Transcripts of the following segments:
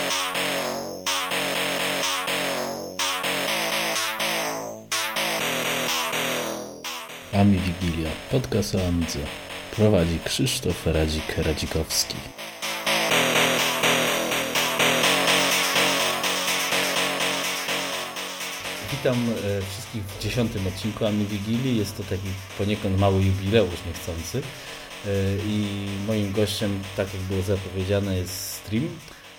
Ami Wigilia, podcast o Amidze. Prowadzi Krzysztof Radzik-Radzikowski. Witam wszystkich w 10. odcinku Ami Wigilii. Jest to taki poniekąd mały jubileusz niechcący. I moim gościem, tak jak było zapowiedziane, jest Stream.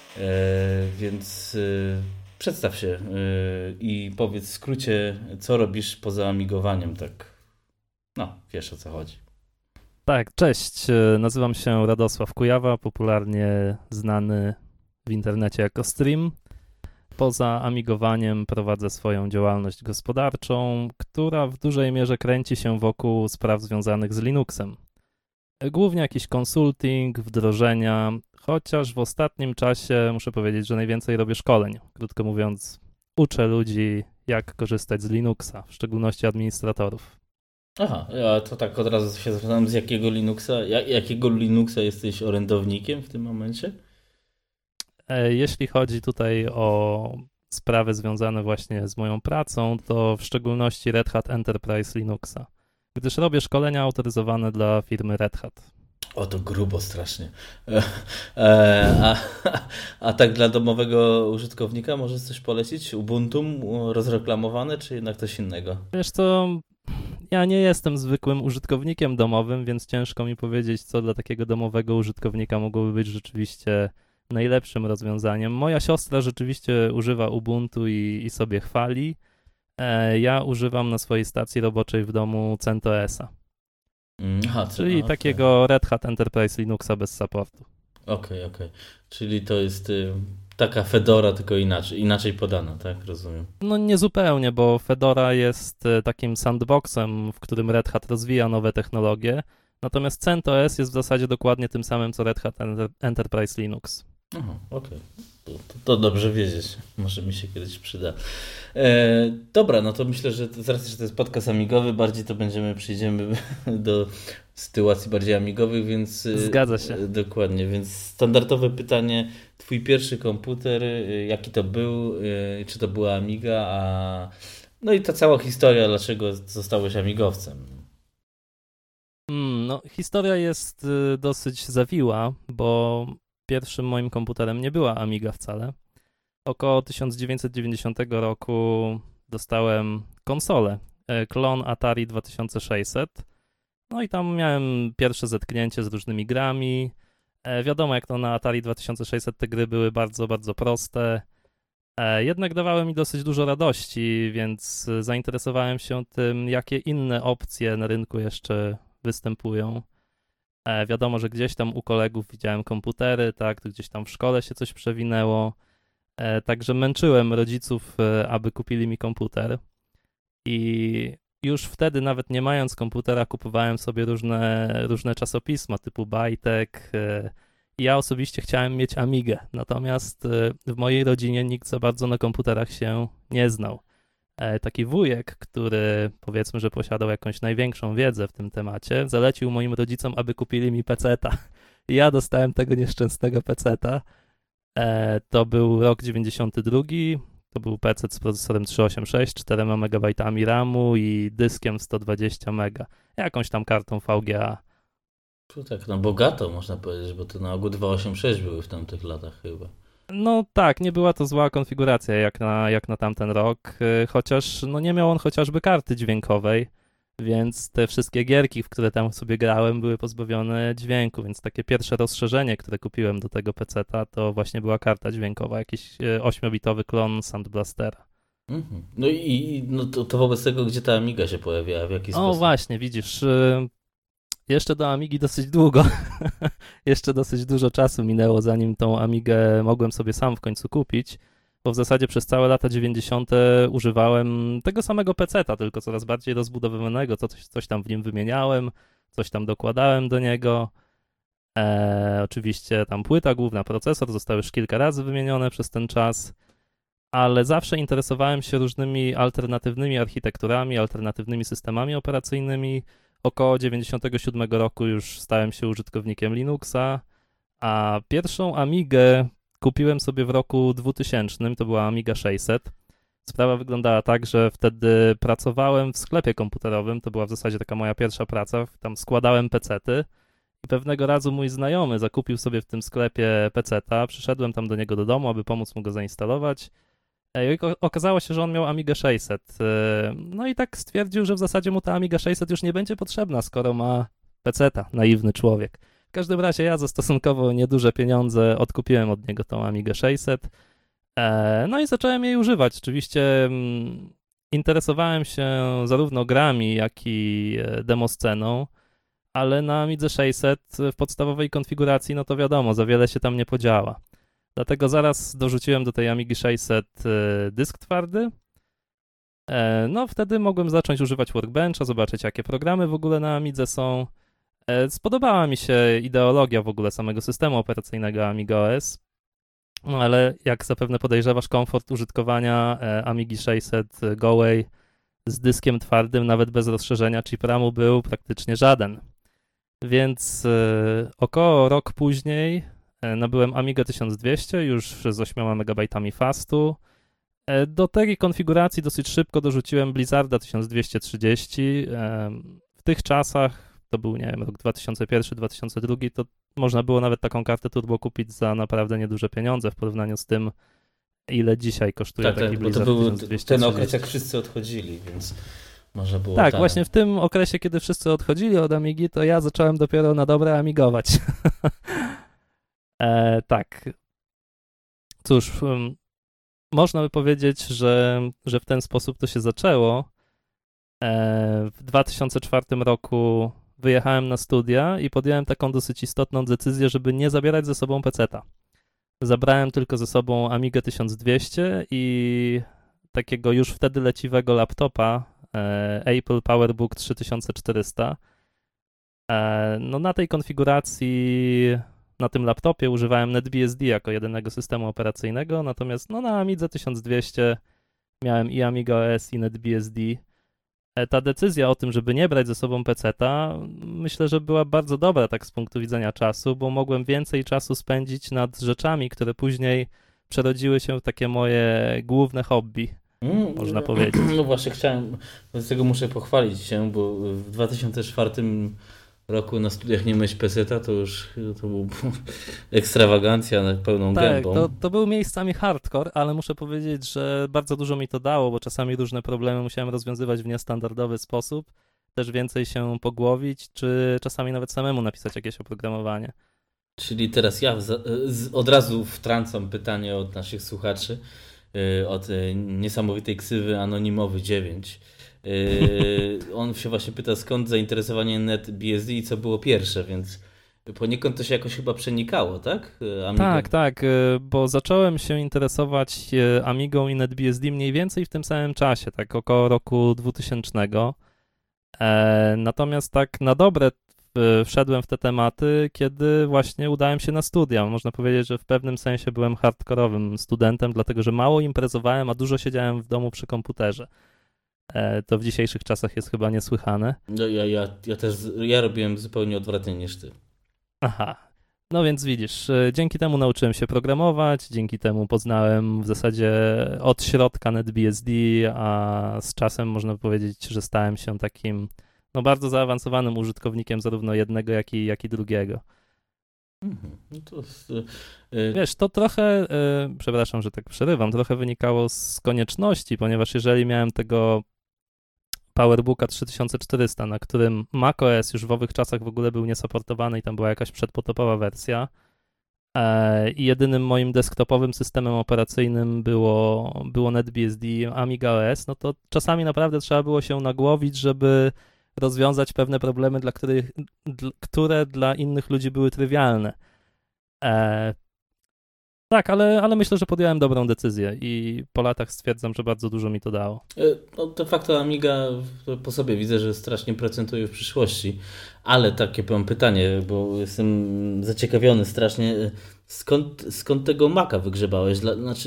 Więc przedstaw się i powiedz w skrócie, co robisz poza amigowaniem, tak. No, wiesz o co chodzi. Tak, cześć. Nazywam się Radosław Kujawa, popularnie znany w internecie jako Stream. Poza amigowaniem prowadzę swoją działalność gospodarczą, która w dużej mierze kręci się wokół spraw związanych z Linuxem. Głównie jakiś konsulting, wdrożenia, chociaż w ostatnim czasie muszę powiedzieć, że najwięcej robię szkoleń. Krótko mówiąc, uczę ludzi, jak korzystać z Linuxa, w szczególności administratorów. Aha, a to tak od razu się zapytam, z jakiego Linuxa jesteś orędownikiem w tym momencie? Jeśli chodzi tutaj o sprawy związane właśnie z moją pracą, to w szczególności Red Hat Enterprise Linuxa, gdyż robię szkolenia autoryzowane dla firmy Red Hat. O, to grubo strasznie. A tak dla domowego użytkownika możesz coś polecić? Ubuntu rozreklamowane, czy jednak coś innego? Wiesz co, ja nie jestem zwykłym użytkownikiem domowym, więc ciężko mi powiedzieć, co dla takiego domowego użytkownika mogłoby być rzeczywiście najlepszym rozwiązaniem. Moja siostra rzeczywiście używa Ubuntu i sobie chwali. Ja używam na swojej stacji roboczej w domu CentOS-a. Czyli takiego Red Hat Enterprise Linuxa bez supportu. Okej. Czyli to jest taka Fedora, tylko inaczej podana, tak? Rozumiem. No nie zupełnie, bo Fedora jest takim sandboxem, w którym Red Hat rozwija nowe technologie, natomiast CentOS jest w zasadzie dokładnie tym samym, co Red Hat Enterprise Linux. Aha, okej. To dobrze wiedzieć. Może mi się kiedyś przyda. Dobra, no to myślę, że z racji, że to jest podcast amigowy, bardziej to przejdziemy do sytuacji bardziej amigowych, więc... Zgadza się. Dokładnie, więc standardowe pytanie. Twój pierwszy komputer, jaki to był, czy to była Amiga, no i ta cała historia, dlaczego zostałeś amigowcem. No, historia jest dosyć zawiła, bo pierwszym moim komputerem nie była Amiga wcale. Około 1990 roku dostałem konsolę, klon Atari 2600. No i tam miałem pierwsze zetknięcie z różnymi grami. Wiadomo, jak to na Atari 2600 te gry były bardzo, bardzo proste. Jednak dawały mi dosyć dużo radości, więc zainteresowałem się tym, jakie inne opcje na rynku jeszcze występują. Wiadomo, że gdzieś tam u kolegów widziałem komputery, tak, gdzieś tam w szkole się coś przewinęło. Także męczyłem rodziców, aby kupili mi komputer. I już wtedy, nawet nie mając komputera, kupowałem sobie różne czasopisma typu Bajtek. Ja osobiście chciałem mieć Amigę, natomiast w mojej rodzinie nikt za bardzo na komputerach się nie znał. Taki wujek, który powiedzmy, że posiadał jakąś największą wiedzę w tym temacie, zalecił moim rodzicom, aby kupili mi peceta. I ja dostałem tego nieszczęsnego peceta. To był rok 92. To był PC z procesorem 386, 4 MB RAMu i dyskiem 120 MB. Jakąś tam kartą VGA. To tak na bogato można powiedzieć, bo to na ogół 286 były w tamtych latach chyba. No tak, nie była to zła konfiguracja jak na tamten rok, chociaż no nie miał on chociażby karty dźwiękowej, więc te wszystkie gierki, w które tam sobie grałem, były pozbawione dźwięku, więc takie pierwsze rozszerzenie, które kupiłem do tego peceta, to właśnie była karta dźwiękowa, jakiś 8-bitowy klon Sound Blastera. No i no to wobec tego, gdzie ta Amiga się pojawiała, w jaki sposób? O właśnie, widzisz, jeszcze do Amigi dosyć długo, jeszcze dosyć dużo czasu minęło, zanim tą Amigę mogłem sobie sam w końcu kupić, bo w zasadzie przez całe lata 90. używałem tego samego peceta, tylko coraz bardziej rozbudowywanego, coś tam w nim wymieniałem, coś tam dokładałem do niego. Oczywiście tam płyta główna, procesor zostały już kilka razy wymienione przez ten czas, ale zawsze interesowałem się różnymi alternatywnymi architekturami, alternatywnymi systemami operacyjnymi. Około 97 roku już stałem się użytkownikiem Linuxa, a pierwszą Amigę, kupiłem sobie w roku 2000, to była Amiga 600. Sprawa wyglądała tak, że wtedy pracowałem w sklepie komputerowym, to była w zasadzie taka moja pierwsza praca, tam składałem pecety i pewnego razu mój znajomy zakupił sobie w tym sklepie peceta, przyszedłem tam do niego do domu, aby pomóc mu go zainstalować. I okazało się, że on miał Amigę 600. No i tak stwierdził, że w zasadzie mu ta Amiga 600 już nie będzie potrzebna, skoro ma peceta, naiwny człowiek. W każdym razie ja za stosunkowo nieduże pieniądze odkupiłem od niego tą Amigę 600. No i zacząłem jej używać. Oczywiście interesowałem się zarówno grami, jak i demosceną, ale na Amidze 600 w podstawowej konfiguracji, no to wiadomo, za wiele się tam nie podziała. Dlatego zaraz dorzuciłem do tej Amigi 600 dysk twardy. No wtedy mogłem zacząć używać Workbencha, zobaczyć jakie programy w ogóle na Amidze są. Spodobała mi się ideologia w ogóle samego systemu operacyjnego Amiga OS, no ale jak zapewne podejrzewasz, komfort użytkowania Amigi 600 Gołej z dyskiem twardym, nawet bez rozszerzenia chip RAMu, był praktycznie żaden. Więc około rok później nabyłem Amigę 1200 już z 8 MB fastu. Do tej konfiguracji dosyć szybko dorzuciłem Blizzarda 1230. W tych czasach, to był, nie wiem, rok 2001-2002, to można było nawet taką kartę turbo kupić za naprawdę nieduże pieniądze w porównaniu z tym, ile dzisiaj kosztuje taki Blizzard 1230. To był ten okres, jak wszyscy odchodzili, więc można było... Tak, właśnie w tym okresie, kiedy wszyscy odchodzili od Amigi, to ja zacząłem dopiero na dobre amigować. Tak. Cóż, można by powiedzieć, że w ten sposób to się zaczęło. W 2004 roku wyjechałem na studia i podjąłem taką dosyć istotną decyzję, żeby nie zabierać ze sobą peceta. Zabrałem tylko ze sobą Amigę 1200 i takiego już wtedy leciwego laptopa Apple PowerBook 3400. No na tej konfiguracji, na tym laptopie używałem NetBSD jako jedynego systemu operacyjnego, natomiast no, na Amidze 1200 miałem i Amiga OS, i NetBSD. Ta decyzja o tym, żeby nie brać ze sobą peceta, myślę, że była bardzo dobra tak z punktu widzenia czasu, bo mogłem więcej czasu spędzić nad rzeczami, które później przerodziły się w takie moje główne hobby, można powiedzieć. No właśnie chciałem, z tego muszę pochwalić się, bo w 2004 roku na studiach nie mieć peceta, to był ekstrawagancja na pełną gębą. Tak, to był miejscami hardcore, ale muszę powiedzieć, że bardzo dużo mi to dało, bo czasami różne problemy musiałem rozwiązywać w niestandardowy sposób, też więcej się pogłowić, czy czasami nawet samemu napisać jakieś oprogramowanie. Czyli teraz ja od razu wtrącam pytanie od naszych słuchaczy, od niesamowitej ksywy Anonimowy 9. On się właśnie pyta, skąd zainteresowanie NetBSD i co było pierwsze, więc poniekąd to się jakoś chyba przenikało, tak? Tak, bo zacząłem się interesować Amigą i NetBSD mniej więcej w tym samym czasie, tak około roku 2000. Natomiast tak na dobre wszedłem w te tematy, kiedy właśnie udałem się na studia. Można powiedzieć, że w pewnym sensie byłem hardkorowym studentem, dlatego że mało imprezowałem, a dużo siedziałem w domu przy komputerze. To w dzisiejszych czasach jest chyba niesłychane. No ja robiłem zupełnie odwrotnie niż ty. Aha, no więc widzisz, dzięki temu nauczyłem się programować, dzięki temu poznałem w zasadzie od środka NetBSD, a z czasem można powiedzieć, że stałem się takim no bardzo zaawansowanym użytkownikiem zarówno jednego, jak i drugiego. No to Wiesz, to trochę, przepraszam, że tak przerywam, trochę wynikało z konieczności, ponieważ jeżeli miałem tego PowerBooka 3400, na którym macOS już w owych czasach w ogóle był niesupportowany i tam była jakaś przedpotopowa wersja i jedynym moim desktopowym systemem operacyjnym było NetBSD, Amiga OS, no to czasami naprawdę trzeba było się nagłowić, żeby rozwiązać pewne problemy, które dla innych ludzi były trywialne. Tak, ale myślę, że podjąłem dobrą decyzję i po latach stwierdzam, że bardzo dużo mi to dało. No de facto Amiga po sobie widzę, że strasznie procentuje w przyszłości, ale takie mam pytanie, bo jestem zaciekawiony strasznie, skąd tego Maca wygrzebałeś?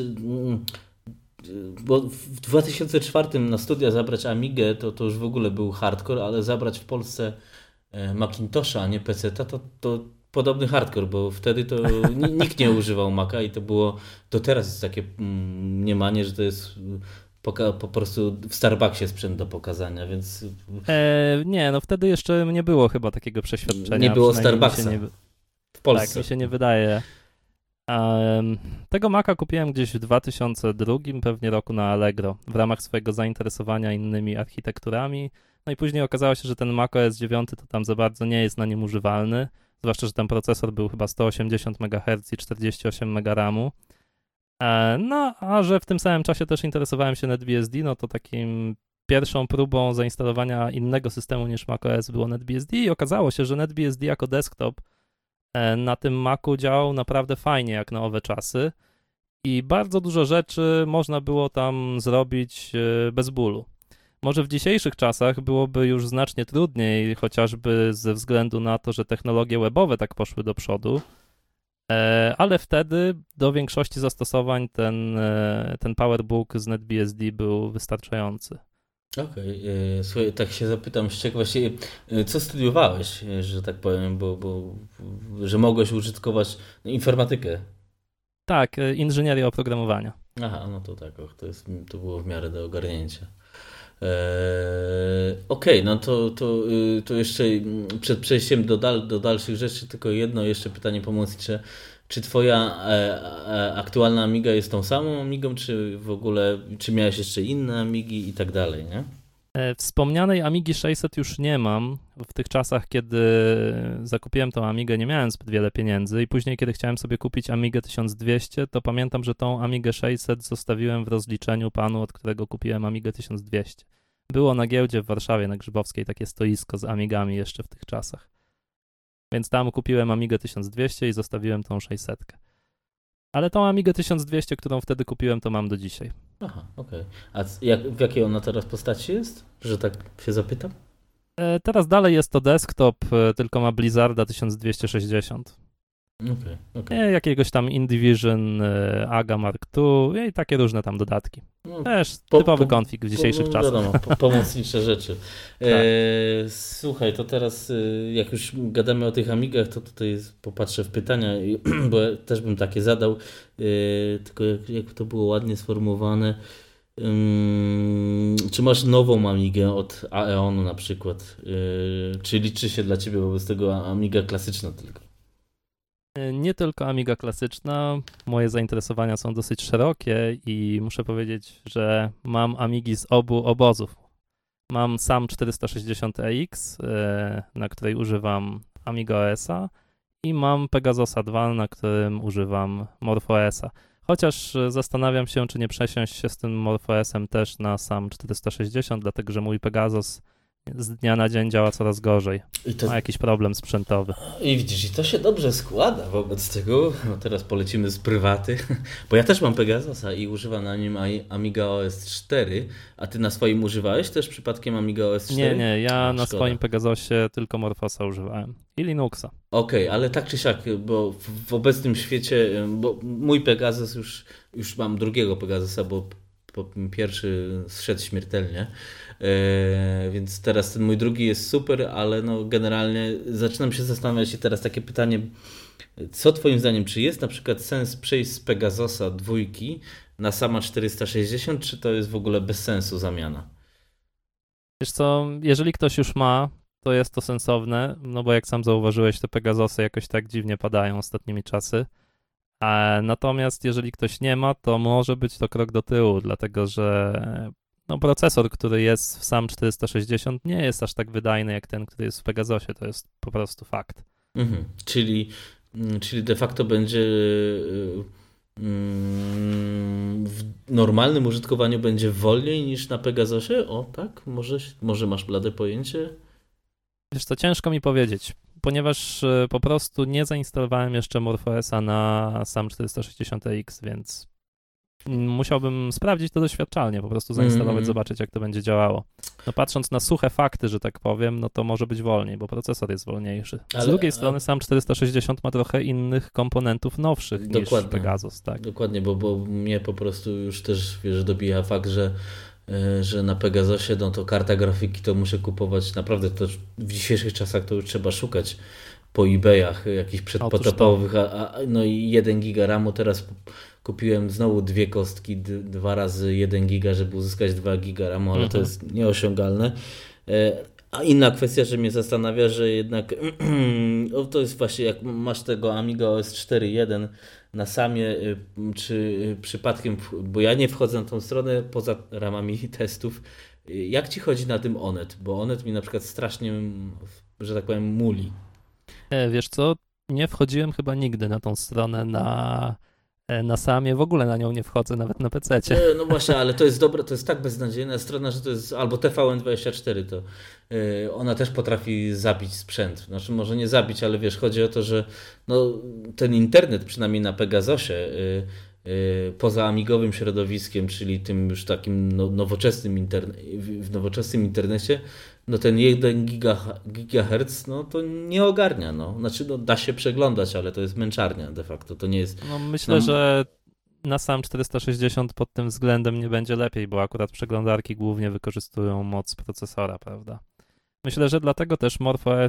Bo w 2004 na studia zabrać Amigę to już w ogóle był hardcore, ale zabrać w Polsce Macintosha, a nie peceta, to podobny hardcore, bo wtedy to nikt nie używał Maca i to było, do teraz jest takie mniemanie, że to jest po prostu w Starbucksie sprzęt do pokazania, więc... Nie, no wtedy jeszcze nie było chyba takiego przeświadczenia. Nie było Starbucksa w Polsce. Tak, mi się nie wydaje. Tego Maca kupiłem gdzieś w 2002 pewnie roku na Allegro w ramach swojego zainteresowania innymi architekturami. No i później okazało się, że ten Mac OS 9 to tam za bardzo nie jest na nim używalny. Zwłaszcza, że ten procesor był chyba 180 MHz i 48 MB RAMu. No, a że w tym samym czasie też interesowałem się NetBSD, no to takim pierwszą próbą zainstalowania innego systemu niż macOS było NetBSD i okazało się, że NetBSD jako desktop na tym Macu działał naprawdę fajnie jak na owe czasy i bardzo dużo rzeczy można było tam zrobić bez bólu. Może w dzisiejszych czasach byłoby już znacznie trudniej, chociażby ze względu na to, że technologie webowe tak poszły do przodu, ale wtedy do większości zastosowań ten PowerBook z NetBSD był wystarczający. Okej, słuchaj, tak się zapytam z ciekawości, co studiowałeś, że tak powiem, bo że mogłeś użytkować informatykę? Tak, inżynieria oprogramowania. Aha, no to tak, to było w miarę do ogarnięcia. Okej, no to jeszcze przed przejściem do dalszych rzeczy tylko jedno jeszcze pytanie pomocnicze. Czy twoja aktualna Amiga jest tą samą Amigą, czy w ogóle, czy miałeś jeszcze inne Amigi i tak dalej, nie? Wspomnianej Amigi 600 już nie mam. W tych czasach, kiedy zakupiłem tą Amigę, nie miałem zbyt wiele pieniędzy i później, kiedy chciałem sobie kupić Amigę 1200, to pamiętam, że tą Amigę 600 zostawiłem w rozliczeniu panu, od którego kupiłem Amigę 1200. Było na giełdzie w Warszawie, na Grzybowskiej, takie stoisko z Amigami jeszcze w tych czasach. Więc tam kupiłem Amigę 1200 i zostawiłem tą 600. Ale tą Amigę 1200, którą wtedy kupiłem, to mam do dzisiaj. Aha, okej. A w jakiej ona teraz postaci jest? Że tak się zapytam? Teraz dalej jest to desktop, tylko ma Blizzarda 1260. Okay. Jakiegoś tam InDivision, AGA Mark II i takie różne tam dodatki. Też typowy konfig w dzisiejszych czasach. Wiadomo, pomocnicze rzeczy. Tak. Słuchaj, to teraz jak już gadamy o tych Amigach, to tutaj popatrzę w pytania, bo ja też bym takie zadał, tylko jak to było ładnie sformułowane. Czy masz nową Amigę od Aeonu na przykład? Czy liczy się dla ciebie wobec tego Amiga klasyczna tylko? Nie tylko Amiga klasyczna, moje zainteresowania są dosyć szerokie i muszę powiedzieć, że mam Amigi z obu obozów. Mam sam 460EX, na której używam Amiga OS-a i mam Pegasusa 2, na którym używam MorphOS-a. Chociaż zastanawiam się, czy nie przesiąść się z tym MorphOS-em też na sam 460, dlatego że mój Pegasus z dnia na dzień działa coraz gorzej. Ma jakiś problem sprzętowy. I widzisz, i to się dobrze składa wobec tego. No teraz polecimy z prywaty, bo ja też mam Pegasusa i używam na nim Amiga OS 4, a ty na swoim używałeś też przypadkiem Amiga OS 4? Nie, ja na swoim Pegasusie tylko Morphosa używałem i Linuxa. Okej, ale tak czy siak, bo w obecnym świecie, bo mój Pegasus już mam drugiego Pegasusa, bo pierwszy zszedł śmiertelnie. Więc teraz ten mój drugi jest super, ale no generalnie zaczynam się zastanawiać i teraz takie pytanie, co twoim zdaniem, czy jest na przykład sens przejść z Pegasusa 2 na sama 460, czy to jest w ogóle bez sensu zamiana? Wiesz co, jeżeli ktoś już ma, to jest to sensowne, no bo jak sam zauważyłeś, te Pegasusy jakoś tak dziwnie padają ostatnimi czasy. Natomiast jeżeli ktoś nie ma, to może być to krok do tyłu, dlatego że no, procesor, który jest w sam 460 nie jest aż tak wydajny jak ten, który jest w Pegasusie, to jest po prostu fakt. Czyli de facto będzie w normalnym użytkowaniu będzie wolniej niż na Pegasusie? O tak? Może masz blade pojęcie? Wiesz co, ciężko mi powiedzieć, ponieważ po prostu nie zainstalowałem jeszcze MorphOS-a na sam 460X, więc musiałbym sprawdzić to doświadczalnie, po prostu zainstalować, zobaczyć jak to będzie działało. No patrząc na suche fakty, że tak powiem, no to może być wolniej, bo procesor jest wolniejszy. Z drugiej strony sam 460 ma trochę innych komponentów nowszych niż Pegasus. Tak? Dokładnie, bo mnie po prostu już też, wiesz, dobija fakt, że na Pegasusie no to karta grafiki to muszę kupować, naprawdę to w dzisiejszych czasach to już trzeba szukać po eBayach jakichś Otóż to. przedpotopowych, no i 1 giga RAMu. Teraz kupiłem znowu 2 kostki, 2 razy 1 giga, żeby uzyskać 2 giga RAMu, ale to jest nieosiągalne. A inna kwestia, że mnie zastanawia, że jednak to jest właśnie, jak masz tego Amiga OS 4.1 na samie, czy przypadkiem, bo ja nie wchodzę na tą stronę poza ramami testów. Jak ci chodzi na tym Onet? Bo Onet mi na przykład strasznie, że tak powiem, muli. Wiesz co, nie wchodziłem chyba nigdy na tą stronę na samie, w ogóle na nią nie wchodzę, nawet na PC-cie. No właśnie, ale to jest dobre, to jest tak beznadziejna strona, że to jest albo TVN24, to ona też potrafi zabić sprzęt. Znaczy może nie zabić, ale wiesz, chodzi o to, że no, ten internet, przynajmniej na Pegasosie, poza amigowym środowiskiem, czyli tym już takim nowoczesnym w nowoczesnym internecie, no ten 1 gigahertz, no to nie ogarnia. No. Znaczy no, da się przeglądać, ale to jest męczarnia de facto. To nie jest... No myślę, że na sam 460 pod tym względem nie będzie lepiej, bo akurat przeglądarki głównie wykorzystują moc procesora, prawda? Myślę, że dlatego też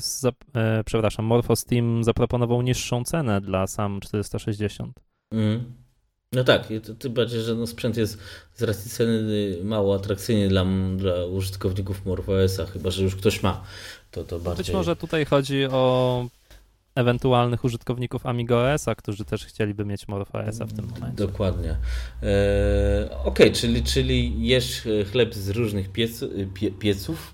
MorphoSteam zaproponował niższą cenę dla sam 460. No tak, tym bardziej, że no sprzęt jest z racji ceny mało atrakcyjny dla użytkowników MorphOS-a, chyba że już ktoś ma. To bardziej... Być może tutaj chodzi o ewentualnych użytkowników Amiga OS-a, którzy też chcieliby mieć MorphOS-a w tym momencie. Dokładnie. Okej, czyli jesz chleb z różnych pieców?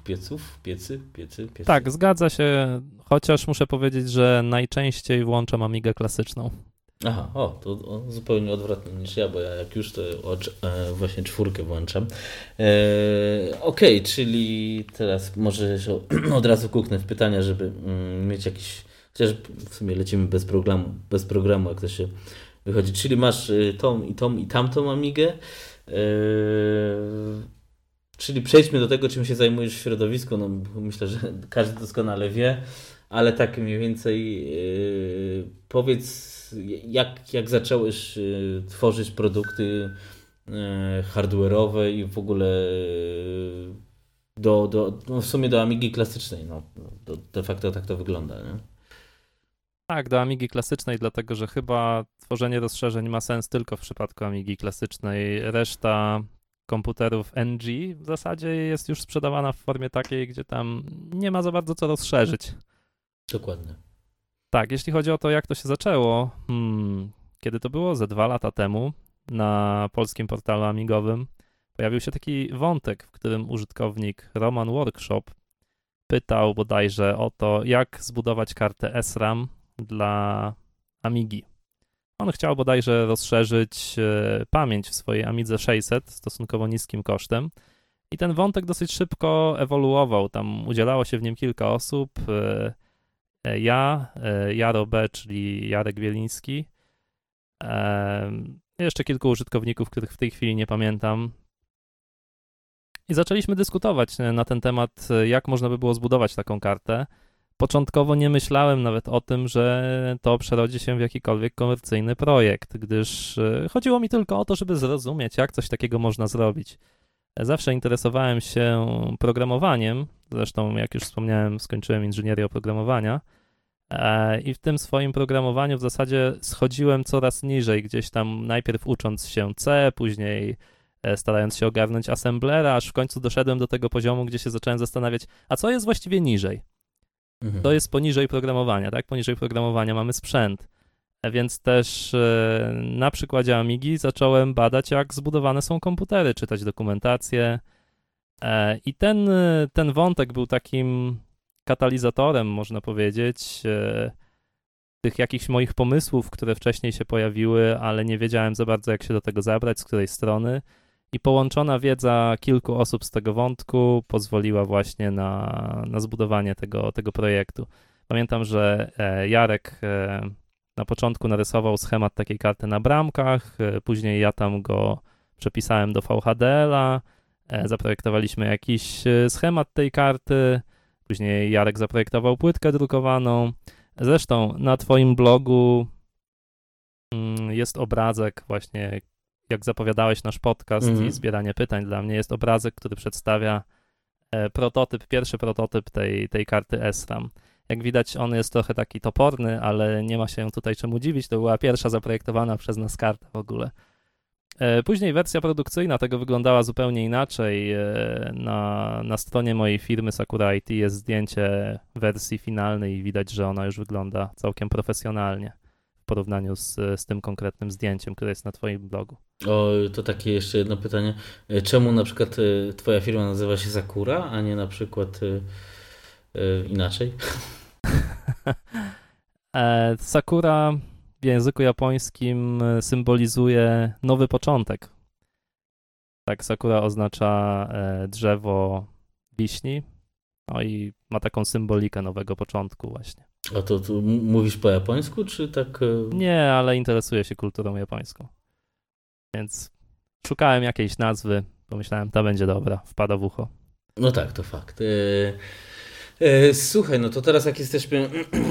Tak, zgadza się, chociaż muszę powiedzieć, że najczęściej włączam Amigę klasyczną. Aha, to zupełnie odwrotnie niż ja, bo ja jak już to właśnie 4 włączam. Okej, czyli teraz może od razu kuknę w pytania, żeby mieć jakiś, chociaż w sumie lecimy bez programu, jak to się wychodzi. Czyli masz tą i tamtą Amigę. Czyli przejdźmy do tego, czym się zajmujesz w środowisku. No, myślę, że każdy doskonale wie, ale tak mniej więcej powiedz, jak zacząłeś tworzyć produkty hardware'owe i w ogóle no w sumie do Amigi klasycznej. No, de facto tak to wygląda, nie? Tak, do Amigi klasycznej, dlatego że chyba tworzenie rozszerzeń ma sens tylko w przypadku Amigi klasycznej. Reszta komputerów NG w zasadzie jest już sprzedawana w formie takiej, gdzie tam nie ma za bardzo co rozszerzyć. Dokładnie. Tak, jeśli chodzi o to, jak to się zaczęło, kiedy to było? Ze 2 lata temu na polskim portalu amigowym pojawił się taki wątek, w którym użytkownik Roman Workshop pytał bodajże o to, jak zbudować kartę SRAM dla Amigi. On chciał bodajże rozszerzyć pamięć w swojej Amidze 600 stosunkowo niskim kosztem i ten wątek dosyć szybko ewoluował. Tam udzielało się w nim kilka osób. Jaro B, czyli Jarek Wieliński, jeszcze kilku użytkowników, których w tej chwili nie pamiętam. I zaczęliśmy dyskutować na ten temat, jak można by było zbudować taką kartę. Początkowo nie myślałem nawet o tym, że to przerodzi się w jakikolwiek komercyjny projekt, gdyż chodziło mi tylko o to, żeby zrozumieć, jak coś takiego można zrobić. Zawsze interesowałem się programowaniem, zresztą jak już wspomniałem, skończyłem inżynierię oprogramowania i w tym swoim programowaniu w zasadzie schodziłem coraz niżej, gdzieś tam najpierw ucząc się C, później starając się ogarnąć assemblera, aż w końcu doszedłem do tego poziomu, gdzie się zacząłem zastanawiać, a co jest właściwie niżej? To jest poniżej programowania, tak? Poniżej programowania mamy sprzęt, więc też na przykładzie Amigi zacząłem badać, jak zbudowane są komputery, czytać dokumentację i ten wątek był takim katalizatorem, można powiedzieć, tych jakichś moich pomysłów, które wcześniej się pojawiły, ale nie wiedziałem za bardzo, jak się do tego zabrać, z której strony. I połączona wiedza kilku osób z tego wątku pozwoliła właśnie na zbudowanie tego projektu. Pamiętam, że Jarek na początku narysował schemat takiej karty na bramkach, później ja tam go przepisałem do VHDL-a, zaprojektowaliśmy jakiś schemat tej karty, później Jarek zaprojektował płytkę drukowaną. Zresztą na twoim blogu jest obrazek właśnie, jak zapowiadałeś nasz podcast i zbieranie pytań dla mnie, jest obrazek, który przedstawia pierwszy prototyp tej karty SRAM. Jak widać, on jest trochę taki toporny, ale nie ma się tutaj czemu dziwić. To była pierwsza zaprojektowana przez nas karta w ogóle. Później wersja produkcyjna tego wyglądała zupełnie inaczej. Na stronie mojej firmy Sakura IT jest zdjęcie wersji finalnej i widać, że ona już wygląda całkiem profesjonalnie w porównaniu z tym konkretnym zdjęciem, które jest na twoim blogu. O, to takie jeszcze jedno pytanie. Czemu na przykład twoja firma nazywa się Sakura, a nie na przykład inaczej? Sakura w języku japońskim symbolizuje nowy początek. Tak, sakura oznacza drzewo wiśni, no i ma taką symbolikę nowego początku właśnie. A to mówisz po japońsku, czy tak? Nie, ale interesuję się kulturą japońską. Więc szukałem jakiejś nazwy, pomyślałem, ta będzie dobra, wpada w ucho. No tak, to fakt. Słuchaj, no to teraz jak jesteśmy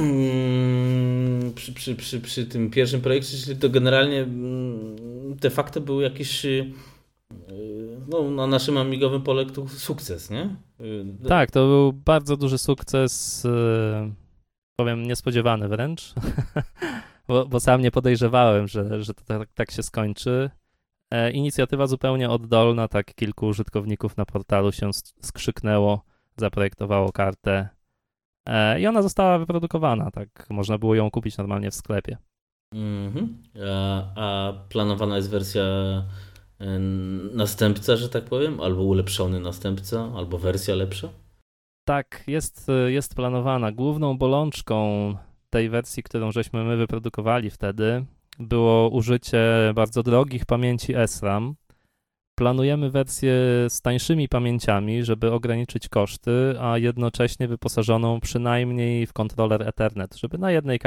przy tym pierwszym projekcie, czyli to generalnie de facto był jakiś no, na naszym amigowym poległ sukces, nie? Tak, to był bardzo duży sukces, powiem niespodziewany wręcz, bo sam nie podejrzewałem, że to tak się skończy. Inicjatywa zupełnie oddolna, tak kilku użytkowników na portalu się skrzyknęło, zaprojektowało kartę i ona została wyprodukowana, tak można było ją kupić normalnie w sklepie. A planowana jest wersja następca, że tak powiem, albo ulepszony następca, albo wersja lepsza? Tak, jest planowana. Główną bolączką tej wersji, którą żeśmy my wyprodukowali wtedy, było użycie bardzo drogich pamięci SRAM. Planujemy wersję z tańszymi pamięciami, żeby ograniczyć koszty, a jednocześnie wyposażoną przynajmniej w kontroler Ethernet, żeby na jednej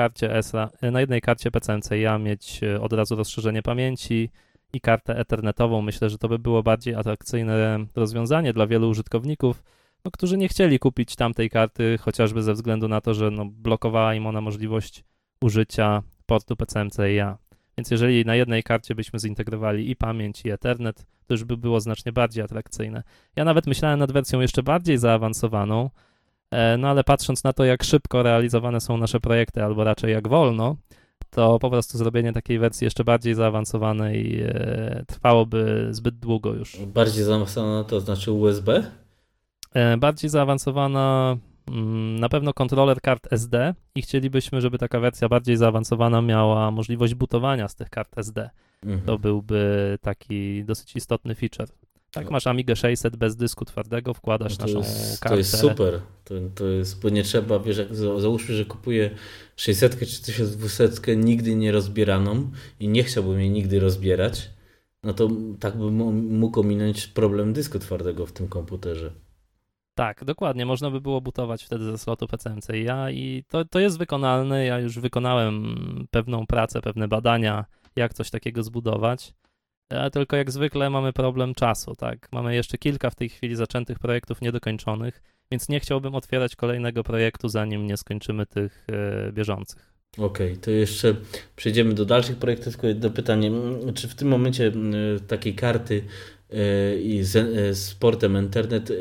karcie PCMCIA mieć od razu rozszerzenie pamięci i kartę ethernetową. Myślę, że to by było bardziej atrakcyjne rozwiązanie dla wielu użytkowników, którzy nie chcieli kupić tamtej karty, chociażby ze względu na to, że blokowała im ona możliwość użycia portu PCMCIA. Więc jeżeli na jednej karcie byśmy zintegrowali i pamięć, i Ethernet, to już by było znacznie bardziej atrakcyjne. Ja nawet myślałem nad wersją jeszcze bardziej zaawansowaną, no ale patrząc na to, jak szybko realizowane są nasze projekty, albo raczej jak wolno, to po prostu zrobienie takiej wersji jeszcze bardziej zaawansowanej trwałoby zbyt długo już. Bardziej zaawansowana to znaczy USB? Bardziej zaawansowana na pewno kontroler kart SD i chcielibyśmy, żeby taka wersja bardziej zaawansowana miała możliwość bootowania z tych kart SD. To byłby taki dosyć istotny feature. Tak, masz Amigę 600 bez dysku twardego, wkładasz naszą kartę. To jest super. To jest, bo nie trzeba, wiesz, jak załóżmy, że kupuję 600 czy 1200 nigdy nie rozbieraną i nie chciałbym jej nigdy rozbierać, no to tak bym mógł ominąć problem dysku twardego w tym komputerze. Tak, dokładnie. Można by było bootować wtedy ze slotu PCMCIA i to jest wykonalne. Ja już wykonałem pewną pracę, pewne badania, jak coś takiego zbudować. Tylko jak zwykle mamy problem czasu, tak? Mamy jeszcze kilka w tej chwili zaczętych projektów niedokończonych, więc nie chciałbym otwierać kolejnego projektu, zanim nie skończymy tych bieżących. Okej, to jeszcze przejdziemy do dalszych projektów, tylko jedno pytanie. Czy w tym momencie takiej karty i z portem Ethernet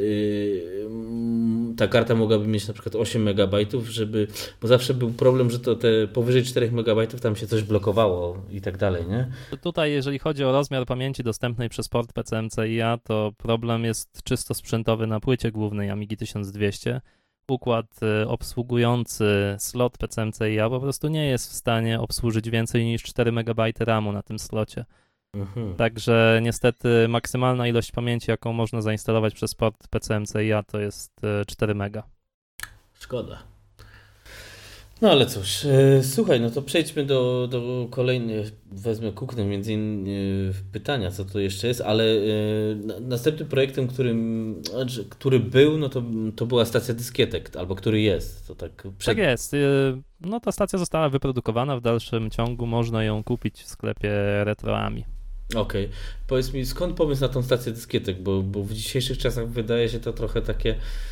ta karta mogłaby mieć na przykład 8 MB, bo zawsze był problem, że to te powyżej 4 MB tam się coś blokowało i tak dalej, nie? Tutaj jeżeli chodzi o rozmiar pamięci dostępnej przez port PCMCIA, to problem jest czysto sprzętowy na płycie głównej Amigi 1200. Układ obsługujący slot PCMCIA po prostu nie jest w stanie obsłużyć więcej niż 4 MB RAMu na tym slocie. Także niestety maksymalna ilość pamięci, jaką można zainstalować przez port PCMCIA, to jest 4 MB. Szkoda. No ale cóż, słuchaj, no to przejdźmy do kolejnych, kuknę między innymi pytania, co to jeszcze jest, ale następnym projektem, który był, no to była stacja dyskietek, albo który jest. To tak jest. No ta stacja została wyprodukowana, w dalszym ciągu można ją kupić w sklepie Retroami. Okej. Powiedz mi, skąd pomysł na tą stację dyskietek, bo w dzisiejszych czasach wydaje się to trochę takie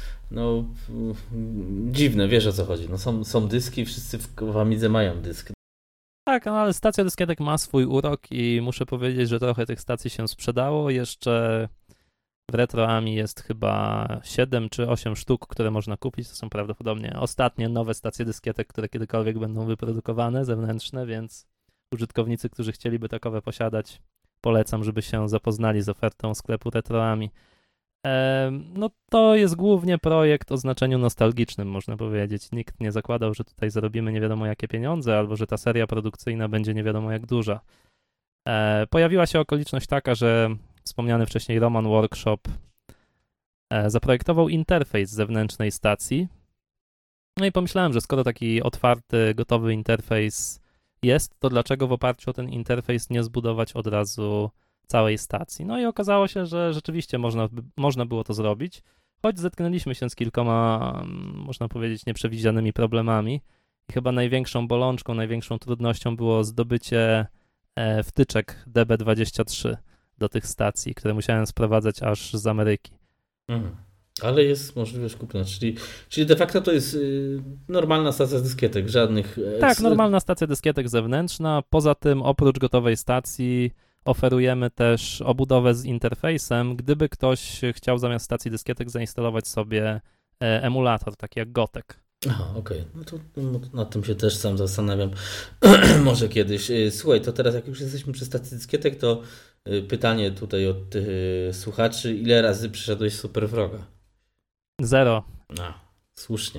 dziwne, wiesz o co chodzi. No są dyski, wszyscy w Amidze mają dysk. Tak, no ale stacja dyskietek ma swój urok i muszę powiedzieć, że trochę tych stacji się sprzedało. Jeszcze W RetroAmi jest chyba 7 czy 8 sztuk, które można kupić. To są prawdopodobnie ostatnie nowe stacje dyskietek, które kiedykolwiek będą wyprodukowane, zewnętrzne, więc użytkownicy, którzy chcieliby takowe posiadać, polecam, żeby się zapoznali z ofertą sklepu RetroAmi. No to jest głównie projekt o znaczeniu nostalgicznym, można powiedzieć. Nikt nie zakładał, że tutaj zarobimy nie wiadomo jakie pieniądze, albo że ta seria produkcyjna będzie nie wiadomo jak duża. Pojawiła się okoliczność taka, że wspomniany wcześniej Roman Workshop zaprojektował interfejs zewnętrznej stacji. No i pomyślałem, że skoro taki otwarty, gotowy interfejs jest, to dlaczego w oparciu o ten interfejs nie zbudować od razu całej stacji? No i okazało się, że rzeczywiście można było to zrobić, choć zetknęliśmy się z kilkoma, można powiedzieć, nieprzewidzianymi problemami i chyba największą bolączką, największą trudnością było zdobycie wtyczek DB23 do tych stacji, które musiałem sprowadzać aż z Ameryki. Ale jest możliwość kupna, czyli de facto to jest normalna stacja dyskietek, żadnych... Tak, normalna stacja dyskietek zewnętrzna. Poza tym oprócz gotowej stacji oferujemy też obudowę z interfejsem, gdyby ktoś chciał zamiast stacji dyskietek zainstalować sobie emulator, taki jak Gotek. Aha, okej. No to nad tym się też sam zastanawiam. Może kiedyś. Słuchaj, to teraz jak już jesteśmy przy stacji dyskietek, to pytanie tutaj od słuchaczy. Ile razy przeszedłeś Super Froga? 0. Słusznie.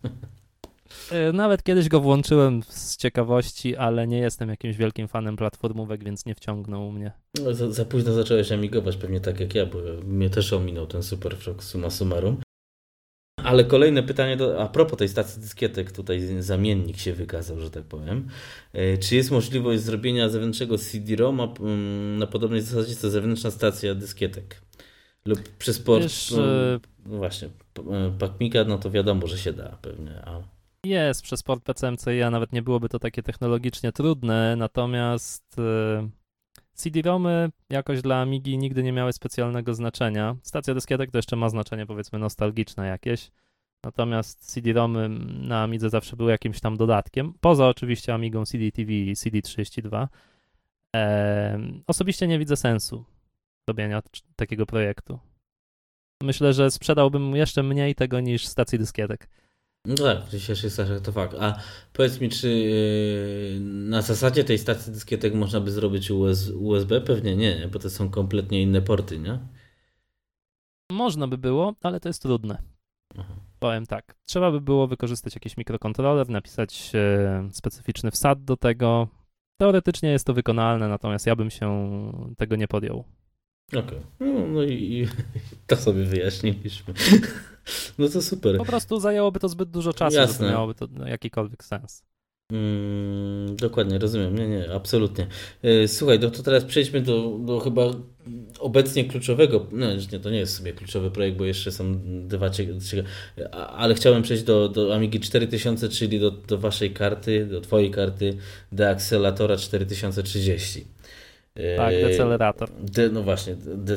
Nawet kiedyś go włączyłem z ciekawości, ale nie jestem jakimś wielkim fanem platformówek, więc nie wciągnął mnie. No, za późno zacząłeś amigować, pewnie tak jak ja, bo mnie też ominął ten Super Frog summa summarum. Ale kolejne pytanie, a propos tej stacji dyskietek, tutaj zamiennik się wykazał, że tak powiem. Czy jest możliwość zrobienia zewnętrznego CD-ROMa na podobnej zasadzie co zewnętrzna stacja dyskietek? Lub przez port, no właśnie, PACMiga, no to wiadomo, że się da pewnie. Jest przez port PCMCIA, nawet nie byłoby to takie technologicznie trudne, natomiast CD-ROMy jakoś dla Amigi nigdy nie miały specjalnego znaczenia. Stacja dyskietek to jeszcze ma znaczenie, powiedzmy, nostalgiczne jakieś, natomiast CD-ROMy na Amidze zawsze były jakimś tam dodatkiem, poza oczywiście Amigą CD-TV i CD32. Osobiście nie widzę sensu robienia takiego projektu. Myślę, że sprzedałbym jeszcze mniej tego niż stacji dyskietek. No tak, w dzisiejszych czasach to fakt. A powiedz mi, czy na zasadzie tej stacji dyskietek można by zrobić USB? Pewnie nie, bo to są kompletnie inne porty, nie? Można by było, ale to jest trudne. Aha. Powiem tak, trzeba by było wykorzystać jakiś mikrokontroler, napisać specyficzny wsad do tego. Teoretycznie jest to wykonalne, natomiast ja bym się tego nie podjął. Okej. No i to sobie wyjaśniliśmy. No to super. Po prostu zajęłoby to zbyt dużo czasu, Jasne. żeby miałoby to jakikolwiek sens. Dokładnie, rozumiem. Nie, absolutnie. Słuchaj, to teraz przejdźmy do chyba obecnie kluczowego, no nie, to nie jest sobie kluczowy projekt, bo jeszcze są dwa ale chciałem przejść do Amigi 4000, czyli do waszej karty, do twojej karty Deaccelatora 4030. Tak, decelerator. No właśnie,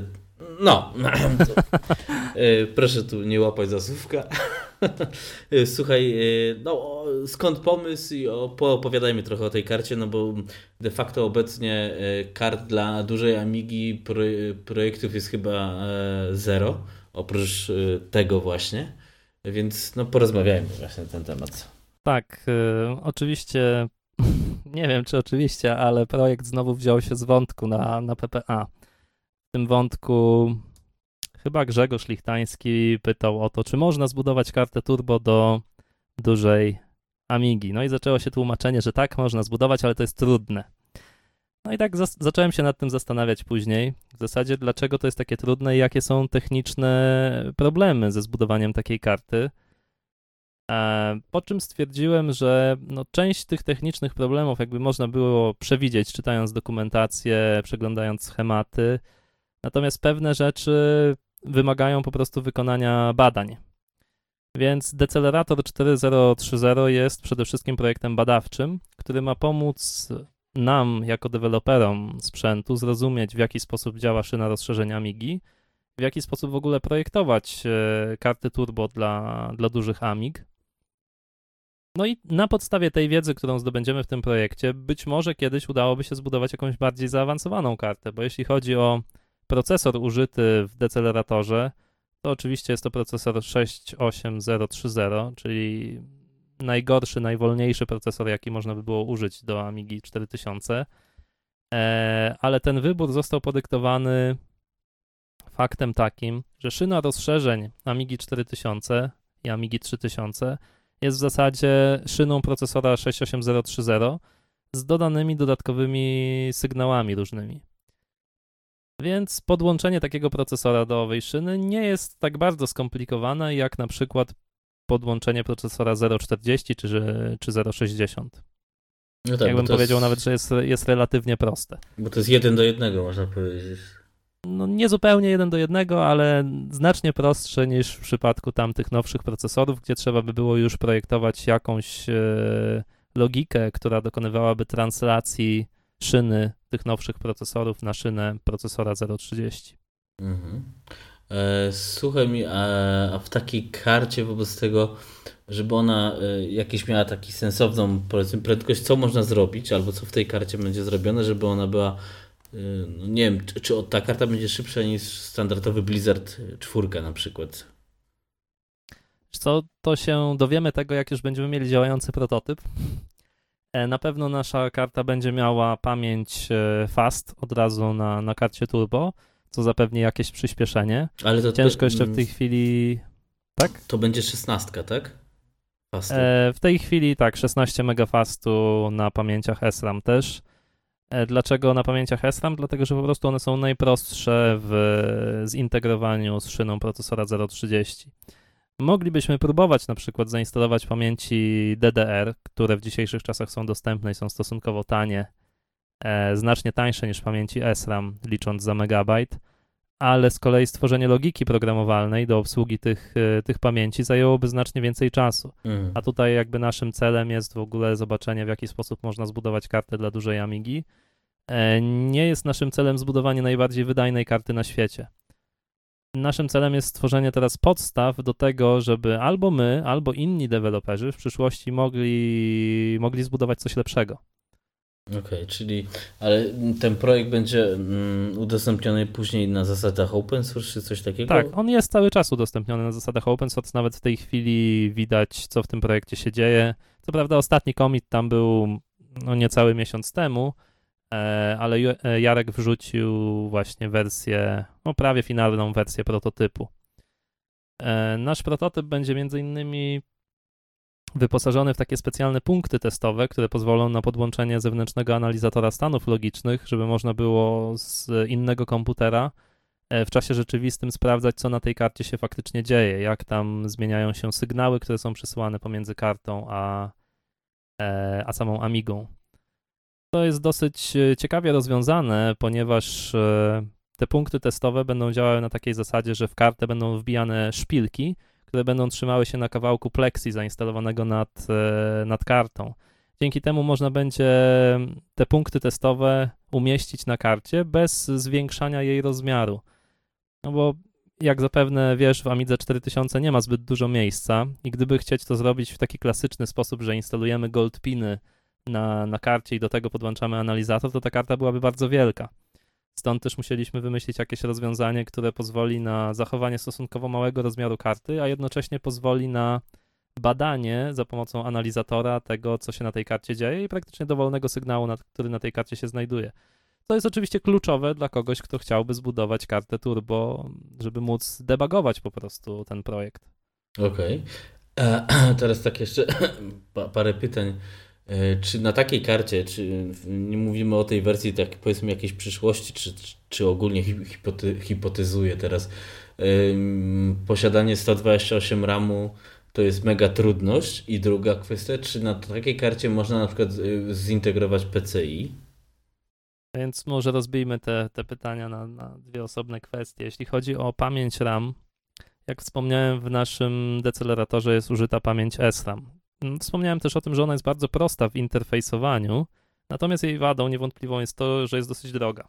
proszę tu nie łapać za słówka. Słuchaj, no skąd pomysł i poopowiadajmy trochę o tej karcie, no bo de facto obecnie kart dla dużej Amigi projektów jest chyba 0, oprócz tego właśnie, więc no porozmawiajmy właśnie na ten temat. Tak, oczywiście, nie wiem czy oczywiście, ale projekt znowu wziął się z wątku na PPA. W tym wątku chyba Grzegorz Lichtański pytał o to, czy można zbudować kartę turbo do dużej Amigi. No i zaczęło się tłumaczenie, że tak, można zbudować, ale to jest trudne. No i tak zacząłem się nad tym zastanawiać później. W zasadzie dlaczego to jest takie trudne i jakie są techniczne problemy ze zbudowaniem takiej karty. Po czym stwierdziłem, że no, część tych technicznych problemów jakby można było przewidzieć, czytając dokumentację, przeglądając schematy. Natomiast pewne rzeczy wymagają po prostu wykonania badań. Więc Decelerator 4030 jest przede wszystkim projektem badawczym, który ma pomóc nam, jako deweloperom sprzętu, zrozumieć, w jaki sposób działa szyna rozszerzenia Amigi, w jaki sposób w ogóle projektować karty turbo dla dużych Amig. No i na podstawie tej wiedzy, którą zdobędziemy w tym projekcie, być może kiedyś udałoby się zbudować jakąś bardziej zaawansowaną kartę, bo jeśli chodzi o procesor użyty w deceleratorze to oczywiście jest to procesor 68030, czyli najgorszy, najwolniejszy procesor, jaki można by było użyć do Amigi 4000, ale ten wybór został podyktowany faktem takim, że szyna rozszerzeń Amigi 4000 i Amigi 3000 jest w zasadzie szyną procesora 68030 z dodanymi dodatkowymi sygnałami różnymi. Więc podłączenie takiego procesora do owej szyny nie jest tak bardzo skomplikowane, jak na przykład podłączenie procesora 040 czy 060. No tak, Jakbym powiedział nawet, że jest relatywnie proste. Bo to jest 1:1, można powiedzieć. No nie zupełnie 1:1, ale znacznie prostsze niż w przypadku tamtych nowszych procesorów, gdzie trzeba by było już projektować jakąś logikę, która dokonywałaby translacji szyny tych nowszych procesorów na szynę procesora 030. Mhm. Słuchaj mi, a w takiej karcie wobec tego, żeby ona jakieś miała taki sensowną, powiedzmy, prędkość, co można zrobić, albo co w tej karcie będzie zrobione, żeby ona była, no nie wiem, czy ta karta będzie szybsza niż standardowy Blizzard 4 na przykład. Co, to się dowiemy tego, jak już będziemy mieli działający prototyp. Na pewno nasza karta będzie miała pamięć fast od razu na karcie turbo, co zapewni jakieś przyspieszenie. Ale to ciężko jeszcze w tej chwili... Tak? To będzie 16, tak? Fastu. W tej chwili tak, 16 megafastu na pamięciach SRAM też. Dlaczego na pamięciach SRAM? Dlatego, że po prostu one są najprostsze w zintegrowaniu z szyną procesora 030. Moglibyśmy próbować na przykład zainstalować pamięci DDR, które w dzisiejszych czasach są dostępne i są stosunkowo tanie, znacznie tańsze niż pamięci SRAM, licząc za megabajt, ale z kolei stworzenie logiki programowalnej do obsługi tych pamięci zajęłoby znacznie więcej czasu. A tutaj jakby naszym celem jest w ogóle zobaczenie, w jaki sposób można zbudować kartę dla dużej Amigi. Nie jest naszym celem zbudowanie najbardziej wydajnej karty na świecie. Naszym celem jest stworzenie teraz podstaw do tego, żeby albo my, albo inni deweloperzy w przyszłości mogli zbudować coś lepszego. Okej, czyli, ale ten projekt będzie udostępniony później na zasadach open source czy coś takiego? Tak, on jest cały czas udostępniony na zasadach open source, nawet w tej chwili widać, co w tym projekcie się dzieje. Co prawda ostatni commit tam był niecały miesiąc temu, ale Jarek wrzucił właśnie wersję, prawie finalną wersję prototypu. Nasz prototyp będzie między innymi wyposażony w takie specjalne punkty testowe, które pozwolą na podłączenie zewnętrznego analizatora stanów logicznych, żeby można było z innego komputera w czasie rzeczywistym sprawdzać, co na tej karcie się faktycznie dzieje, jak tam zmieniają się sygnały, które są przesyłane pomiędzy kartą a samą Amigą. To jest dosyć ciekawie rozwiązane, ponieważ te punkty testowe będą działały na takiej zasadzie, że w kartę będą wbijane szpilki, które będą trzymały się na kawałku plexi zainstalowanego nad kartą. Dzięki temu można będzie te punkty testowe umieścić na karcie bez zwiększania jej rozmiaru. No bo jak zapewne wiesz, w Amidze 4000 nie ma zbyt dużo miejsca i gdyby chcieć to zrobić w taki klasyczny sposób, że instalujemy goldpiny na karcie i do tego podłączamy analizator, to ta karta byłaby bardzo wielka. Stąd też musieliśmy wymyślić jakieś rozwiązanie, które pozwoli na zachowanie stosunkowo małego rozmiaru karty, a jednocześnie pozwoli na badanie za pomocą analizatora tego, co się na tej karcie dzieje i praktycznie dowolnego sygnału, który na tej karcie się znajduje. To jest oczywiście kluczowe dla kogoś, kto chciałby zbudować kartę turbo, żeby móc debugować po prostu ten projekt. Okej. Teraz tak jeszcze parę pytań. Czy na takiej karcie, czy nie mówimy o tej wersji, tak powiedzmy jakiejś przyszłości, czy ogólnie hipotyzuję teraz, posiadanie 128 RAMu to jest mega trudność? I druga kwestia, czy na takiej karcie można na przykład zintegrować PCI? Więc może rozbijmy te pytania na dwie osobne kwestie. Jeśli chodzi o pamięć RAM, jak wspomniałem, w naszym deceleratorze jest użyta pamięć SRAM. Wspomniałem też o tym, że ona jest bardzo prosta w interfejsowaniu, natomiast jej wadą niewątpliwą jest to, że jest dosyć droga.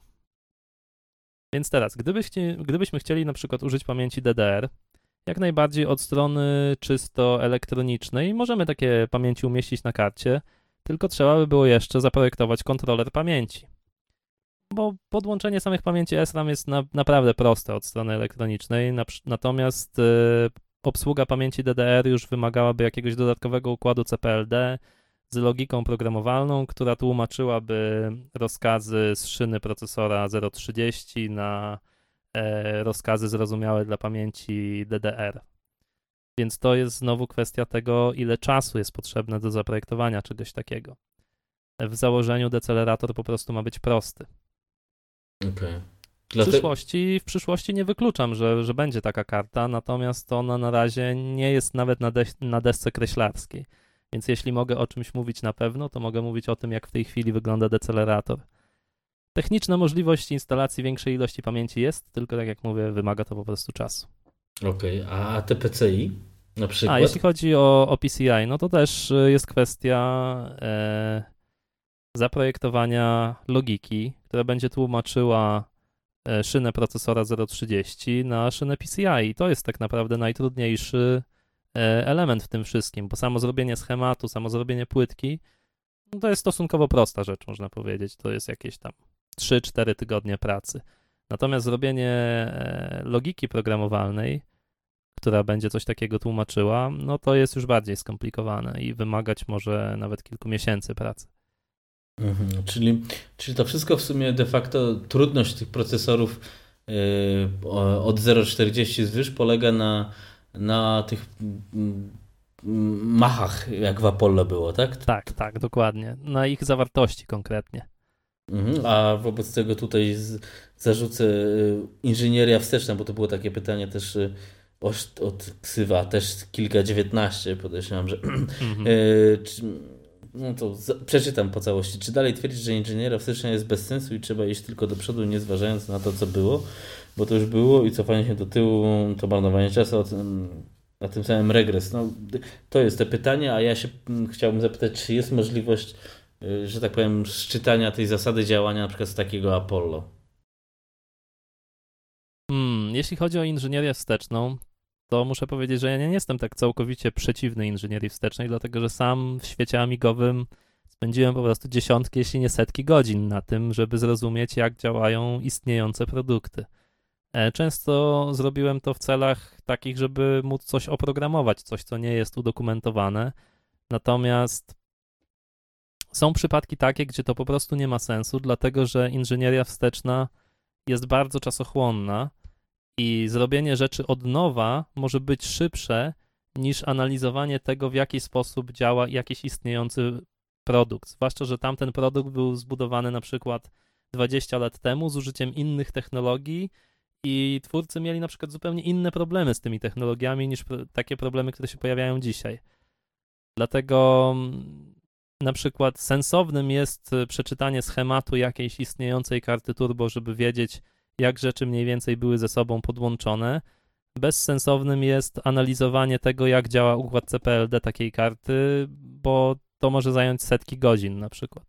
Więc teraz, gdybyśmy chcieli na przykład użyć pamięci DDR, jak najbardziej od strony czysto elektronicznej możemy takie pamięci umieścić na karcie, tylko trzeba by było jeszcze zaprojektować kontroler pamięci. bo podłączenie samych pamięci SRAM jest naprawdę proste od strony elektronicznej, natomiast obsługa pamięci DDR już wymagałaby jakiegoś dodatkowego układu CPLD z logiką programowalną, która tłumaczyłaby rozkazy z szyny procesora 0.30 na rozkazy zrozumiałe dla pamięci DDR. Więc to jest znowu kwestia tego, ile czasu jest potrzebne do zaprojektowania czegoś takiego. W założeniu decelerator po prostu ma być prosty. Okay. W przyszłości nie wykluczam, że będzie taka karta, natomiast ona na razie nie jest nawet na desce kreślarskiej. Więc jeśli mogę o czymś mówić na pewno, to mogę mówić o tym, jak w tej chwili wygląda decelerator. Techniczna możliwość instalacji większej ilości pamięci jest, tylko tak jak mówię, wymaga to po prostu czasu. Okej, a te PCI na przykład? Jeśli chodzi o PCI, no to też jest kwestia zaprojektowania logiki, która będzie tłumaczyła szynę procesora 0.30 na szynę PCI. I to jest tak naprawdę najtrudniejszy element w tym wszystkim, bo samo zrobienie schematu, samo zrobienie płytki, no to jest stosunkowo prosta rzecz, można powiedzieć. To jest jakieś tam 3-4 tygodnie pracy. Natomiast zrobienie logiki programowalnej, która będzie coś takiego tłumaczyła, no to jest już bardziej skomplikowane i wymagać może nawet kilku miesięcy pracy. Czyli to wszystko w sumie de facto trudność tych procesorów od 0.40 zwyż polega na tych machach, jak w Apollo było, tak? Tak, dokładnie. Na ich zawartości konkretnie. A wobec tego tutaj zarzucę inżynieria wsteczna, bo to było takie pytanie też od ksywa, też kilka 19, podejrzewam, że no to przeczytam po całości. Czy dalej twierdzić, że inżynieria wsteczna jest bez sensu i trzeba iść tylko do przodu, nie zważając na to, co było? Bo to już było i cofanie się do tyłu to marnowanie czasu, na tym samym regres. No, to jest te pytanie, a ja się chciałbym zapytać, czy jest możliwość, że tak powiem, szczytania tej zasady działania na przykład z takiego Apollo? Jeśli chodzi o inżynierię wsteczną, to muszę powiedzieć, że ja nie jestem tak całkowicie przeciwny inżynierii wstecznej, dlatego że sam w świecie amigowym spędziłem po prostu dziesiątki, jeśli nie setki godzin na tym, żeby zrozumieć, jak działają istniejące produkty. Często zrobiłem to w celach takich, żeby móc coś oprogramować, coś, co nie jest udokumentowane. Natomiast są przypadki takie, gdzie to po prostu nie ma sensu, dlatego że inżynieria wsteczna jest bardzo czasochłonna i zrobienie rzeczy od nowa może być szybsze niż analizowanie tego, w jaki sposób działa jakiś istniejący produkt. Zwłaszcza, że tamten produkt był zbudowany na przykład 20 lat temu z użyciem innych technologii i twórcy mieli na przykład zupełnie inne problemy z tymi technologiami niż takie problemy, które się pojawiają dzisiaj. Dlatego na przykład sensownym jest przeczytanie schematu jakiejś istniejącej karty turbo, żeby wiedzieć, jak rzeczy mniej więcej były ze sobą podłączone. Bezsensownym jest analizowanie tego, jak działa układ CPLD takiej karty, bo to może zająć setki godzin na przykład.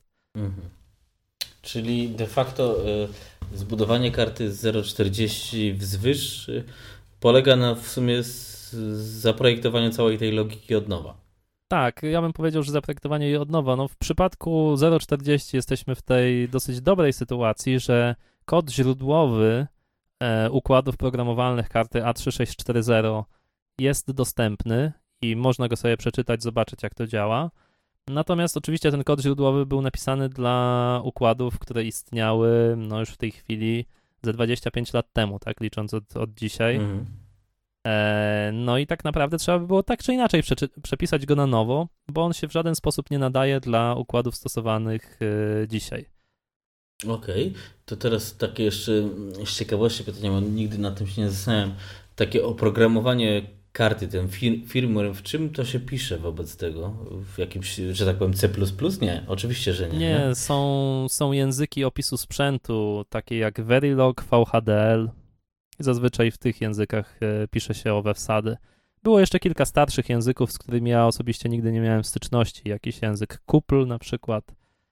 Czyli de facto zbudowanie karty z 0.40 wzwyż polega na w sumie zaprojektowaniu całej tej logiki od nowa. Tak, ja bym powiedział, że zaprojektowanie jej od nowa. No w przypadku 0.40 jesteśmy w tej dosyć dobrej sytuacji, że kod źródłowy układów programowalnych karty A3640 jest dostępny i można go sobie przeczytać, zobaczyć, jak to działa. Natomiast oczywiście ten kod źródłowy był napisany dla układów, które istniały no już w tej chwili ze 25 lat temu, tak licząc od dzisiaj. No i tak naprawdę trzeba by było tak czy inaczej przepisać go na nowo, bo on się w żaden sposób nie nadaje dla układów stosowanych dzisiaj. Okej, to teraz takie jeszcze z ciekawości pytanie, bo nigdy nad tym się nie zastanawiam. Takie oprogramowanie karty, ten firmware, w czym to się pisze wobec tego? W jakimś, że tak powiem, C++? Nie, oczywiście, że nie. Nie, są języki opisu sprzętu, takie jak Verilog, VHDL. Zazwyczaj w tych językach pisze się owe wsady. Było jeszcze kilka starszych języków, z którymi ja osobiście nigdy nie miałem styczności. Jakiś język Kupl na przykład.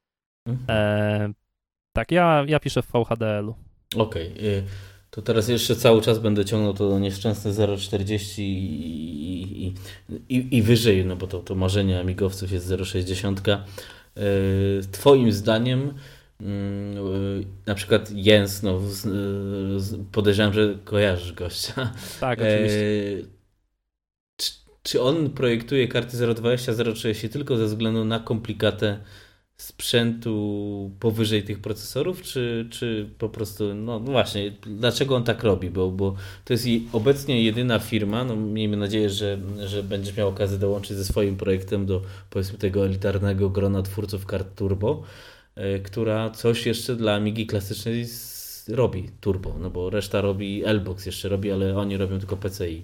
Tak, ja piszę w VHDL-u. Okej. To teraz jeszcze cały czas będę ciągnął to nieszczęsne 0.40 i wyżej, no bo to marzenie amigowców jest 0.60. Twoim zdaniem Na przykład Jens, no, podejrzewam, że kojarzysz gościa. Tak, oczywiście. Czy on projektuje karty 0.20, 0.30 tylko ze względu na komplikatę sprzętu powyżej tych procesorów, czy po prostu, no właśnie, dlaczego on tak robi? Bo to jest obecnie jedyna firma, no miejmy nadzieję, że będziesz miał okazję dołączyć ze swoim projektem do, powiedzmy, tego elitarnego grona twórców kart turbo, która coś jeszcze dla Amigi klasycznej robi turbo, no bo reszta robi, L-Box jeszcze robi, ale oni robią tylko PCI.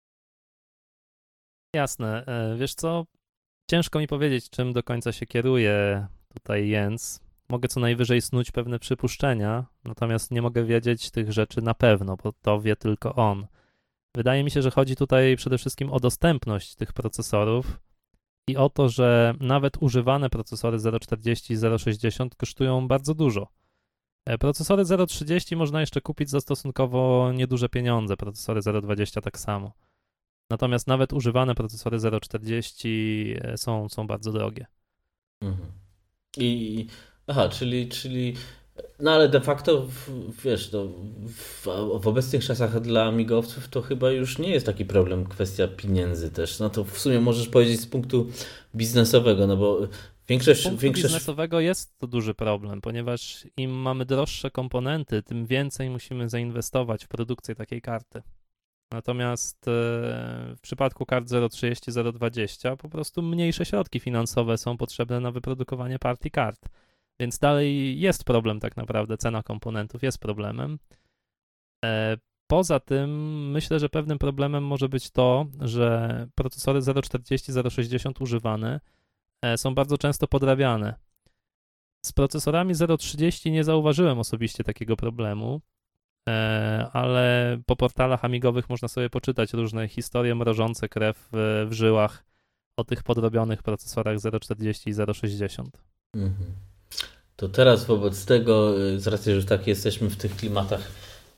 Jasne. Wiesz co? Ciężko mi powiedzieć, czym do końca się kieruje tutaj Jens. Mogę co najwyżej snuć pewne przypuszczenia, natomiast nie mogę wiedzieć tych rzeczy na pewno, bo to wie tylko on. Wydaje mi się, że chodzi tutaj przede wszystkim o dostępność tych procesorów i o to, że nawet używane procesory 0.40 i 0.60 kosztują bardzo dużo. Procesory 0.30 można jeszcze kupić za stosunkowo nieduże pieniądze, procesory 0.20 tak samo. Natomiast nawet używane procesory 0.40 są bardzo drogie. Mhm. Aha, czyli no ale de facto, wiesz, no, w obecnych czasach dla amigowców to chyba już nie jest taki problem, kwestia pieniędzy też. No to w sumie możesz powiedzieć z punktu biznesowego, no bo Z punktu biznesowego jest to duży problem, ponieważ im mamy droższe komponenty, tym więcej musimy zainwestować w produkcję takiej karty. Natomiast w przypadku kart 0.30, 0.20 po prostu mniejsze środki finansowe są potrzebne na wyprodukowanie partii kart. Więc dalej jest problem tak naprawdę, cena komponentów jest problemem. Poza tym myślę, że pewnym problemem może być to, że procesory 0.40, 0.60 używane są bardzo często podrabiane. Z procesorami 0.30 nie zauważyłem osobiście takiego problemu, ale po portalach amigowych można sobie poczytać różne historie mrożące krew w żyłach o tych podrobionych procesorach 0.40 i 0.60. Mhm. To teraz wobec tego, z racji, że już tak jesteśmy w tych klimatach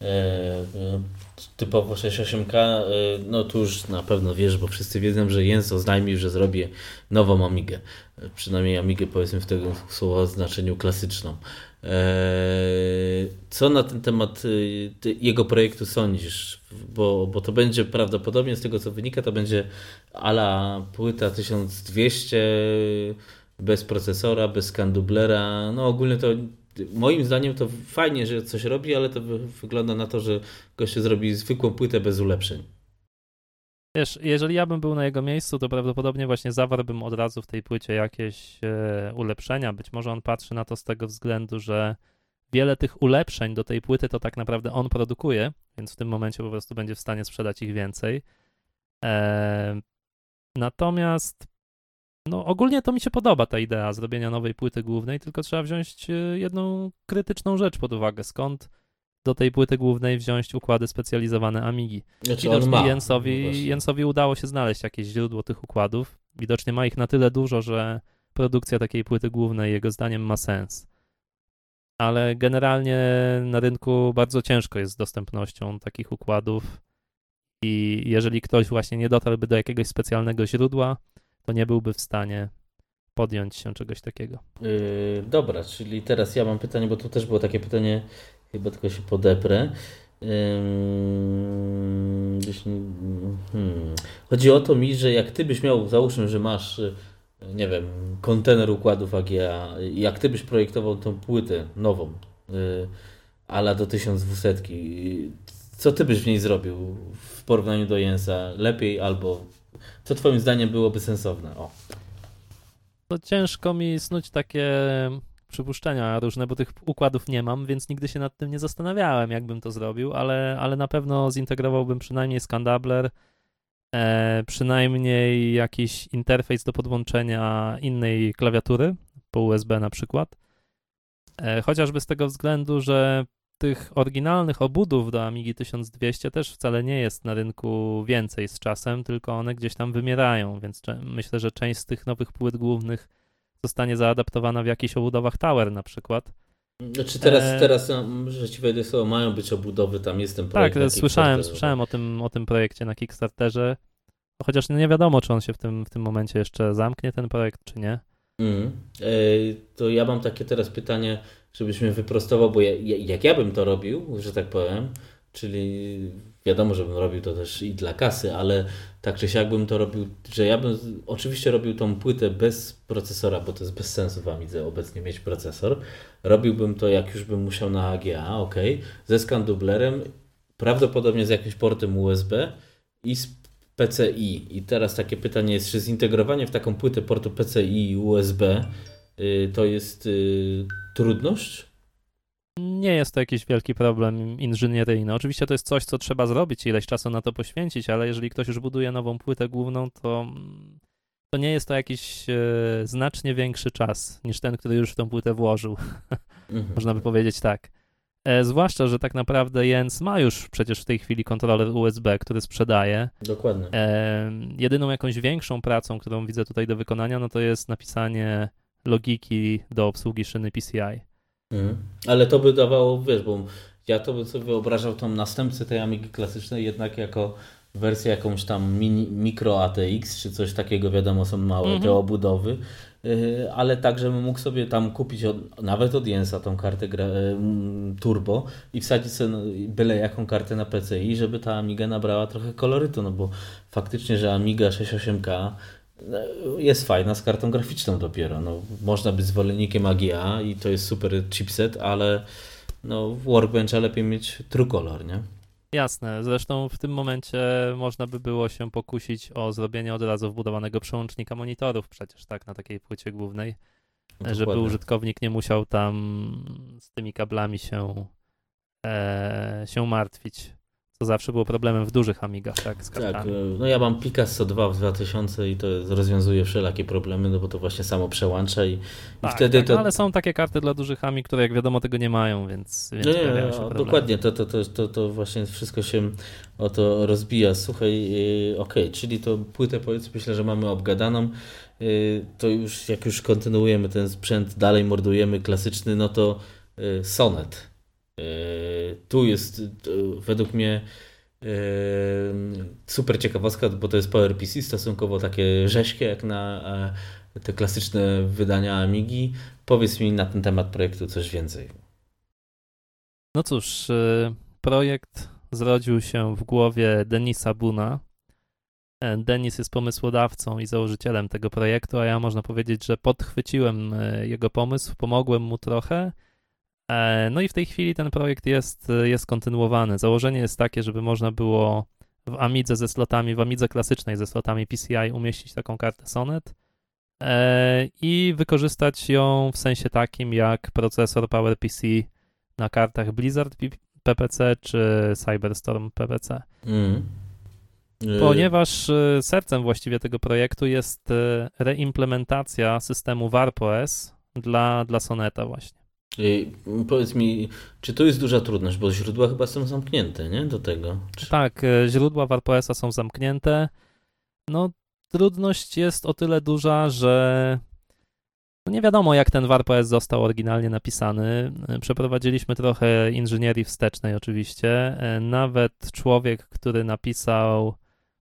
typowo 68K, no tu już na pewno wiesz, bo wszyscy wiedzą, że Jens oznajmił, że zrobię nową Amigę. Przynajmniej Amigę, powiedzmy, w tego słowa znaczeniu klasyczną. Co na ten temat jego projektu sądzisz? Bo to będzie prawdopodobnie, z tego co wynika, to będzie a la płyta 1200 bez procesora, bez skandublera. No ogólnie to moim zdaniem to fajnie, że coś robi, ale to wygląda na to, że gościu zrobi zwykłą płytę bez ulepszeń. Wiesz, jeżeli ja bym był na jego miejscu, to prawdopodobnie właśnie zawarłbym od razu w tej płycie jakieś ulepszenia. Być może on patrzy na to z tego względu, że wiele tych ulepszeń do tej płyty to tak naprawdę on produkuje, więc w tym momencie po prostu będzie w stanie sprzedać ich więcej. Natomiast no ogólnie to mi się podoba ta idea zrobienia nowej płyty głównej, tylko trzeba wziąć jedną krytyczną rzecz pod uwagę. Skąd do tej płyty głównej wziąć układy specjalizowane Amigi? Znaczy Widocznie Jensowi udało się znaleźć jakieś źródło tych układów. Widocznie ma ich na tyle dużo, że produkcja takiej płyty głównej jego zdaniem ma sens. Ale generalnie na rynku bardzo ciężko jest z dostępnością takich układów i jeżeli ktoś właśnie nie dotarłby do jakiegoś specjalnego źródła, to nie byłby w stanie podjąć się czegoś takiego. Dobra, czyli teraz ja mam pytanie, bo tu też było takie pytanie, chyba tylko się podeprę. Chodzi o to mi, że jak ty byś miał, załóżmy, że masz, nie wiem, kontener układów AGA, jak ty byś projektował tą płytę nową, a la do 1200, co ty byś w niej zrobił w porównaniu do Jensa? Lepiej albo co twoim zdaniem byłoby sensowne? O. To ciężko mi snuć takie przypuszczenia różne, bo tych układów nie mam, więc nigdy się nad tym nie zastanawiałem, jak bym to zrobił, ale na pewno zintegrowałbym przynajmniej skandabler, przynajmniej jakiś interfejs do podłączenia innej klawiatury, po USB na przykład. Chociażby z tego względu, że tych oryginalnych obudów do Amigi 1200 też wcale nie jest na rynku więcej z czasem, tylko one gdzieś tam wymierają, więc myślę, że część z tych nowych płyt głównych zostanie zaadaptowana w jakichś obudowach Tower na przykład. Znaczy teraz że ci wejdę słowo, mają być obudowy, tam jest ten projekt. Tak, słyszałem o tym projekcie na Kickstarterze, chociaż nie wiadomo, czy on się w tym momencie jeszcze zamknie, ten projekt, czy nie. Mm. To ja mam takie teraz pytanie, żebyś mnie wyprostował, bo jak ja bym to robił, że tak powiem, czyli wiadomo, że bym robił to też i dla kasy, ale tak czy siak bym to robił, że ja bym oczywiście robił tą płytę bez procesora, bo to jest bez sensu w Amidze obecnie mieć procesor. Robiłbym to, jak już bym musiał na AGA, ok, ze skandublerem, prawdopodobnie z jakimś portem USB i z PCI. I teraz takie pytanie jest, czy zintegrowanie w taką płytę portu PCI i USB to jest trudność? Nie jest to jakiś wielki problem inżynieryjny. Oczywiście to jest coś, co trzeba zrobić, ileś czasu na to poświęcić, ale jeżeli ktoś już buduje nową płytę główną, to nie jest to jakiś znacznie większy czas niż ten, który już w tą płytę włożył. Można by powiedzieć tak. Zwłaszcza, że tak naprawdę Jens ma już przecież w tej chwili kontroler USB, który sprzedaje. Dokładnie. Jedyną jakąś większą pracą, którą widzę tutaj do wykonania, no to jest napisanie logiki do obsługi szyny PCI. Ale to by dawało, wiesz, bo ja to bym sobie wyobrażał tą następcę tej Amigi klasycznej jednak jako wersję jakąś tam micro ATX czy coś takiego, wiadomo, są małe te obudowy, ale tak, żebym mógł sobie tam kupić nawet od Jensa tą kartę turbo i wsadzić sobie byle jaką kartę na PCI, żeby ta Amiga nabrała trochę kolorytu, no bo faktycznie, że Amiga 68K jest fajna z kartą graficzną dopiero. No, można być zwolennikiem AGA i to jest super chipset, ale no, w Workbencha lepiej mieć Truecolor, nie? Jasne, zresztą w tym momencie można by było się pokusić o zrobienie od razu wbudowanego przełącznika monitorów przecież, tak, na takiej płycie głównej, żeby użytkownik nie musiał tam z tymi kablami się martwić. To zawsze było problemem w dużych Amigach, tak, z kartami. Tak, no ja mam Picasso 2 w 2000 i to rozwiązuje wszelakie problemy, no bo to właśnie samo przełącza i wtedy tak, to... ale są takie karty dla dużych Amig, które jak wiadomo tego nie mają, więc pojawiają się problemy. Dokładnie, to właśnie wszystko się o to rozbija. Słuchaj, okej, czyli to płytę powiedzmy, myślę, że mamy obgadaną, to już jak już kontynuujemy ten sprzęt, dalej mordujemy klasyczny, no to Sonet. Tu jest według mnie super ciekawostka, bo to jest PowerPC, stosunkowo takie rześkie jak na te klasyczne wydania Amigi. Powiedz mi na ten temat projektu coś więcej. No cóż, projekt zrodził się w głowie Denisa Boona. Denis jest pomysłodawcą i założycielem tego projektu, a ja można powiedzieć, że podchwyciłem jego pomysł, pomogłem mu trochę. No i w tej chwili ten projekt jest kontynuowany. Założenie jest takie, żeby można było w Amidze ze slotami, w Amidze klasycznej ze slotami PCI umieścić taką kartę Sonet i wykorzystać ją w sensie takim jak procesor PowerPC na kartach Blizzard PPC czy Cyberstorm PPC. Ponieważ sercem właściwie tego projektu jest reimplementacja systemu WarpOS dla Soneta właśnie. Powiedz mi, czy to jest duża trudność, bo źródła chyba są zamknięte, nie? Do tego. Tak, źródła WarpOS-a są zamknięte. No, trudność jest o tyle duża, że nie wiadomo, jak ten WarpOS został oryginalnie napisany. Przeprowadziliśmy trochę inżynierii wstecznej oczywiście. Nawet człowiek, który napisał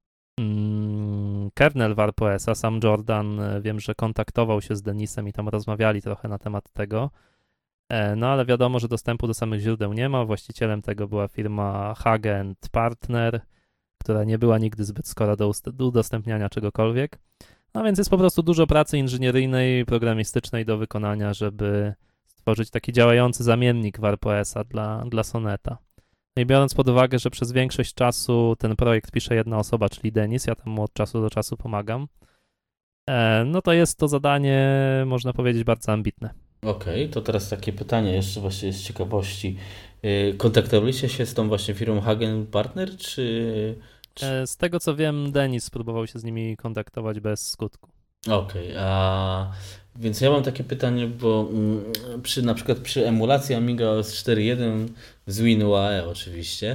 kernel WarpOS-a, sam Jordan, wiem, że kontaktował się z Denisem i tam rozmawiali trochę na temat tego. No ale wiadomo, że dostępu do samych źródeł nie ma. Właścicielem tego była firma Hagen Partner, która nie była nigdy zbyt skora do udostępniania czegokolwiek. No więc jest po prostu dużo pracy inżynieryjnej, programistycznej do wykonania, żeby stworzyć taki działający zamiennik WarpOS-a dla Soneta. No i biorąc pod uwagę, że przez większość czasu ten projekt pisze jedna osoba, czyli Denis, ja tam mu od czasu do czasu pomagam, no to jest to zadanie, można powiedzieć, bardzo ambitne. Okej, to teraz takie pytanie jeszcze właśnie z ciekawości. Kontaktowaliście się z tą właśnie firmą Hagen Partner, czy... Z tego co wiem, Denis spróbował się z nimi kontaktować bez skutku. Okej, więc ja mam takie pytanie, bo na przykład przy emulacji Amiga OS 4.1 z WinUAE oczywiście,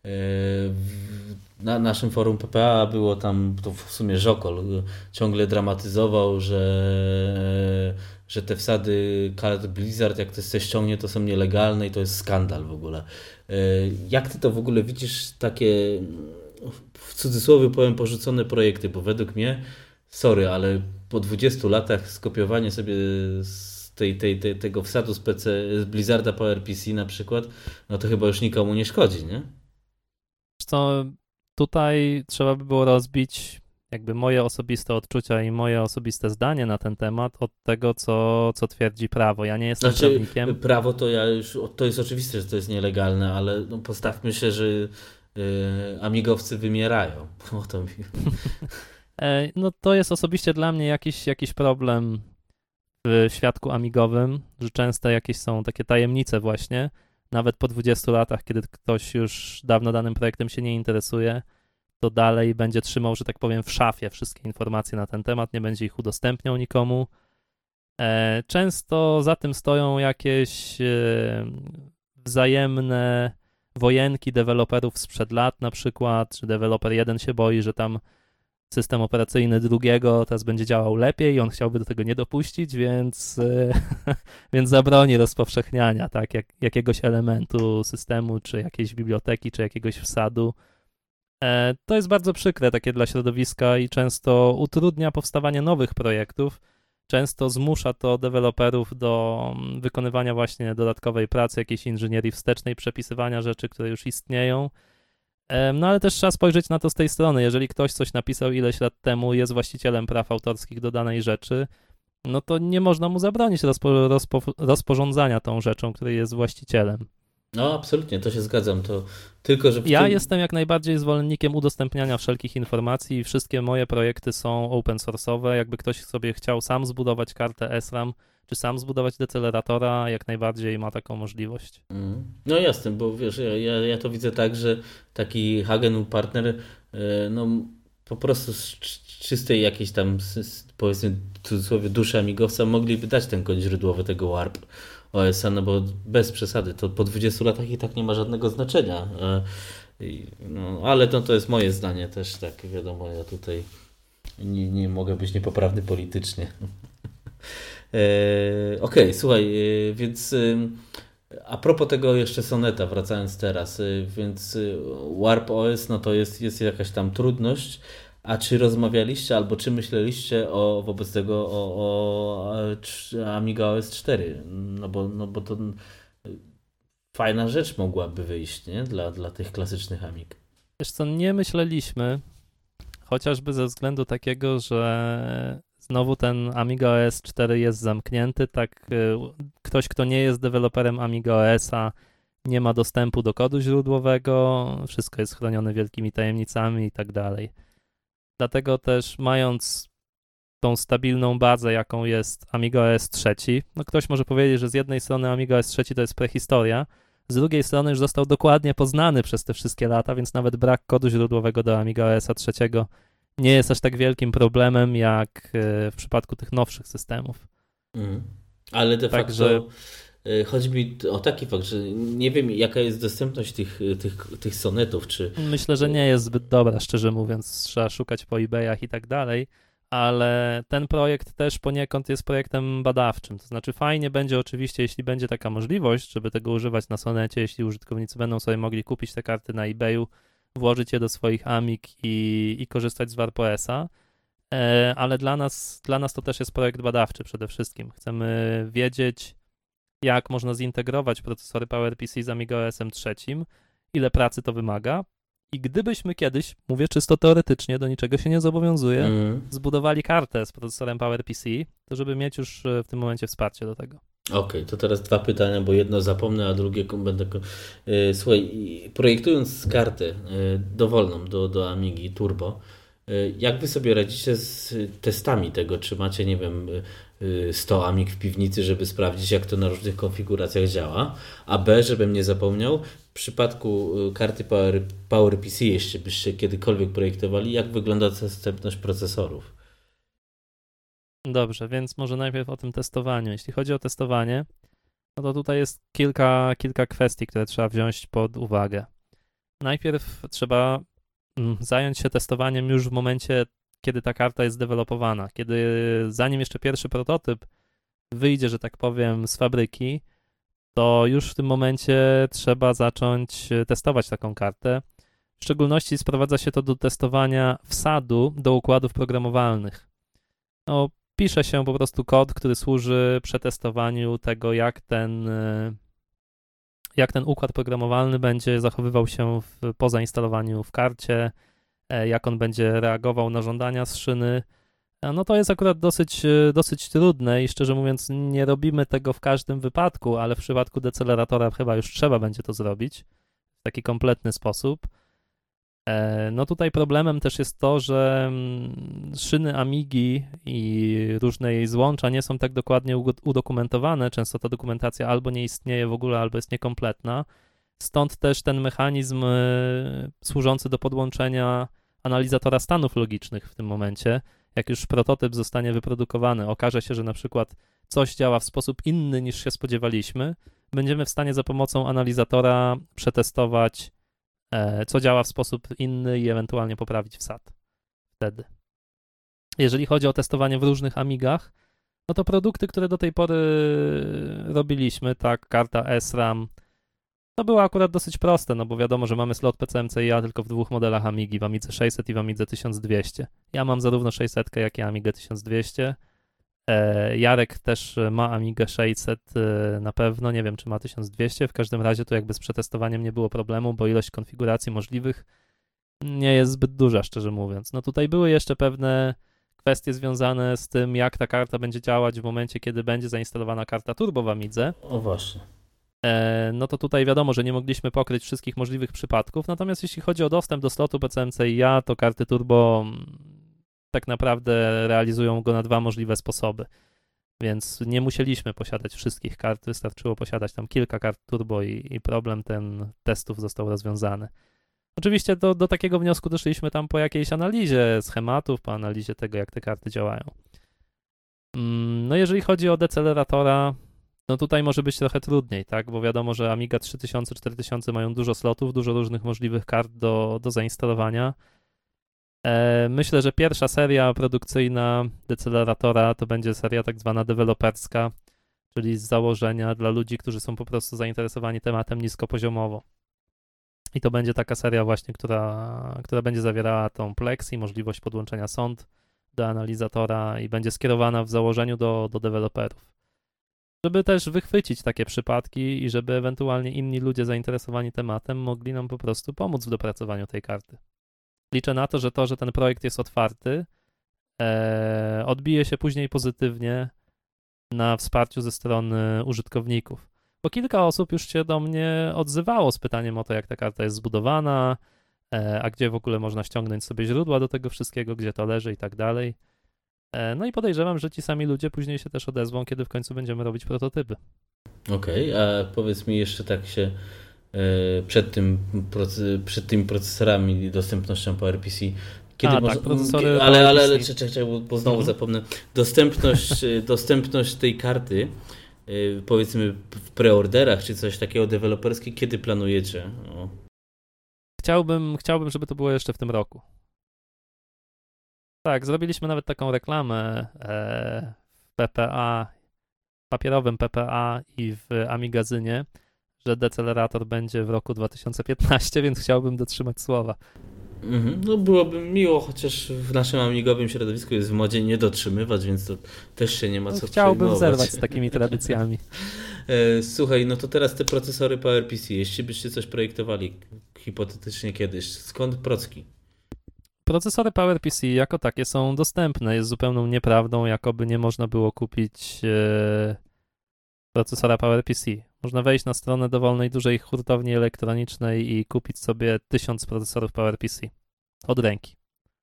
na naszym forum PPA było tam, to w sumie Żokol ciągle dramatyzował, że te wsady kart Blizzard, jak ktoś coś ściągnie, to są nielegalne i to jest skandal w ogóle. Jak ty to w ogóle widzisz, takie w cudzysłowie powiem porzucone projekty, bo według mnie, sorry, ale po 20 latach skopiowanie sobie z tego wsadu z Blizzarda PowerPC na przykład, no to chyba już nikomu nie szkodzi, nie? Co tutaj trzeba by było rozbić jakby moje osobiste odczucia i moje osobiste zdanie na ten temat od tego, co twierdzi prawo. Ja nie jestem prawnikiem. Prawo to jest oczywiste, że to jest nielegalne, ale no postawmy się, że amigowcy wymierają. O to mi... No to jest osobiście dla mnie jakiś problem w świadku amigowym, że często jakieś są takie tajemnice właśnie, nawet po 20 latach, kiedy ktoś już dawno danym projektem się nie interesuje, to dalej będzie trzymał, że tak powiem, w szafie wszystkie informacje na ten temat, nie będzie ich udostępniał nikomu. Często za tym stoją jakieś wzajemne wojenki deweloperów sprzed lat na przykład, że deweloper jeden się boi, że tam system operacyjny drugiego teraz będzie działał lepiej i on chciałby do tego nie dopuścić, więc zabroni rozpowszechniania jakiegoś elementu systemu, czy jakiejś biblioteki, czy jakiegoś wsadu. To jest bardzo przykre takie dla środowiska i często utrudnia powstawanie nowych projektów. Często zmusza to deweloperów do wykonywania właśnie dodatkowej pracy, jakiejś inżynierii wstecznej, przepisywania rzeczy, które już istnieją. No ale też trzeba spojrzeć na to z tej strony. Jeżeli ktoś coś napisał ileś lat temu, jest właścicielem praw autorskich do danej rzeczy, no to nie można mu zabronić rozporządzania tą rzeczą, której jest właścicielem. No absolutnie, to się zgadzam. To tylko, że ja jestem jak najbardziej zwolennikiem udostępniania wszelkich informacji i wszystkie moje projekty są open source'owe. Jakby ktoś sobie chciał sam zbudować kartę SRAM, czy sam zbudować deceleratora, jak najbardziej ma taką możliwość. No jasne, bo wiesz, ja to widzę tak, że taki Hagen Partner no po prostu z czystej jakiejś tam, powiedzmy w cudzysłowie, duszy amigowca mogliby dać ten kod źródłowy tego Warp OS-a, no bo bez przesady, to po 20 latach i tak nie ma żadnego znaczenia. No, ale to jest moje zdanie też, tak wiadomo, ja tutaj nie mogę być niepoprawny politycznie. Okej, słuchaj, więc a propos tego jeszcze Soneta, wracając teraz, więc Warp OS, no to jest jakaś tam trudność, a czy rozmawialiście albo czy myśleliście wobec tego o Amiga OS 4? No bo to fajna rzecz mogłaby wyjść, nie? Dla tych klasycznych Amig. Wiesz co, nie myśleliśmy, chociażby ze względu takiego, że znowu ten Amiga OS 4 jest zamknięty, tak ktoś, kto nie jest deweloperem Amiga OS-a, nie ma dostępu do kodu źródłowego, wszystko jest chronione wielkimi tajemnicami i tak dalej. Dlatego też mając tą stabilną bazę, jaką jest Amiga OS 3, no ktoś może powiedzieć, że z jednej strony Amiga OS 3 to jest prehistoria, z drugiej strony już został dokładnie poznany przez te wszystkie lata, więc nawet brak kodu źródłowego do Amiga OS 3 nie jest aż tak wielkim problemem, jak w przypadku tych nowszych systemów. Ale de facto chodzi mi o taki fakt, że nie wiem, jaka jest dostępność tych sonetów, czy... Myślę, że nie jest zbyt dobra, szczerze mówiąc. Trzeba szukać po eBayach i tak dalej, ale ten projekt też poniekąd jest projektem badawczym. To znaczy fajnie będzie oczywiście, jeśli będzie taka możliwość, żeby tego używać na Sonecie, jeśli użytkownicy będą sobie mogli kupić te karty na eBayu, włożyć je do swoich Amig i korzystać z Warp OS-a, ale dla nas to też jest projekt badawczy przede wszystkim. Chcemy wiedzieć, jak można zintegrować procesory PowerPC z Amiga OS-em 3, ile pracy to wymaga i gdybyśmy kiedyś, mówię czysto teoretycznie, do niczego się nie zobowiązuję, zbudowali kartę z procesorem PowerPC, to żeby mieć już w tym momencie wsparcie do tego. Okej, to teraz dwa pytania, bo jedno zapomnę, a drugie będę... Słuchaj, projektując kartę dowolną do Amigi Turbo, jak wy sobie radzicie z testami tego? Czy macie, nie wiem, 100 Amig w piwnicy, żeby sprawdzić, jak to na różnych konfiguracjach działa? A B, żebym nie zapomniał, w przypadku karty PowerPC, jeśli byście kiedykolwiek projektowali, jak wygląda dostępność procesorów? Dobrze, więc może najpierw o tym testowaniu. Jeśli chodzi o testowanie, no to tutaj jest kilka kwestii, które trzeba wziąć pod uwagę. Najpierw trzeba zająć się testowaniem już w momencie, kiedy ta karta jest zdevelopowana, zanim jeszcze pierwszy prototyp wyjdzie, że tak powiem, z fabryki, to już w tym momencie trzeba zacząć testować taką kartę. W szczególności sprowadza się to do testowania wsadu do układów programowalnych. No, pisze się po prostu kod, który służy przetestowaniu tego, jak ten układ programowalny będzie zachowywał się po zainstalowaniu w karcie, jak on będzie reagował na żądania z szyny. No to jest akurat dosyć trudne i szczerze mówiąc nie robimy tego w każdym wypadku, ale w przypadku deceleratora chyba już trzeba będzie to zrobić w taki kompletny sposób. No tutaj problemem też jest to, że szyny Amigi i różne jej złącza nie są tak dokładnie udokumentowane. Często ta dokumentacja albo nie istnieje w ogóle, albo jest niekompletna. Stąd też ten mechanizm służący do podłączenia analizatora stanów logicznych w tym momencie. Jak już prototyp zostanie wyprodukowany, okaże się, że na przykład coś działa w sposób inny niż się spodziewaliśmy, będziemy w stanie za pomocą analizatora przetestować, co działa w sposób inny i ewentualnie poprawić wsad wtedy. Jeżeli chodzi o testowanie w różnych Amigach, no to produkty, które do tej pory robiliśmy, tak, karta SRAM, to było akurat dosyć proste, no bo wiadomo, że mamy slot PCMCIA tylko w dwóch modelach Amigi, w Amidze 600 i w Amidze 1200. Ja mam zarówno 600, jak i Amigę 1200. Jarek też ma Amigę 600 na pewno, nie wiem czy ma 1200, w każdym razie tu jakby z przetestowaniem nie było problemu, bo ilość konfiguracji możliwych nie jest zbyt duża, szczerze mówiąc. No tutaj były jeszcze pewne kwestie związane z tym, jak ta karta będzie działać w momencie, kiedy będzie zainstalowana karta turbo w Amidze. O właśnie. No to tutaj wiadomo, że nie mogliśmy pokryć wszystkich możliwych przypadków, natomiast jeśli chodzi o dostęp do slotu PCMCIA, to karty turbo tak naprawdę realizują go na dwa możliwe sposoby, więc nie musieliśmy posiadać wszystkich kart, wystarczyło posiadać tam kilka kart turbo i problem ten testów został rozwiązany. Oczywiście do takiego wniosku doszliśmy tam po jakiejś analizie schematów, po analizie tego, jak te karty działają. No jeżeli chodzi o deceleratora, no tutaj może być trochę trudniej, tak, bo wiadomo, że Amiga 3000, 4000 mają dużo slotów, dużo różnych możliwych kart do zainstalowania. Myślę, że pierwsza seria produkcyjna deceleratora to będzie seria tak zwana deweloperska, czyli z założenia dla ludzi, którzy są po prostu zainteresowani tematem niskopoziomowo. I to będzie taka seria właśnie, która będzie zawierała tą Plexi, możliwość podłączenia sond do analizatora i będzie skierowana w założeniu do deweloperów. Żeby też wychwycić takie przypadki i żeby ewentualnie inni ludzie zainteresowani tematem mogli nam po prostu pomóc w dopracowaniu tej karty. Liczę na to, że ten projekt jest otwarty, odbije się później pozytywnie na wsparciu ze strony użytkowników. Bo kilka osób już się do mnie odzywało z pytaniem o to, jak ta karta jest zbudowana, a gdzie w ogóle można ściągnąć sobie źródła do tego wszystkiego, gdzie to leży i tak dalej. No i podejrzewam, że ci sami ludzie później się też odezwą, kiedy w końcu będziemy robić prototypy. Okej, a powiedz mi jeszcze tak się przed tymi procesorami i dostępnością PowerPC, kiedy tak, procesory ale czekaj, bo znowu zapomnę. Dostępność tej karty, powiedzmy w preorderach czy coś takiego deweloperskie, kiedy planujecie? O. Chciałbym, żeby to było jeszcze w tym roku. Tak, zrobiliśmy nawet taką reklamę w PPA, papierowym PPA i w Amigazynie, że decelerator będzie w roku 2015, więc chciałbym dotrzymać słowa. No byłoby miło, chociaż w naszym amigowym środowisku jest w modzie nie dotrzymywać, więc to też się nie ma co Chciałbym przejmować. zerwać z takimi tradycjami. Słuchaj, no to teraz te procesory PowerPC, jeśli byście coś projektowali hipotetycznie kiedyś, skąd procki? Procesory PowerPC jako takie są dostępne. Jest zupełną nieprawdą, jakoby nie można było kupić procesora PowerPC. Można wejść na stronę dowolnej dużej hurtowni elektronicznej i kupić sobie 1000 procesorów PowerPC od ręki.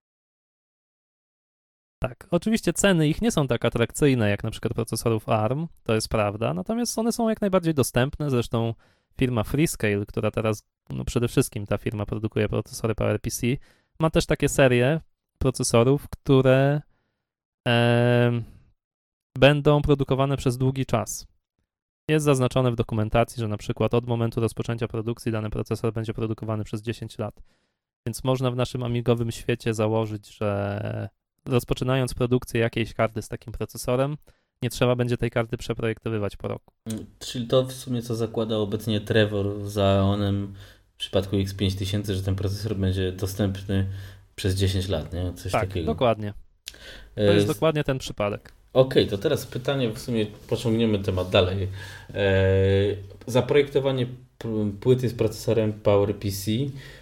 Tak, oczywiście ceny ich nie są tak atrakcyjne jak na przykład procesorów ARM, to jest prawda, natomiast one są jak najbardziej dostępne. Zresztą firma Freescale, która teraz, no przede wszystkim ta firma produkuje procesory PowerPC, ma też takie serie procesorów, które będą produkowane przez długi czas. Jest zaznaczone w dokumentacji, że na przykład od momentu rozpoczęcia produkcji dany procesor będzie produkowany przez 10 lat. Więc można w naszym amigowym świecie założyć, że rozpoczynając produkcję jakiejś karty z takim procesorem, nie trzeba będzie tej karty przeprojektowywać po roku. Czyli to w sumie co zakłada obecnie Trevor z Aeonem w przypadku X5000, że ten procesor będzie dostępny przez 10 lat, nie? Coś tak, takiego. Dokładnie. To jest dokładnie ten przypadek. Okej, to teraz pytanie, w sumie pociągniemy temat dalej. Zaprojektowanie płyty z procesorem PowerPC.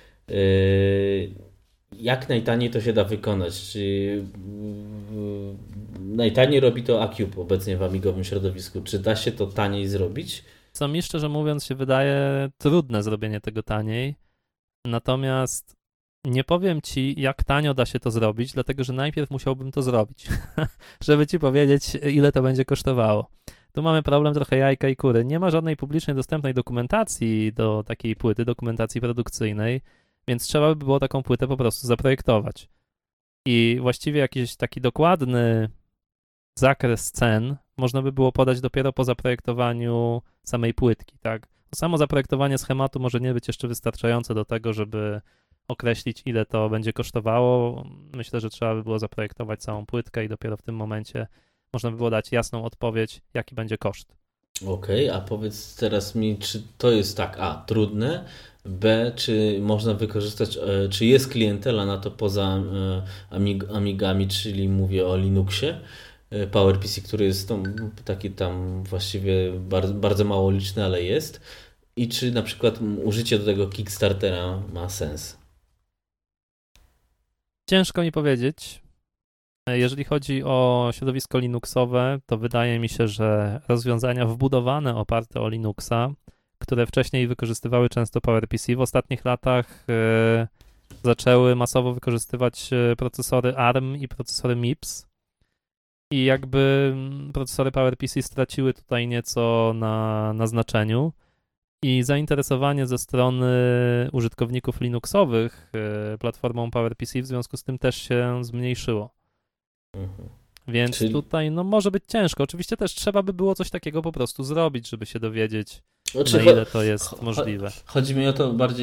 Jak najtaniej to się da wykonać? Czy najtaniej robi to Acube obecnie w amigowym środowisku? Czy da się to taniej zrobić? Co mi szczerze mówiąc się wydaje trudne zrobienie tego taniej, natomiast nie powiem ci, jak tanio da się to zrobić, dlatego że najpierw musiałbym to zrobić, żeby ci powiedzieć, ile to będzie kosztowało. Tu mamy problem trochę jajka i kury. Nie ma żadnej publicznie dostępnej dokumentacji do takiej płyty, dokumentacji produkcyjnej, więc trzeba by było taką płytę po prostu zaprojektować. I właściwie jakiś taki dokładny zakres cen można by było podać dopiero po zaprojektowaniu samej płytki, tak? Samo zaprojektowanie schematu może nie być jeszcze wystarczające do tego, żeby określić, ile to będzie kosztowało. Myślę, że trzeba by było zaprojektować całą płytkę i dopiero w tym momencie można by było dać jasną odpowiedź, jaki będzie koszt. Okej, a powiedz teraz mi, czy to jest tak, trudne, B, czy można wykorzystać, czy jest klientela na to poza Amigami, czyli mówię o Linuxie, PowerPC, który jest taki tam właściwie bardzo, bardzo mało liczny, ale jest. I czy na przykład użycie do tego Kickstartera ma sens? Ciężko mi powiedzieć. Jeżeli chodzi o środowisko Linuxowe, to wydaje mi się, że rozwiązania wbudowane oparte o Linuxa, które wcześniej wykorzystywały często PowerPC, w ostatnich latach zaczęły masowo wykorzystywać procesory ARM i procesory MIPS. I jakby procesory PowerPC straciły tutaj nieco na znaczeniu. I zainteresowanie ze strony użytkowników Linuxowych platformą PowerPC w związku z tym też się zmniejszyło. Więc tutaj może być ciężko. Oczywiście też trzeba by było coś takiego po prostu zrobić, żeby się dowiedzieć, na ile to jest możliwe. Chodzi mi o to bardziej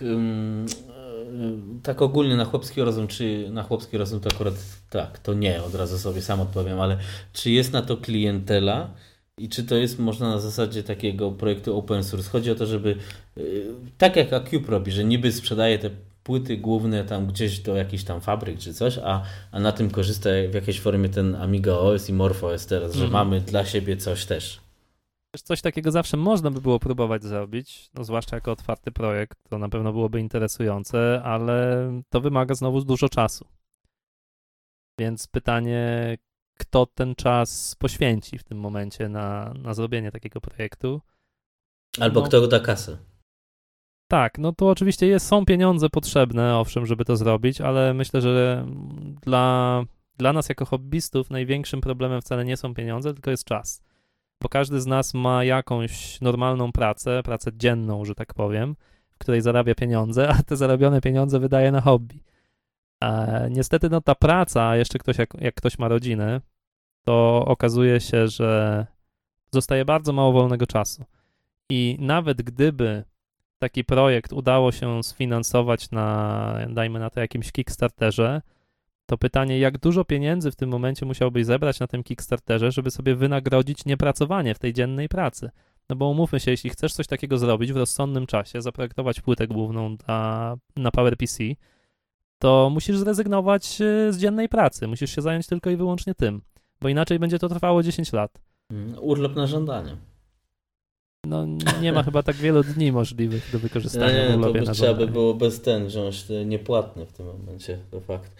tak ogólnie na chłopski rozum, czy na chłopski rozum to akurat tak, to nie, od razu sobie sam odpowiem, ale czy jest na to klientela i czy to jest można na zasadzie takiego projektu open source? Chodzi o to, żeby tak jak Acube robi, że niby sprzedaje te płyty główne tam gdzieś do jakichś tam fabryk czy coś, a na tym korzysta w jakiejś formie ten Amiga OS i MorphOS teraz, że mamy dla siebie coś też. Coś takiego zawsze można by było próbować zrobić, zwłaszcza jako otwarty projekt, to na pewno byłoby interesujące, ale to wymaga znowu dużo czasu. Więc pytanie, kto ten czas poświęci w tym momencie na zrobienie takiego projektu. Albo kto da kasę. Tak, to oczywiście są pieniądze potrzebne, owszem, żeby to zrobić, ale myślę, że dla nas jako hobbystów największym problemem wcale nie są pieniądze, tylko jest czas. Bo każdy z nas ma jakąś normalną pracę dzienną, że tak powiem, w której zarabia pieniądze, a te zarobione pieniądze wydaje na hobby. Niestety ta praca, a jeszcze jak ktoś ma rodzinę, to okazuje się, że zostaje bardzo mało wolnego czasu. I nawet gdyby taki projekt udało się sfinansować dajmy na to jakimś Kickstarterze, to pytanie, jak dużo pieniędzy w tym momencie musiałbyś zebrać na tym Kickstarterze, żeby sobie wynagrodzić niepracowanie w tej dziennej pracy. Bo umówmy się, jeśli chcesz coś takiego zrobić w rozsądnym czasie, zaprojektować płytę główną na PowerPC, to musisz zrezygnować z dziennej pracy, musisz się zająć tylko i wyłącznie tym, bo inaczej będzie to trwało 10 lat. Urlop na żądanie. Nie ma chyba tak wielu dni możliwych do wykorzystania w urlopie na żądanie. Trzeba by było bez wziąć niepłatny w tym momencie, to fakt.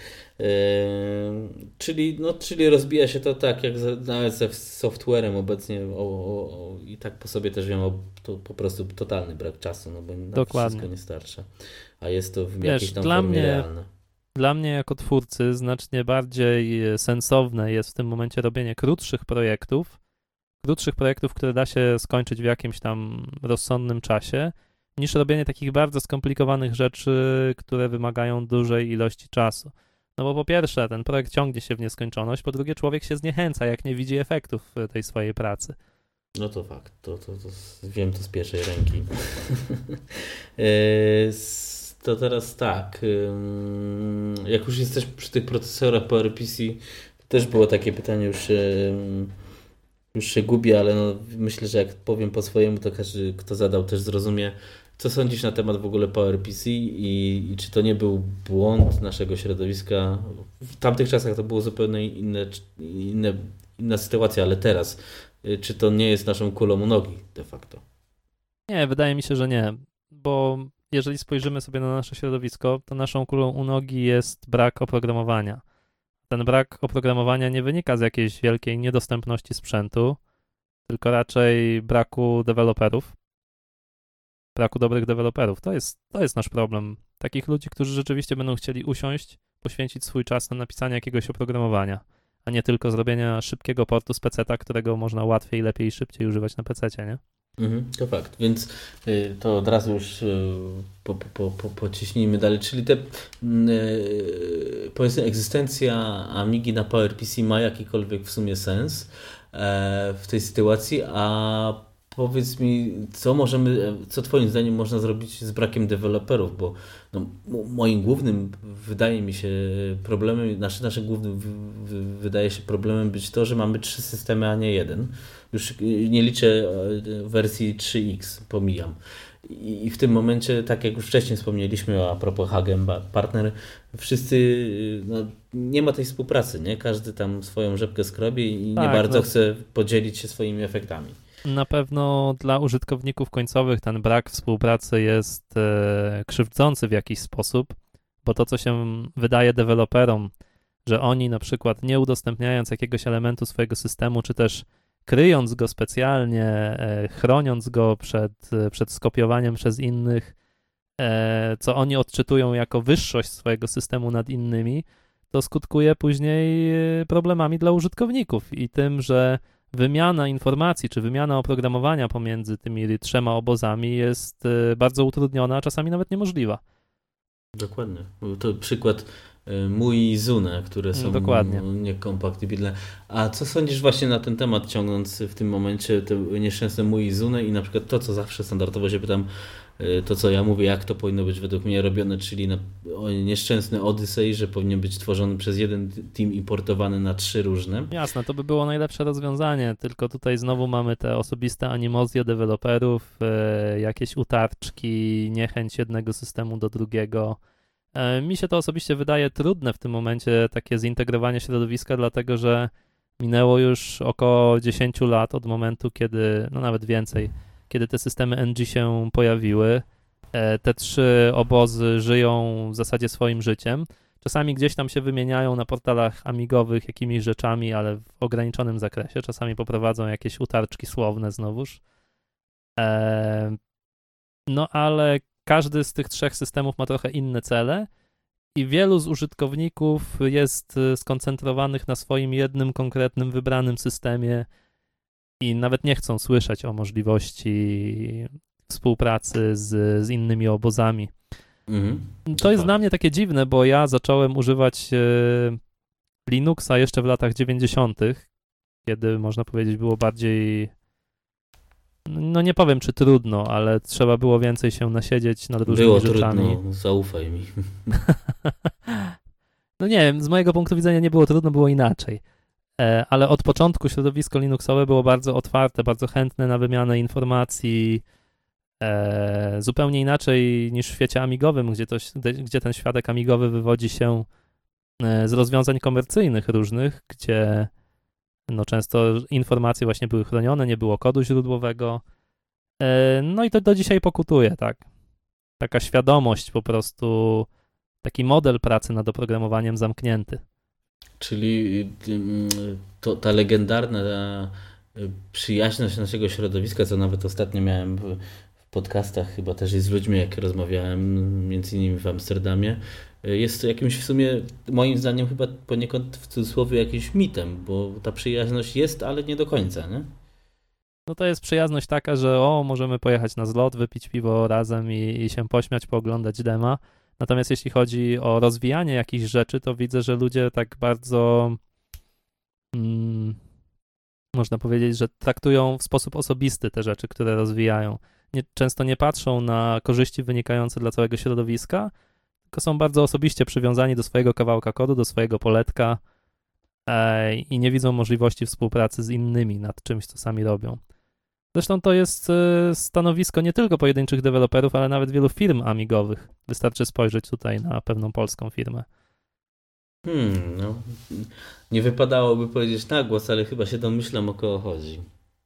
Czyli rozbija się to tak, jak nawet ze softwarem obecnie i tak po sobie też wiem to po prostu totalny brak czasu, bo na wszystko nie starcza. A jest to w jakiejś tam formie realne. Dla mnie jako twórcy znacznie bardziej sensowne jest w tym momencie robienie krótszych projektów, które da się skończyć w jakimś tam rozsądnym czasie, niż robienie takich bardzo skomplikowanych rzeczy, które wymagają dużej ilości czasu. Bo po pierwsze, ten projekt ciągnie się w nieskończoność, po drugie, człowiek się zniechęca, jak nie widzi efektów tej swojej pracy. No to fakt, to wiem to z pierwszej ręki. To teraz tak, jak już jesteś przy tych procesorach PowerPC, to też było takie pytanie, już się gubię, ale myślę, że jak powiem po swojemu, to każdy, kto zadał, też zrozumie. Co sądzisz na temat w ogóle PowerPC i czy to nie był błąd naszego środowiska? W tamtych czasach to było zupełnie inne inna sytuacja, ale teraz, czy to nie jest naszą kulą u nogi de facto? Nie, wydaje mi się, że nie, bo jeżeli spojrzymy sobie na nasze środowisko, to naszą kulą u nogi jest brak oprogramowania. Ten brak oprogramowania nie wynika z jakiejś wielkiej niedostępności sprzętu, tylko raczej braku deweloperów, braku dobrych deweloperów. To jest nasz problem. Takich ludzi, którzy rzeczywiście będą chcieli usiąść, poświęcić swój czas na napisanie jakiegoś oprogramowania, a nie tylko zrobienia szybkiego portu z peceta, którego można łatwiej, lepiej i szybciej używać na pececie, nie? To fakt, więc to od razu już pociśnijmy dalej, czyli powiedzmy egzystencja Amigi na PowerPC ma jakikolwiek w sumie sens w tej sytuacji, a powiedz mi, co twoim zdaniem można zrobić z brakiem deweloperów, bo no, moim głównym, wydaje mi się, problemem, naszym głównym wydaje się problemem być to, że mamy 3 systemy, a nie jeden. Już nie liczę wersji 3X, pomijam. I w tym momencie, tak jak już wcześniej wspomnieliśmy a propos Hagen Partner, wszyscy, no, nie ma tej współpracy, nie? Każdy tam swoją rzepkę skrobie i Tak, nie bardzo no. chce podzielić się swoimi efektami. Na pewno dla użytkowników końcowych ten brak współpracy jest krzywdzący w jakiś sposób, bo to, co się wydaje deweloperom, że oni na przykład nie udostępniając jakiegoś elementu swojego systemu, czy też kryjąc go specjalnie, chroniąc go przed skopiowaniem przez innych, co oni odczytują jako wyższość swojego systemu nad innymi, to skutkuje później problemami dla użytkowników i tym, że wymiana informacji czy wymiana oprogramowania pomiędzy tymi 3 obozami jest bardzo utrudniona, a czasami nawet niemożliwa. Dokładnie. To przykład Mui i Zune, które są Dokładnie. niekompatybilne. A co sądzisz właśnie na ten temat, ciągnąc w tym momencie te nieszczęsne Mui i Zune i na przykład to, co zawsze standardowo się pytam, to co ja mówię, jak to powinno być według mnie robione, czyli nieszczęsny Odyssey, że powinien być tworzony przez jeden team i portowany na 3 różne. Jasne, to by było najlepsze rozwiązanie, tylko tutaj znowu mamy te osobiste animozje deweloperów, jakieś utarczki, niechęć jednego systemu do drugiego. Mi się to osobiście wydaje trudne w tym momencie, takie zintegrowanie środowiska, dlatego że minęło już około 10 lat od momentu, kiedy, no nawet więcej, kiedy te systemy NG się pojawiły. Te 3 obozy żyją w zasadzie swoim życiem. Czasami gdzieś tam się wymieniają na portalach amigowych jakimiś rzeczami, ale w ograniczonym zakresie. Czasami poprowadzą jakieś utarczki słowne znowuż. No ale każdy z tych 3 systemów ma trochę inne cele i wielu z użytkowników jest skoncentrowanych na swoim jednym konkretnym wybranym systemie i nawet nie chcą słyszeć o możliwości współpracy z innymi obozami. To jest dla mnie takie dziwne, bo ja zacząłem używać Linuxa jeszcze w latach 90., kiedy można powiedzieć było bardziej, no nie powiem czy trudno, ale trzeba było więcej się nasiedzieć nad różnymi rzeczami. Było trudno, zaufaj mi. No nie wiem, z mojego punktu widzenia nie było trudno, było inaczej. Ale od początku środowisko Linuxowe było bardzo otwarte, bardzo chętne na wymianę informacji, zupełnie inaczej niż w świecie amigowym, gdzie ten światek amigowy wywodzi się z rozwiązań komercyjnych różnych, gdzie no często informacje właśnie były chronione, nie było kodu źródłowego. No i to do dzisiaj pokutuje, tak. Taka świadomość po prostu, taki model pracy nad oprogramowaniem zamknięty. Czyli ta legendarna przyjaźność naszego środowiska, co nawet ostatnio miałem w podcastach, chyba też i z ludźmi, jak rozmawiałem, między innymi w Amsterdamie, jest to jakimś w sumie, moim zdaniem, chyba poniekąd w cudzysłowie jakimś mitem, bo ta przyjazność jest, ale nie do końca, nie? No to jest przyjazność taka, że możemy pojechać na zlot, wypić piwo razem i się pośmiać, pooglądać dema. Natomiast jeśli chodzi o rozwijanie jakichś rzeczy, to widzę, że ludzie tak bardzo można powiedzieć, że traktują w sposób osobisty te rzeczy, które rozwijają. Często nie patrzą na korzyści wynikające dla całego środowiska, tylko są bardzo osobiście przywiązani do swojego kawałka kodu, do swojego poletka i nie widzą możliwości współpracy z innymi nad czymś, co sami robią. Zresztą to jest stanowisko nie tylko pojedynczych deweloperów, ale nawet wielu firm amigowych. Wystarczy spojrzeć tutaj na pewną polską firmę. No, nie wypadałoby powiedzieć na głos, ale chyba się domyślam, o kogo chodzi.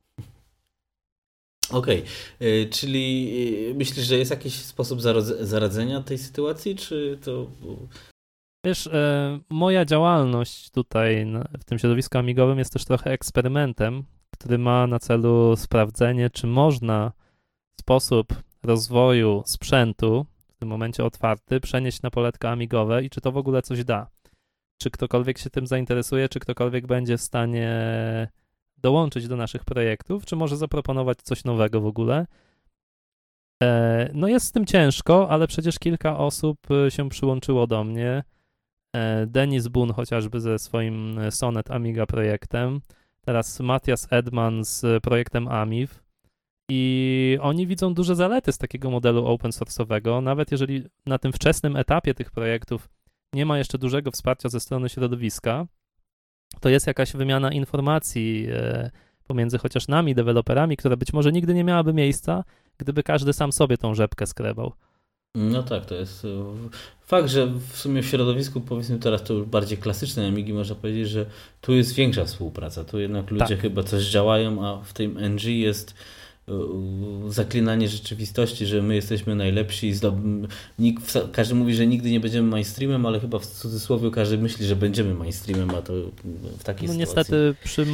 Okej, czyli myślisz, że jest jakiś sposób zaradzenia tej sytuacji, czy to... Wiesz, moja działalność tutaj w tym środowisku amigowym jest też trochę eksperymentem, który ma na celu sprawdzenie, czy można sposób rozwoju sprzętu, w tym momencie otwarty, przenieść na poletka amigowe i czy to w ogóle coś da. Czy ktokolwiek się tym zainteresuje, czy ktokolwiek będzie w stanie dołączyć do naszych projektów, czy może zaproponować coś nowego w ogóle. No jest z tym ciężko, ale przecież kilka osób się przyłączyło do mnie. Denis Boon chociażby ze swoim Sonet Amiga projektem, teraz Matthias Edman z projektem Amiv i oni widzą duże zalety z takiego modelu open source'owego, nawet jeżeli na tym wczesnym etapie tych projektów nie ma jeszcze dużego wsparcia ze strony środowiska, to jest jakaś wymiana informacji pomiędzy chociaż nami, deweloperami, która być może nigdy nie miałaby miejsca, gdyby każdy sam sobie tą rzepkę skrebał. No tak, to jest fakt, że w sumie w środowisku, powiedzmy teraz to już bardziej klasycznej Amigi, można powiedzieć, że tu jest większa współpraca, tu jednak ludzie chyba coś działają, a w tym NG jest zaklinanie rzeczywistości, że my jesteśmy najlepsi. Każdy mówi, że nigdy nie będziemy mainstreamem, ale chyba w cudzysłowie każdy myśli, że będziemy mainstreamem, a to w takiej sytuacji. Niestety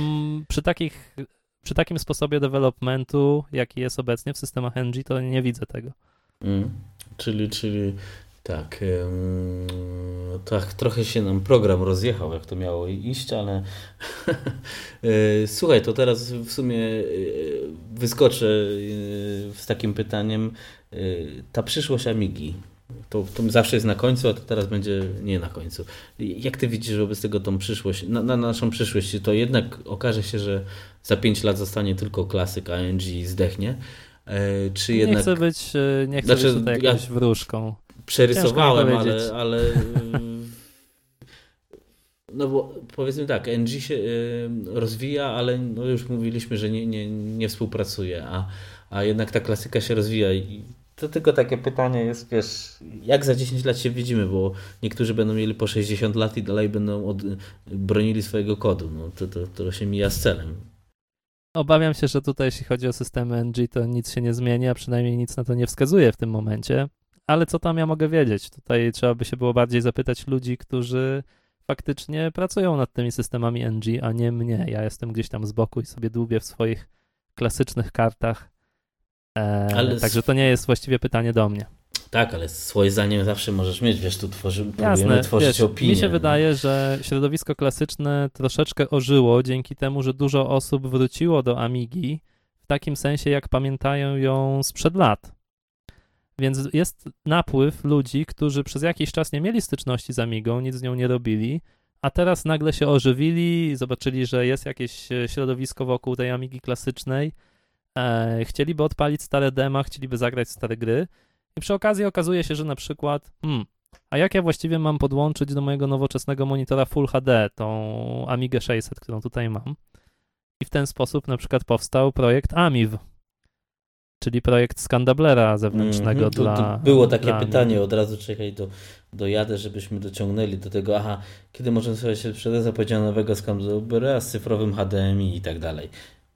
przy takim sposobie developmentu, jaki jest obecnie w systemach NG, to nie widzę tego. Czyli tak, tak, trochę się nam program rozjechał, jak to miało iść, ale słuchaj, to teraz w sumie wyskoczę z takim pytaniem. Ta przyszłość Amigi, to zawsze jest na końcu, a to teraz będzie nie na końcu. Jak ty widzisz wobec tego tą przyszłość, na naszą przyszłość? Czy to jednak okaże się, że za 5 lat zostanie tylko klasyk ANG i zdechnie? Czy jednak... Nie chcę być tutaj jakąś wróżką. Przerysowałem, ale no bo powiedzmy tak, NG się rozwija, ale no już mówiliśmy, że nie współpracuje, a jednak ta klasyka się rozwija i to tylko takie pytanie jest, wiesz, jak za 10 lat się widzimy, bo niektórzy będą mieli po 60 lat i dalej będą bronili swojego kodu, no to się mija z celem. Obawiam się, że tutaj jeśli chodzi o systemy NG, to nic się nie zmieni, a przynajmniej nic na to nie wskazuje w tym momencie. Ale co tam ja mogę wiedzieć? Tutaj trzeba by się było bardziej zapytać ludzi, którzy faktycznie pracują nad tymi systemami NG, a nie mnie. Ja jestem gdzieś tam z boku i sobie dłubię w swoich klasycznych kartach. Także to nie jest właściwie pytanie do mnie. Tak, ale swoje zdanie zawsze możesz mieć, wiesz, tu próbujemy tworzyć opinię. Mi się wydaje, że środowisko klasyczne troszeczkę ożyło dzięki temu, że dużo osób wróciło do Amigi w takim sensie, jak pamiętają ją sprzed lat. Więc jest napływ ludzi, którzy przez jakiś czas nie mieli styczności z Amigą, nic z nią nie robili, a teraz nagle się ożywili, zobaczyli, że jest jakieś środowisko wokół tej Amigi klasycznej, chcieliby odpalić stare dema, chcieliby zagrać stare gry i przy okazji okazuje się, że na przykład a jak ja właściwie mam podłączyć do mojego nowoczesnego monitora Full HD tą Amigę 600, którą tutaj mam? I w ten sposób na przykład powstał projekt Amiv, czyli projekt Scandablera zewnętrznego dla... Było takie pytanie, od razu czekaj, dojadę, żebyśmy dociągnęli do tego, kiedy możemy sobie się sprzedać zapowiedzianego Scandablera z cyfrowym HDMI i tak dalej.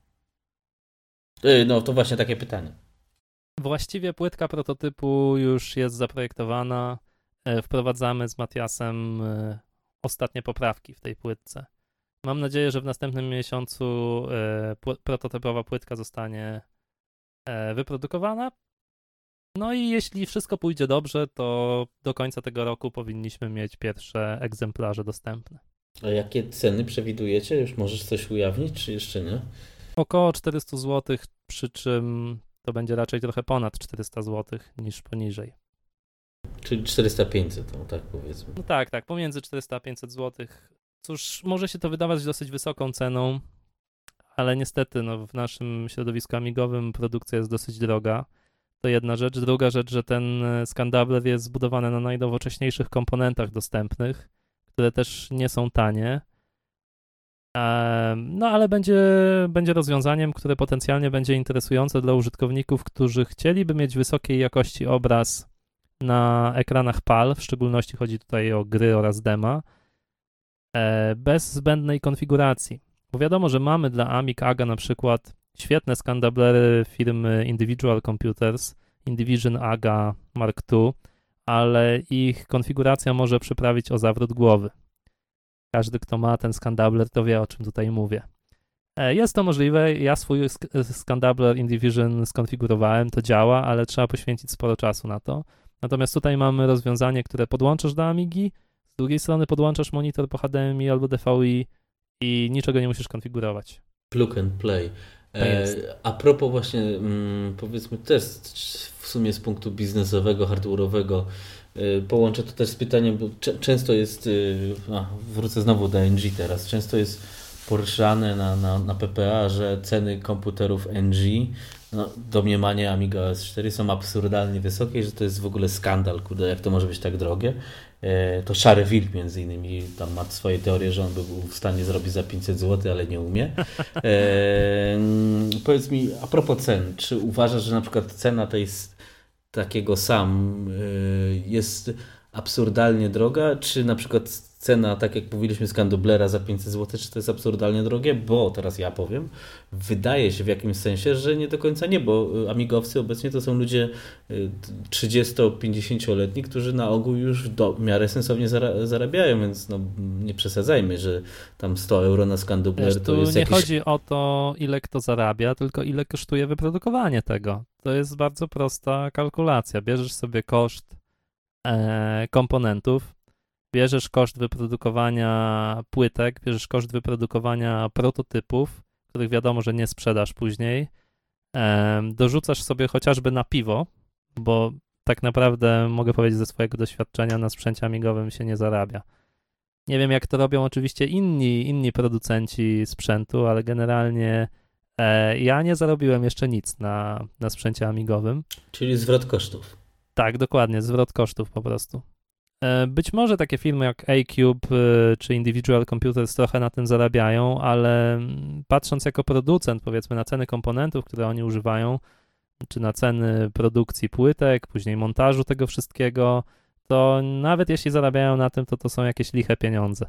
No to właśnie takie pytanie. Właściwie płytka prototypu już jest zaprojektowana. Wprowadzamy z Matthiasem ostatnie poprawki w tej płytce. Mam nadzieję, że w następnym miesiącu prototypowa płytka zostanie wyprodukowana. No i jeśli wszystko pójdzie dobrze, to do końca tego roku powinniśmy mieć pierwsze egzemplarze dostępne. A jakie ceny przewidujecie? Już możesz coś ujawnić, czy jeszcze nie? Około 400 zł, przy czym to będzie raczej trochę ponad 400 zł niż poniżej. Czyli 400-500, tak powiedzmy. No tak, pomiędzy 400 a 500 zł. Cóż, może się to wydawać dosyć wysoką ceną, ale niestety w naszym środowisku amigowym produkcja jest dosyć droga. To jedna rzecz. Druga rzecz, że ten Scandabler jest zbudowany na najnowocześniejszych komponentach dostępnych, które też nie są tanie. No ale będzie rozwiązaniem, które potencjalnie będzie interesujące dla użytkowników, którzy chcieliby mieć wysokiej jakości obraz na ekranach PAL, w szczególności chodzi tutaj o gry oraz dema, bez zbędnej konfiguracji. Bo wiadomo, że mamy dla Amig AGA na przykład świetne skandablery firmy Individual Computers, Indivision AGA Mark II, ale ich konfiguracja może przyprawić o zawrót głowy. Każdy, kto ma ten skandabler, to wie, o czym tutaj mówię. Jest to możliwe, ja swój skandabler Indivision skonfigurowałem, to działa, ale trzeba poświęcić sporo czasu na to. Natomiast tutaj mamy rozwiązanie, które podłączasz do Amigi, z drugiej strony podłączasz monitor po HDMI albo DVI i niczego nie musisz konfigurować. Plug and play. A propos właśnie, powiedzmy też w sumie z punktu biznesowego, hardware'owego, połączę to też z pytaniem, bo często jest, wrócę znowu do NG teraz, często jest poruszane na PPA, że ceny komputerów NG, domniemanie Amiga OS4 są absurdalnie wysokie, że to jest w ogóle skandal, kurde, jak to może być tak drogie. To Szary Wilk między innymi tam ma swoje teorie, że on by był w stanie zrobić za 500 zł, ale nie umie. Powiedz mi, a propos cen, czy uważasz, że na przykład cena tej takiego jest absurdalnie droga, czy na przykład cena, tak jak mówiliśmy, Scandoblera za 500 zł, czy to jest absurdalnie drogie? Bo, teraz ja powiem, wydaje się w jakimś sensie, że nie do końca nie, bo amigowcy obecnie to są ludzie 30-50-letni, którzy na ogół już w miarę sensownie zarabiają, więc nie przesadzajmy, że tam 100 euro na Scandobler to jest nie chodzi o to, ile kto zarabia, tylko ile kosztuje wyprodukowanie tego. To jest bardzo prosta kalkulacja. Bierzesz sobie koszt komponentów, bierzesz koszt wyprodukowania płytek, bierzesz koszt wyprodukowania prototypów, których wiadomo, że nie sprzedasz później, dorzucasz sobie chociażby na piwo, bo tak naprawdę mogę powiedzieć ze swojego doświadczenia, na sprzęcie amigowym się nie zarabia. Nie wiem, jak to robią oczywiście inni producenci sprzętu, ale generalnie ja nie zarobiłem jeszcze nic na sprzęcie amigowym. Czyli zwrot kosztów. Tak, dokładnie, zwrot kosztów po prostu. Być może takie firmy jak A-Cube czy Individual Computers trochę na tym zarabiają, ale patrząc jako producent, powiedzmy, na ceny komponentów, które oni używają, czy na ceny produkcji płytek, później montażu tego wszystkiego, to nawet jeśli zarabiają na tym, to są jakieś liche pieniądze.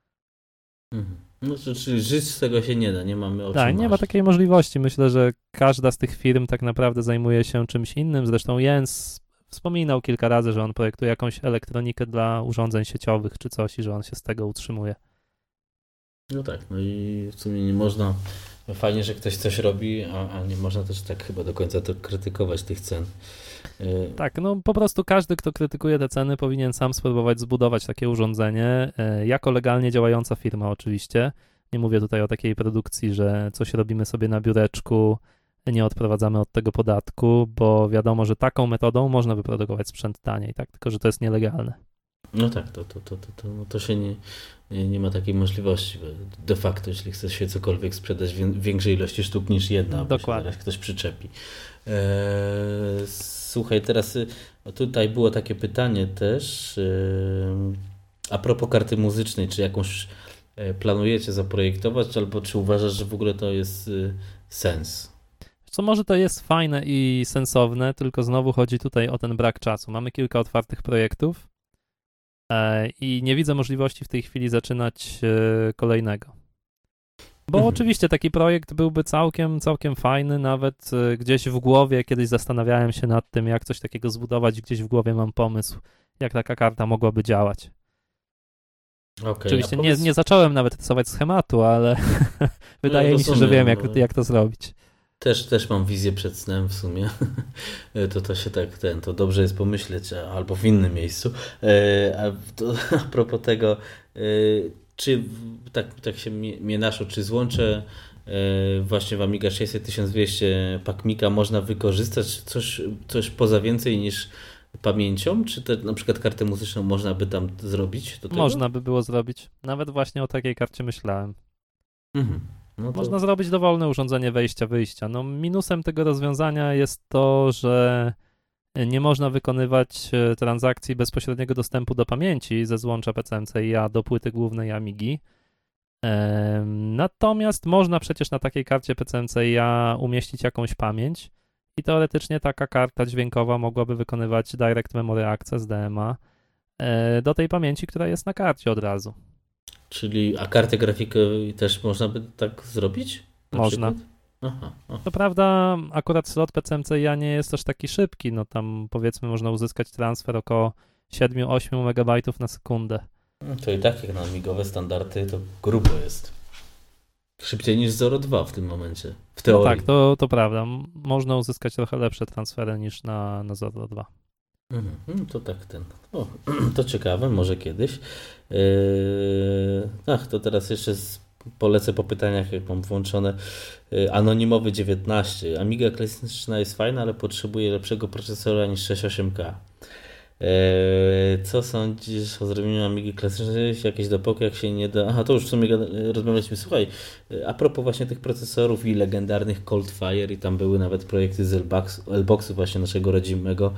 No to czyli żyć z tego się nie da, nie mamy o czym Tak, nie ma takiej możliwości. Myślę, że każda z tych firm tak naprawdę zajmuje się czymś innym. Zresztą Jens wspominał kilka razy, że on projektuje jakąś elektronikę dla urządzeń sieciowych czy coś i że on się z tego utrzymuje. No tak, no i w sumie nie można, fajnie, że ktoś coś robi, a nie można też tak chyba do końca to krytykować tych cen. Tak, no po prostu każdy, kto krytykuje te ceny, powinien sam spróbować zbudować takie urządzenie, jako legalnie działająca firma oczywiście. Nie mówię tutaj o takiej produkcji, że coś robimy sobie na biureczku, nie odprowadzamy od tego podatku, bo wiadomo, że taką metodą można wyprodukować sprzęt taniej, tak? Tylko że to jest nielegalne. No tak, to się nie ma takiej możliwości. De facto, jeśli chce się cokolwiek sprzedać w większej ilości sztuk niż jedna, bo się zaraz ktoś przyczepi. Słuchaj, teraz tutaj było takie pytanie też a propos karty muzycznej, czy jakąś planujecie zaprojektować, albo czy uważasz, że w ogóle to jest sens? Co może to jest fajne i sensowne, tylko znowu chodzi tutaj o ten brak czasu. Mamy kilka otwartych projektów i nie widzę możliwości w tej chwili zaczynać kolejnego. Bo oczywiście taki projekt byłby całkiem fajny, nawet gdzieś w głowie, kiedyś zastanawiałem się nad tym, jak coś takiego zbudować, gdzieś w głowie mam pomysł, jak taka karta mogłaby działać. Okay, oczywiście nie zacząłem nawet rysować schematu, ale wydaje mi się, że wiem, jak to zrobić. Też mam wizję przed snem w sumie. To się tak, to dobrze jest pomyśleć, albo w innym miejscu. A propos tego, czy tak się mnie naszło, czy złącze właśnie w Amiga 600 1200 PACMica można wykorzystać coś poza więcej niż pamięcią? Czy na przykład kartę muzyczną można by tam zrobić? Do tego? Można by było zrobić. Nawet właśnie o takiej karcie myślałem. No to... Można zrobić dowolne urządzenie wejścia-wyjścia. No, minusem tego rozwiązania jest to, że nie można wykonywać transakcji bezpośredniego dostępu do pamięci ze złącza PCMCIA do płyty głównej Amigi. Natomiast można przecież na takiej karcie PCMCIA umieścić jakąś pamięć i teoretycznie taka karta dźwiękowa mogłaby wykonywać Direct Memory Access, DMA, do tej pamięci, która jest na karcie od razu. A kartę grafikę też można by tak zrobić? Można. Aha. To prawda, akurat slot PCMCIA nie jest też taki szybki, no tam powiedzmy można uzyskać transfer około 7-8 MB na sekundę. To i tak jak na amigowe standardy to grubo jest. Szybciej niż 0.2 w tym momencie, w teorii. No tak, to prawda. Można uzyskać trochę lepsze transfery niż na 0.2. To tak to ciekawe, może kiedyś. To teraz jeszcze polecę po pytaniach, jak mam włączone. Anonimowy 19. Amiga klasyczna jest fajna, ale potrzebuje lepszego procesora niż 68K. Co sądzisz o zrobieniu Amigi klasycznej? Jakieś dopóki, jak się nie da... Aha, to już w sumie rozmawialiśmy. Słuchaj, a propos właśnie tych procesorów i legendarnych Coldfire i tam były nawet projekty z Lboxu właśnie naszego rodzimego.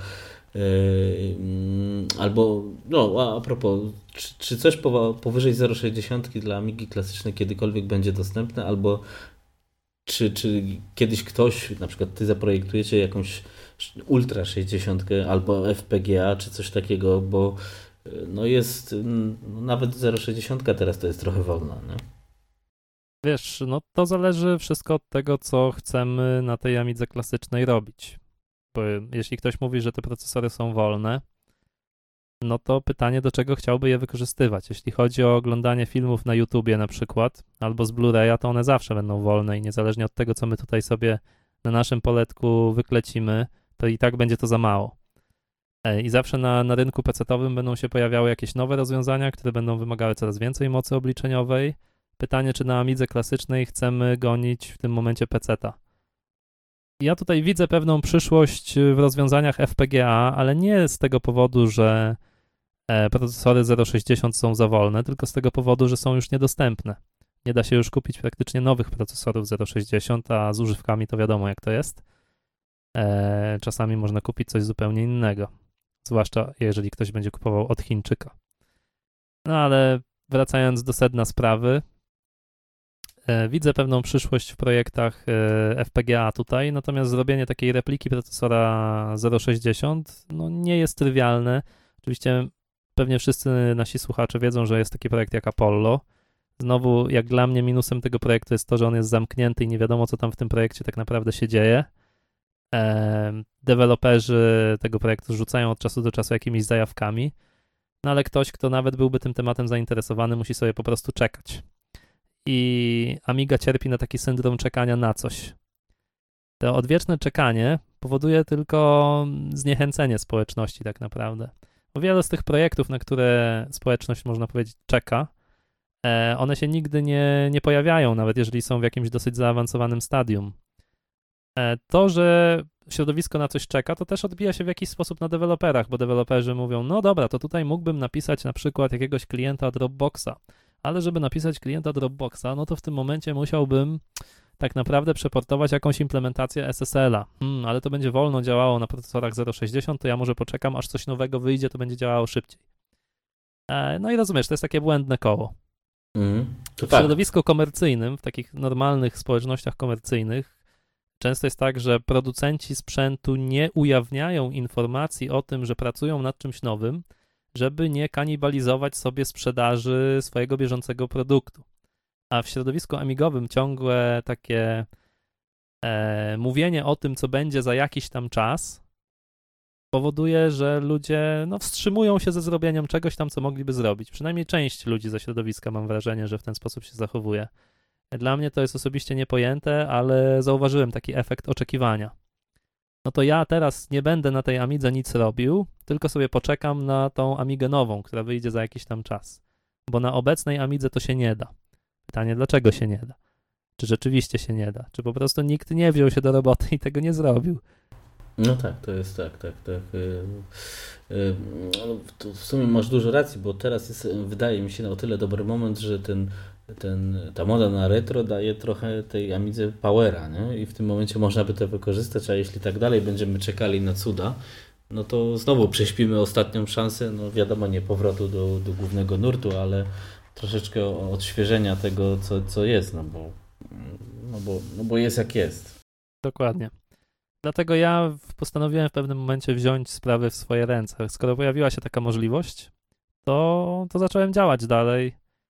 Albo, a propos, czy coś powyżej 0,60 dla Amigi klasycznej kiedykolwiek będzie dostępne, albo czy kiedyś ktoś, na przykład ty zaprojektujecie jakąś Ultra 60 albo FPGA czy coś takiego, bo jest nawet 0,60 teraz to jest trochę wolna, nie? Wiesz, to zależy wszystko od tego, co chcemy na tej Amidze klasycznej robić. Bo jeśli ktoś mówi, że te procesory są wolne, no to pytanie, do czego chciałby je wykorzystywać. Jeśli chodzi o oglądanie filmów na YouTubie na przykład, albo z Blu-raya, to one zawsze będą wolne i niezależnie od tego, co my tutaj sobie na naszym poletku wyklecimy, to i tak będzie to za mało. I zawsze na rynku PC-owym będą się pojawiały jakieś nowe rozwiązania, które będą wymagały coraz więcej mocy obliczeniowej. Pytanie, czy na Amidze klasycznej chcemy gonić w tym momencie PC-ta. Ja tutaj widzę pewną przyszłość w rozwiązaniach FPGA, ale nie z tego powodu, że procesory 0.60 są za wolne, tylko z tego powodu, że są już niedostępne. Nie da się już kupić praktycznie nowych procesorów 0.60, a z używkami to wiadomo jak to jest. Czasami można kupić coś zupełnie innego, zwłaszcza jeżeli ktoś będzie kupował od Chińczyka. No ale wracając do sedna sprawy, widzę pewną przyszłość w projektach FPGA tutaj, natomiast zrobienie takiej repliki procesora 0.60 nie jest trywialne. Oczywiście pewnie wszyscy nasi słuchacze wiedzą, że jest taki projekt jak Apollo. Znowu, jak dla mnie minusem tego projektu jest to, że on jest zamknięty i nie wiadomo, co tam w tym projekcie tak naprawdę się dzieje. Deweloperzy tego projektu rzucają od czasu do czasu jakimiś zajawkami, no ale ktoś, kto nawet byłby tym tematem zainteresowany, musi sobie po prostu czekać. I Amiga cierpi na taki syndrom czekania na coś. To odwieczne czekanie powoduje tylko zniechęcenie społeczności tak naprawdę. Bo wiele z tych projektów, na które społeczność, można powiedzieć, czeka, one się nigdy nie pojawiają, nawet jeżeli są w jakimś dosyć zaawansowanym stadium. To, że środowisko na coś czeka, to też odbija się w jakiś sposób na deweloperach, bo deweloperzy mówią, no dobra, to tutaj mógłbym napisać na przykład jakiegoś klienta Dropboxa, ale żeby napisać klienta Dropboxa, no to w tym momencie musiałbym tak naprawdę przeportować jakąś implementację SSL-a. Ale to będzie wolno działało na procesorach 0.60, to ja może poczekam, aż coś nowego wyjdzie, to będzie działało szybciej. No i rozumiesz, to jest takie błędne koło. W środowisku komercyjnym, w takich normalnych społecznościach komercyjnych, często jest tak, że producenci sprzętu nie ujawniają informacji o tym, że pracują nad czymś nowym, żeby nie kanibalizować sobie sprzedaży swojego bieżącego produktu. A w środowisku amigowym ciągłe takie mówienie o tym, co będzie za jakiś tam czas, powoduje, że ludzie wstrzymują się ze zrobieniem czegoś tam, co mogliby zrobić. Przynajmniej część ludzi ze środowiska, mam wrażenie, że w ten sposób się zachowuje. Dla mnie to jest osobiście niepojęte, ale zauważyłem taki efekt oczekiwania. No to ja teraz nie będę na tej Amidze nic robił, tylko sobie poczekam na tą Amigę nową, która wyjdzie za jakiś tam czas. Bo na obecnej Amidze to się nie da. Pytanie, dlaczego się nie da? Czy rzeczywiście się nie da? Czy po prostu nikt nie wziął się do roboty i tego nie zrobił? No tak, to jest tak. W sumie masz dużo racji, bo teraz jest, wydaje mi się, o tyle dobry moment, że ta moda na retro daje trochę tej Amidze powera, nie? I w tym momencie można by to wykorzystać, a jeśli tak dalej będziemy czekali na cuda, no to znowu prześpimy ostatnią szansę, wiadomo, nie powrotu do głównego nurtu, ale troszeczkę odświeżenia tego, co jest, bo jest jak jest. Dokładnie. Dlatego ja postanowiłem w pewnym momencie wziąć sprawy w swoje ręce. Skoro pojawiła się taka możliwość, to zacząłem działać dalej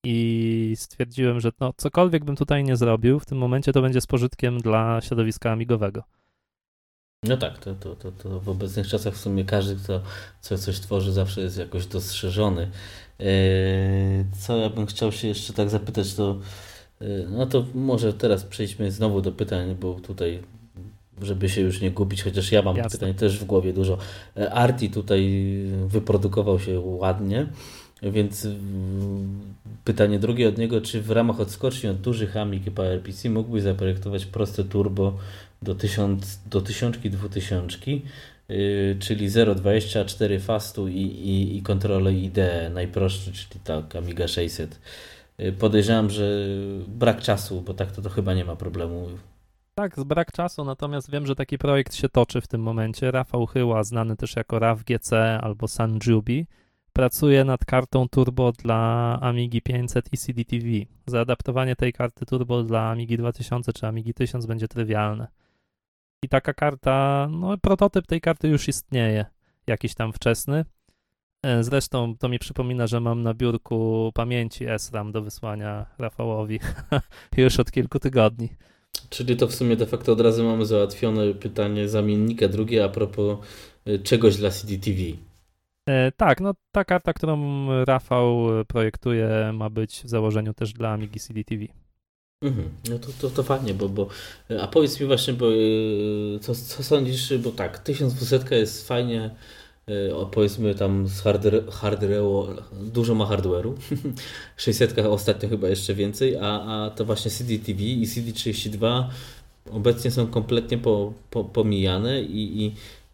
i stwierdziłem, że no, cokolwiek bym tutaj nie zrobił, w tym momencie to będzie z pożytkiem dla środowiska amigowego. No tak, to w obecnych czasach w sumie każdy, kto coś tworzy, zawsze jest jakoś dostrzeżony. Co ja bym chciał się jeszcze tak zapytać, no to może teraz przejdźmy znowu do pytań, bo tutaj, żeby się już nie gubić, chociaż ja mam pytań też w głowie dużo. Arti tutaj wyprodukował się ładnie, więc pytanie drugie od niego, czy w ramach odskoczni od dużych Amig i PowerPC mógłbyś zaprojektować proste turbo do 1000, 2000, czyli 0,20, 4 fastu i kontrolę IDE, najprostszy, czyli tak, Amiga 600. Podejrzewam, że brak czasu, bo tak to chyba nie ma problemu. Tak, brak czasu, natomiast wiem, że taki projekt się toczy w tym momencie. Rafał Chyła, znany też jako RAW-GC albo Sanjubi, pracuje nad kartą turbo dla Amigi 500 i CD-TV. Zaadaptowanie tej karty turbo dla Amigi 2000 czy Amigi 1000 będzie trywialne. I taka karta, no prototyp tej karty już istnieje, jakiś tam wczesny. Zresztą to mi przypomina, że mam na biurku pamięci SRAM do wysłania Rafałowi już od kilku tygodni. Czyli to w sumie de facto od razu mamy załatwione pytanie zamiennika drugie a propos czegoś dla CD-TV. Tak, no ta karta, którą Rafał projektuje, ma być w założeniu też dla Amigi CD-TV. No to fajnie, bo a powiedz mi właśnie, bo co sądzisz, bo tak, 1200 jest fajnie, powiedzmy tam z hardware'u, dużo ma hardware'u, 600 ostatnio chyba jeszcze więcej, a to właśnie CD-TV i CD32 obecnie są kompletnie pomijane i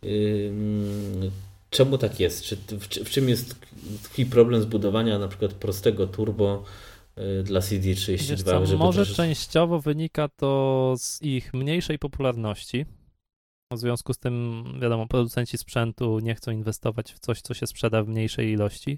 czemu tak jest? W czym jest tkwi problem zbudowania na przykład prostego turbo dla CD32? Wiesz co, może częściowo wynika to z ich mniejszej popularności. W związku z tym, wiadomo, producenci sprzętu nie chcą inwestować w coś, co się sprzeda w mniejszej ilości.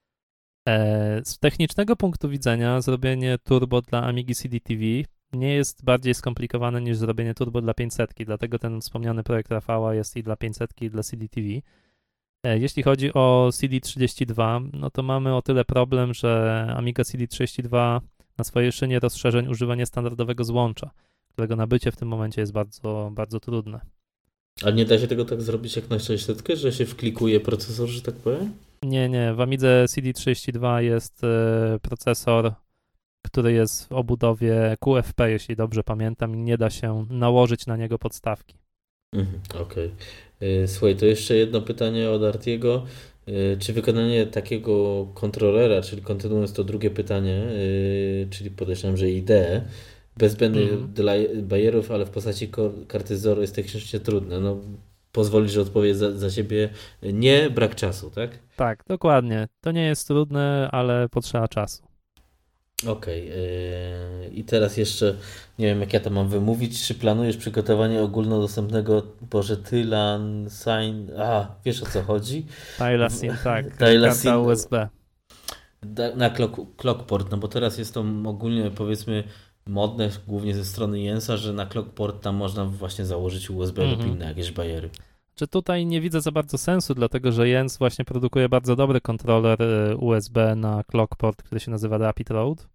Z technicznego punktu widzenia zrobienie turbo dla Amigi CD-TV nie jest bardziej skomplikowane niż zrobienie turbo dla 500, dlatego ten wspomniany projekt Rafała jest i dla 500 i dla CD-TV. Jeśli chodzi o CD32, no to mamy o tyle problem, że Amiga CD32 na swojej szynie rozszerzeń używa niestandardowego złącza, którego nabycie w tym momencie jest bardzo, bardzo trudne. A nie da się tego tak zrobić jak na 600, że się wklikuje procesor, że tak powiem? Nie. W Amidze CD32 jest procesor, który jest w obudowie QFP, jeśli dobrze pamiętam, i nie da się nałożyć na niego podstawki. Okej. Słuchaj, to jeszcze jedno pytanie od Artiego. Czy wykonanie takiego kontrolera, czyli kontynuując to drugie pytanie, czyli podejrzewam, że IDE, bez zbędnych bajerów, ale w postaci karty Zoro jest technicznie trudne. No, pozwolisz, że odpowiedź za siebie nie, brak czasu, tak? Tak, dokładnie. To nie jest trudne, ale potrzeba czasu. Okej. I teraz jeszcze, nie wiem jak ja to mam wymówić, czy planujesz przygotowanie ogólnodostępnego, Tylan, Sign, wiesz o co chodzi? Tylasin, tak, Tylasin, karta USB. Na Clockport, no bo teraz jest to ogólnie powiedzmy modne, głównie ze strony Jensa, że na Clockport tam można właśnie założyć USB lub inne jakieś bajery. Czy tutaj nie widzę za bardzo sensu, dlatego że Jens właśnie produkuje bardzo dobry kontroler USB na Clockport, który się nazywa Rapid Road.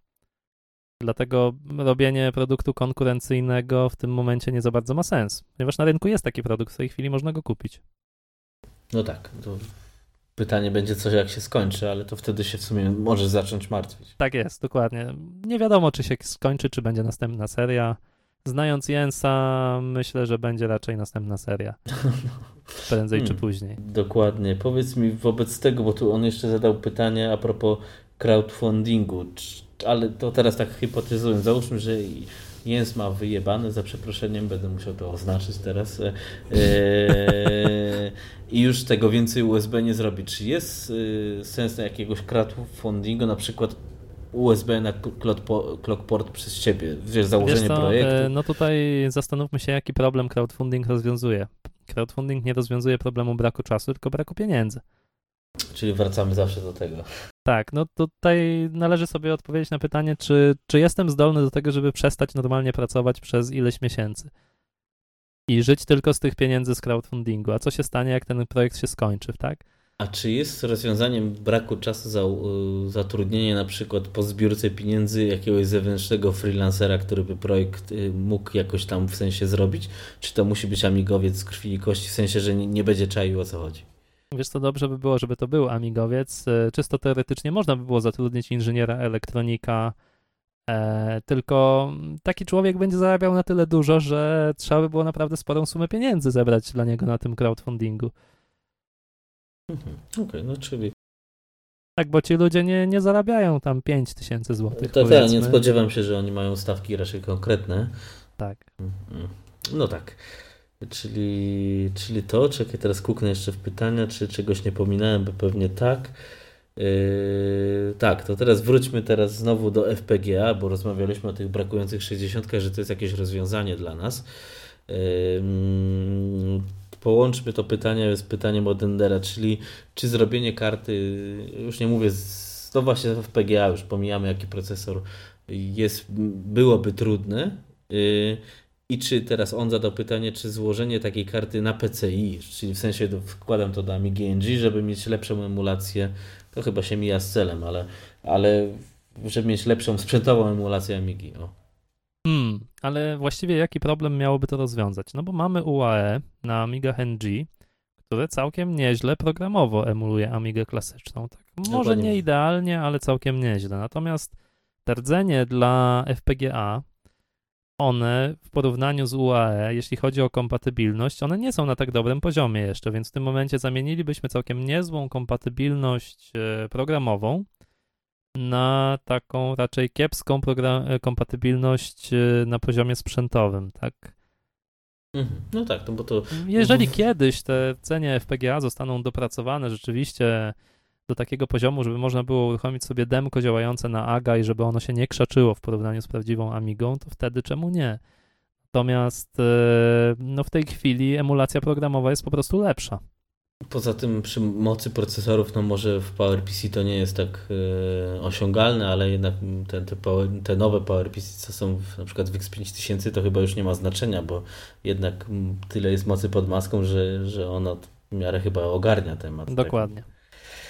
Dlatego robienie produktu konkurencyjnego w tym momencie nie za bardzo ma sens, ponieważ na rynku jest taki produkt, w tej chwili można go kupić. No tak, to pytanie będzie coś jak się skończy, ale to wtedy się w sumie możesz zacząć martwić. Tak jest, dokładnie. Nie wiadomo, czy się skończy, czy będzie następna seria. Znając Jensa, myślę, że będzie raczej następna seria. Prędzej czy później. Dokładnie. Powiedz mi wobec tego, bo tu on jeszcze zadał pytanie a propos crowdfundingu, ale to teraz tak hipotyzując, załóżmy, że Jens ma wyjebane, za przeproszeniem, będę musiał to oznaczyć teraz i już tego więcej USB nie zrobi. Czy jest sens na jakiegoś crowdfundingu, na przykład USB na Clockport przez ciebie, wiesz, założenie projektu? No tutaj zastanówmy się, jaki problem crowdfunding rozwiązuje. Crowdfunding nie rozwiązuje problemu braku czasu, tylko braku pieniędzy. Czyli wracamy zawsze do tego. Tak, no tutaj należy sobie odpowiedzieć na pytanie, czy jestem zdolny do tego, żeby przestać normalnie pracować przez ileś miesięcy i żyć tylko z tych pieniędzy z crowdfundingu, a co się stanie, jak ten projekt się skończy, tak? A czy jest rozwiązaniem braku czasu zatrudnienie na przykład po zbiórce pieniędzy jakiegoś zewnętrznego freelancera, który by projekt mógł jakoś tam w sensie zrobić? Czy to musi być amigowiec z krwi i kości, w sensie, że nie będzie czaił, o co chodzi? Wiesz, to dobrze by było, żeby to był amigowiec. Czysto teoretycznie można by było zatrudnić inżyniera elektronika, tylko taki człowiek będzie zarabiał na tyle dużo, że trzeba by było naprawdę sporą sumę pieniędzy zebrać dla niego na tym crowdfundingu. Okej, no czyli... Tak, bo ci ludzie nie zarabiają tam 5000 złotych. To nie spodziewam się, że oni mają stawki raczej konkretne. Tak. No tak. Czyli to, czekaj, teraz kuknę jeszcze w pytania, czy czegoś nie pominąłem, bo pewnie tak. Tak, to teraz wróćmy znowu do FPGA, bo rozmawialiśmy o tych brakujących 60, że to jest jakieś rozwiązanie dla nas. Połączmy to pytanie z pytaniem od Endera, czyli czy zrobienie karty, już nie mówię, to właśnie w FPGA, już pomijamy jaki procesor byłoby trudne. I czy teraz on zadał pytanie, czy złożenie takiej karty na PCI, czyli w sensie wkładam to do Amigi NG, żeby mieć lepszą emulację, to chyba się mija z celem, ale żeby mieć lepszą sprzętową emulację Amigi. Ale właściwie jaki problem miałoby to rozwiązać? No bo mamy UAE na Amiga NG, które całkiem nieźle programowo emuluje Amigę klasyczną. Tak, może nie idealnie, ale całkiem nieźle. Natomiast rdzenie dla FPGA, one w porównaniu z UAE, jeśli chodzi o kompatybilność, one nie są na tak dobrym poziomie jeszcze, więc w tym momencie zamienilibyśmy całkiem niezłą kompatybilność programową na taką raczej kiepską kompatybilność na poziomie sprzętowym, tak? No tak, no bo to... Jeżeli kiedyś te rdzenie FPGA zostaną dopracowane rzeczywiście do takiego poziomu, żeby można było uruchomić sobie demko działające na AGA i żeby ono się nie krzaczyło w porównaniu z prawdziwą Amigą, to wtedy czemu nie? Natomiast no w tej chwili emulacja programowa jest po prostu lepsza. Poza tym przy mocy procesorów, no może w PowerPC to nie jest tak osiągalne, ale jednak te nowe PowerPC, co są na przykład w X5000, to chyba już nie ma znaczenia, bo jednak tyle jest mocy pod maską, że ona w miarę chyba ogarnia temat. Dokładnie. Tak?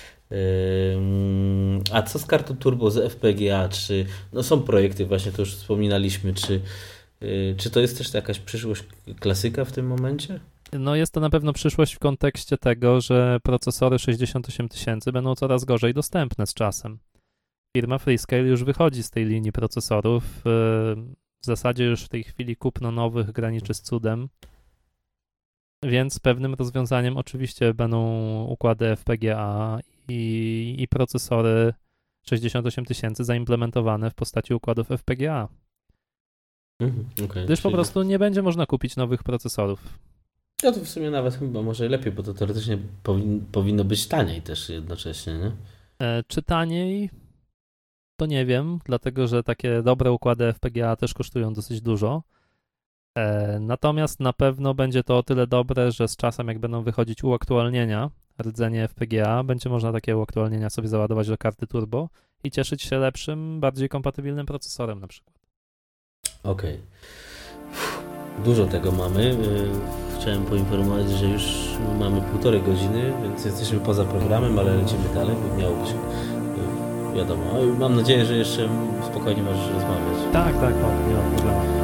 A co z kartą turbo, z FPGA? No są projekty, właśnie to już wspominaliśmy, czy to jest też jakaś przyszłość klasyka w tym momencie? No jest to na pewno przyszłość w kontekście tego, że procesory 68000 będą coraz gorzej dostępne z czasem. Firma Freescale już wychodzi z tej linii procesorów. W zasadzie już w tej chwili kupno nowych graniczy z cudem, więc pewnym rozwiązaniem oczywiście będą układy FPGA i procesory 68000 zaimplementowane w postaci układów FPGA. Gdyż po prostu nie będzie można kupić nowych procesorów. No to w sumie nawet chyba może lepiej, bo to teoretycznie powinno być taniej też jednocześnie, nie? Czy taniej? To nie wiem, dlatego że takie dobre układy FPGA też kosztują dosyć dużo. Natomiast na pewno będzie to o tyle dobre, że z czasem jak będą wychodzić uaktualnienia, rdzenie FPGA, będzie można takie uaktualnienia sobie załadować do karty turbo i cieszyć się lepszym, bardziej kompatybilnym procesorem na przykład. Okej. Dużo tego mamy. Chciałem poinformować, że już mamy 1,5 godziny, więc jesteśmy poza programem, ale lecimy dalej, bo miało być wiadomo. Mam nadzieję, że jeszcze spokojnie możesz rozmawiać. Tak, nie ma problemu.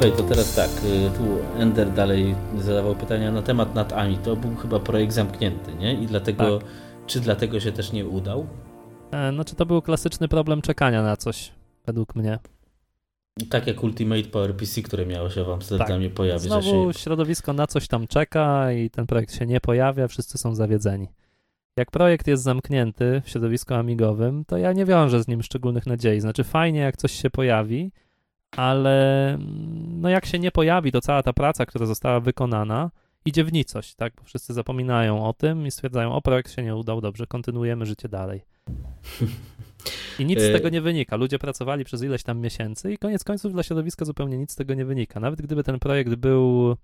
słuchaj, to teraz tak, tu Ender dalej zadawał pytania na temat NatAmi. To był chyba projekt zamknięty, nie? I dlatego, Tak. czy dlatego się też nie udał? Znaczy to był klasyczny problem czekania na coś, według mnie. Tak jak Ultimate PowerPC, które miało się w Amsterdamie pojawić. Znowu środowisko na coś tam czeka i ten projekt się nie pojawia, wszyscy są zawiedzeni. Jak projekt jest zamknięty w środowisku amigowym, to ja nie wiążę z nim szczególnych nadziei. Znaczy fajnie, jak coś się pojawi, ale no jak się nie pojawi, to cała ta praca, która została wykonana, idzie w nicość, tak? Bo wszyscy zapominają o tym i stwierdzają, o, projekt się nie udał, dobrze, kontynuujemy życie dalej. I nic z tego nie wynika. Ludzie pracowali przez ileś tam miesięcy i koniec końców dla środowiska zupełnie nic z tego nie wynika. Nawet gdyby ten projekt był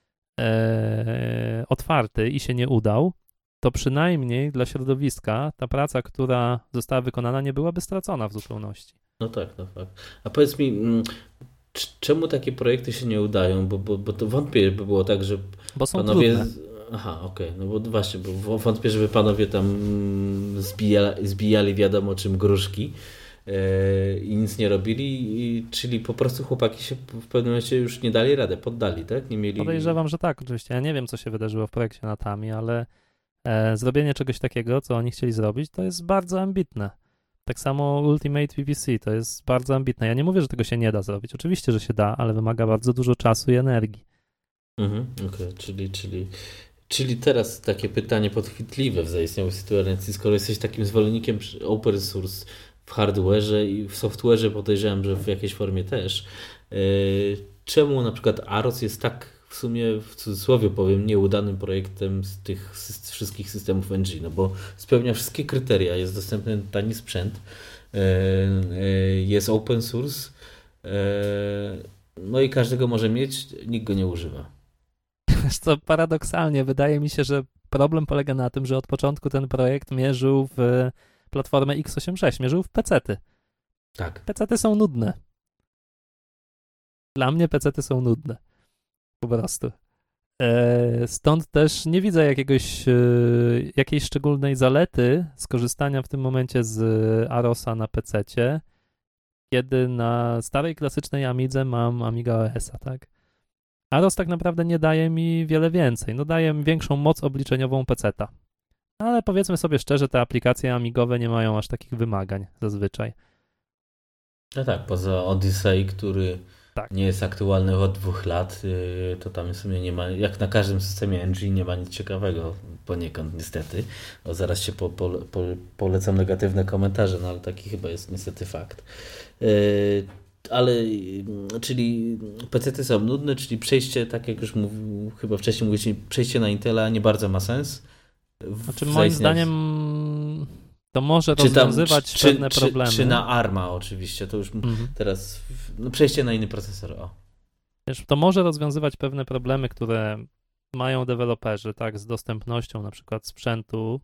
otwarty i się nie udał, to przynajmniej dla środowiska ta praca, która została wykonana, nie byłaby stracona w zupełności. No tak, no tak. A powiedz mi, czemu takie projekty się nie udają? Bo to wątpię, by było tak, że bo są panowie... trudne. Aha, okej, no bo właśnie, bo wątpię, żeby panowie tam zbijali wiadomo czym gruszki i nic nie robili, czyli po prostu chłopaki się w pewnym momencie już nie dali radę, poddali, tak? Nie mieli... Podejrzewam, że tak, oczywiście. Ja nie wiem, co się wydarzyło w projekcie NatAmi, ale zrobienie czegoś takiego, co oni chcieli zrobić, to jest bardzo ambitne. Tak samo Ultimate PPC, to jest bardzo ambitne. Ja nie mówię, że tego się nie da zrobić. Oczywiście, że się da, ale wymaga bardzo dużo czasu i energii. Okej, czyli teraz takie pytanie podchwytliwe w zaistniałej sytuacji, skoro jesteś takim zwolennikiem open source w hardware'ze i w software'ze, podejrzewam, że w jakiejś formie też, czemu na przykład AROS jest tak w sumie, w cudzysłowie powiem, nieudanym projektem z tych wszystkich systemów NG, no bo spełnia wszystkie kryteria, jest dostępny tani sprzęt, jest open source, no i każdy go może mieć, nikt go nie używa. Co paradoksalnie, wydaje mi się, że problem polega na tym, że od początku ten projekt mierzył w platformę x86, mierzył w pecety. Tak. Pecety są nudne. Dla mnie pecety są nudne. Po prostu. Stąd też nie widzę jakiejś szczególnej zalety skorzystania w tym momencie z AROSa na pececie, kiedy na starej klasycznej Amidze mam Amiga OS-a, tak? AROS tak naprawdę nie daje mi wiele więcej. No daje mi większą moc obliczeniową peceta. Ale powiedzmy sobie szczerze, te aplikacje amigowe nie mają aż takich wymagań zazwyczaj. No tak, poza Odyssey, który nie jest aktualny od 2 lat, to tam w sumie nie ma, jak na każdym systemie NG, nie ma nic ciekawego poniekąd niestety. O, zaraz się polecam negatywne komentarze, no ale taki chyba jest niestety fakt. Ale, czyli PC-ty są nudne, czyli przejście, tak jak już chyba wcześniej mówiliśmy, przejście na Intela nie bardzo ma sens. Znaczy moim zdaniem to może rozwiązywać pewne problemy. Czy na ARMA oczywiście, to już teraz przejście na inny procesor. O. Wiesz, to może rozwiązywać pewne problemy, które mają deweloperzy, tak, z dostępnością na przykład sprzętu.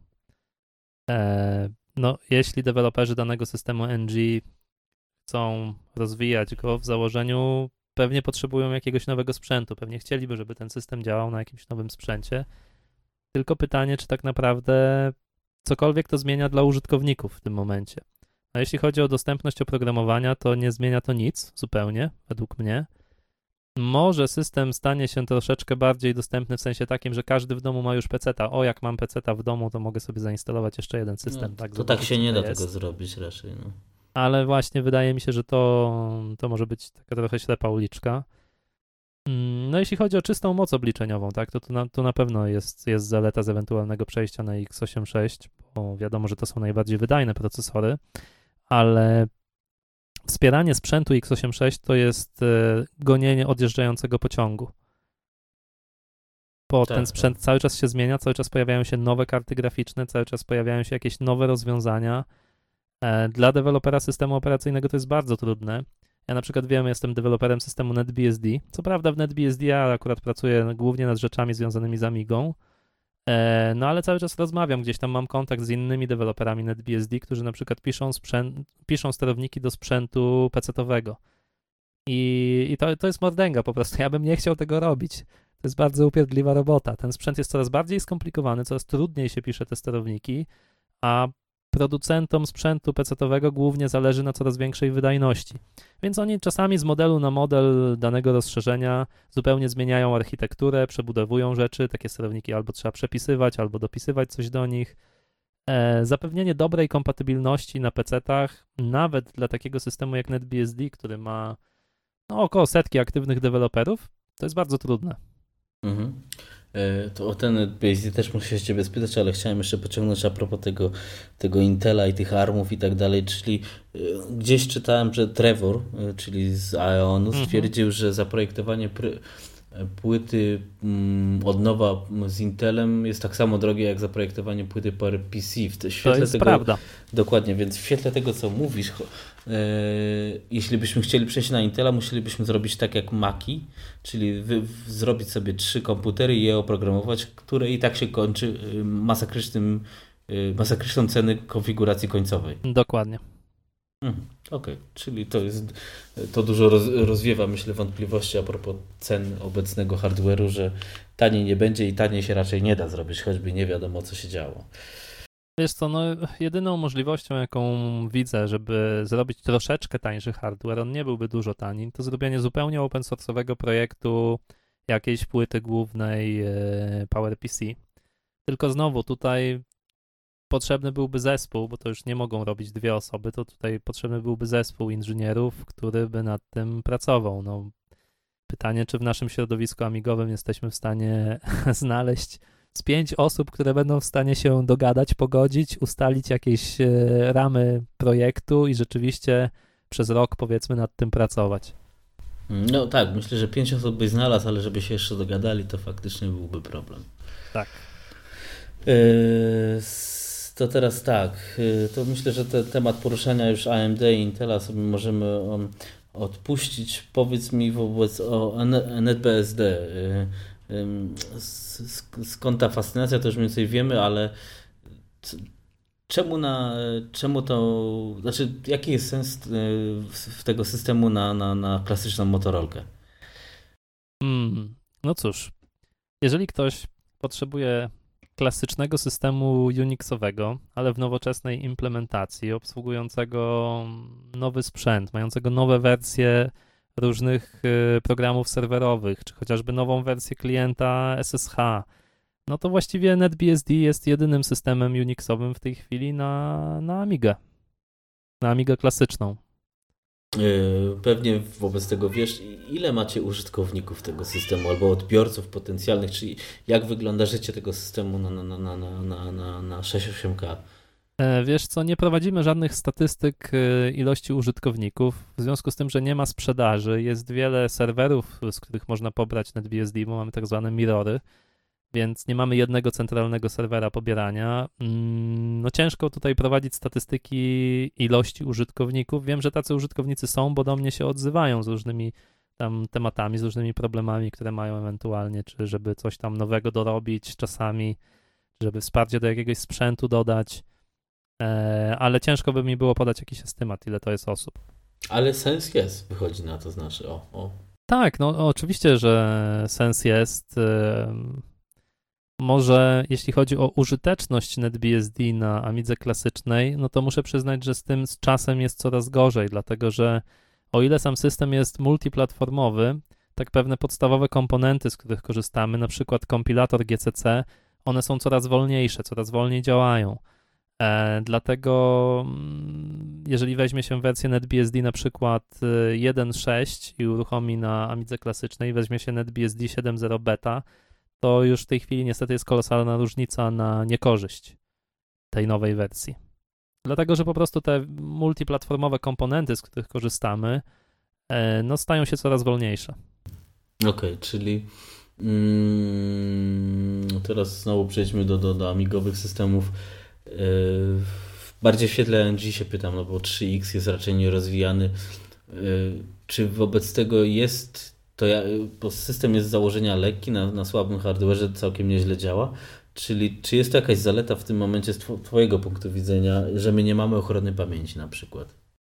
No, jeśli deweloperzy danego systemu NG chcą rozwijać go w założeniu, pewnie potrzebują jakiegoś nowego sprzętu, pewnie chcieliby, żeby ten system działał na jakimś nowym sprzęcie. Tylko pytanie, czy tak naprawdę cokolwiek to zmienia dla użytkowników w tym momencie. A jeśli chodzi o dostępność oprogramowania, to nie zmienia to nic zupełnie, według mnie. Może system stanie się troszeczkę bardziej dostępny w sensie takim, że każdy w domu ma już peceta. O, jak mam peceta w domu, to mogę sobie zainstalować jeszcze jeden system. No, tak, to tak się nie da tego zrobić raczej. No. Ale właśnie wydaje mi się, że to może być taka trochę ślepa uliczka. No jeśli chodzi o czystą moc obliczeniową, tak, to na pewno jest zaleta z ewentualnego przejścia na x86, bo wiadomo, że to są najbardziej wydajne procesory, ale wspieranie sprzętu x86 to jest gonienie odjeżdżającego pociągu. Bo ten sprzęt cały czas się zmienia, cały czas pojawiają się nowe karty graficzne, cały czas pojawiają się jakieś nowe rozwiązania. Dla dewelopera systemu operacyjnego to jest bardzo trudne. Ja na przykład wiem, jestem deweloperem systemu NetBSD. Co prawda w NetBSD ja akurat pracuję głównie nad rzeczami związanymi z Amigą, no ale cały czas rozmawiam, gdzieś tam mam kontakt z innymi deweloperami NetBSD, którzy na przykład piszą sterowniki do sprzętu PC-towego. I to jest mordęga po prostu. Ja bym nie chciał tego robić. To jest bardzo upierdliwa robota. Ten sprzęt jest coraz bardziej skomplikowany, coraz trudniej się pisze te sterowniki, a producentom sprzętu PC-owego głównie zależy na coraz większej wydajności. Więc oni czasami z modelu na model danego rozszerzenia zupełnie zmieniają architekturę, przebudowują rzeczy, takie sterowniki albo trzeba przepisywać, albo dopisywać coś do nich. Zapewnienie dobrej kompatybilności na PC-tach, nawet dla takiego systemu jak NetBSD, który ma około 100 aktywnych deweloperów, to jest bardzo trudne. Mhm. To o ten NetBSD też muszę się ciebie spytać, ale chciałem jeszcze pociągnąć a propos tego Intela i tych ARMów i tak dalej, czyli gdzieś czytałem, że Trevor, czyli z Ionu, stwierdził, że zaprojektowanie płyty od nowa z Intelem jest tak samo drogie jak zaprojektowanie płyty PowerPC. To jest prawda. Dokładnie, więc w świetle tego, co mówisz, jeśli byśmy chcieli przejść na Intela, musielibyśmy zrobić tak jak Maci, czyli zrobić sobie 3 komputery i je oprogramować, które i tak się kończy masakryczną ceny konfiguracji końcowej. Dokładnie. Okej, czyli to dużo rozwiewa, myślę, wątpliwości a propos cen obecnego hardware'u, że taniej nie będzie i taniej się raczej nie da zrobić, choćby nie wiadomo, co się działo. Wiesz co, jedyną możliwością, jaką widzę, żeby zrobić troszeczkę tańszy hardware, on nie byłby dużo tani, to zrobienie zupełnie open source'owego projektu jakiejś płyty głównej PowerPC. Tylko znowu tutaj potrzebny byłby zespół, bo to już nie mogą robić 2 osoby, to tutaj potrzebny byłby zespół inżynierów, który by nad tym pracował. Pytanie, czy w naszym środowisku amigowym jesteśmy w stanie znaleźć z 5 osób, które będą w stanie się dogadać, pogodzić, ustalić jakieś ramy projektu i rzeczywiście przez rok, powiedzmy, nad tym pracować. No tak, myślę, że 5 osób byś znalazł, ale żeby się jeszcze dogadali, to faktycznie byłby problem. Tak. To teraz tak, to myślę, że ten temat poruszania już AMD i Intela sobie możemy odpuścić. Powiedz mi wobec o NetBSD. Skąd ta fascynacja, to już mniej więcej wiemy, ale czemu to, znaczy jaki jest sens tego systemu na klasyczną Motorolkę? No cóż, jeżeli ktoś potrzebuje klasycznego systemu Unixowego, ale w nowoczesnej implementacji, obsługującego nowy sprzęt, mającego nowe wersje różnych programów serwerowych, czy chociażby nową wersję klienta SSH, no to właściwie NetBSD jest jedynym systemem Unixowym w tej chwili na Amigę. Na Amigę klasyczną. Pewnie wobec tego wiesz, ile macie użytkowników tego systemu albo odbiorców potencjalnych, czyli jak wygląda życie tego systemu na 6.8K? Wiesz co, nie prowadzimy żadnych statystyk ilości użytkowników, w związku z tym, że nie ma sprzedaży, jest wiele serwerów, z których można pobrać NetBSD, bo mamy tak zwane mirrory, więc nie mamy jednego centralnego serwera pobierania. No ciężko tutaj prowadzić statystyki ilości użytkowników. Wiem, że tacy użytkownicy są, bo do mnie się odzywają z różnymi tam tematami, z różnymi problemami, które mają ewentualnie, czy żeby coś tam nowego dorobić czasami, żeby wsparcie do jakiegoś sprzętu dodać, ale ciężko by mi było podać jakiś estymat, ile to jest osób. Ale sens jest, wychodzi na to, znaczy Tak, no oczywiście, że sens jest. Może jeśli chodzi o użyteczność NetBSD na Amidze klasycznej, no to muszę przyznać, że z tym z czasem jest coraz gorzej, dlatego że o ile sam system jest multiplatformowy, tak pewne podstawowe komponenty, z których korzystamy, na przykład kompilator GCC, one są coraz wolniejsze, coraz wolniej działają. Dlatego jeżeli weźmie się wersję NetBSD na przykład 1.6 i uruchomi na Amidze klasycznej, weźmie się NetBSD 7.0 beta, to już w tej chwili niestety jest kolosalna różnica na niekorzyść tej nowej wersji. Dlatego, że po prostu te multiplatformowe komponenty, z których korzystamy, no stają się coraz wolniejsze. Okej, czyli teraz znowu przejdźmy do amigowych systemów. Bardziej w świetle AMD się pytam, no bo 3X jest raczej nierozwijany. Czy wobec tego jest bo system jest z założenia lekki, na słabym hardware'ze całkiem nieźle działa, czyli czy jest to jakaś zaleta w tym momencie z twojego punktu widzenia, że my nie mamy ochrony pamięci na przykład?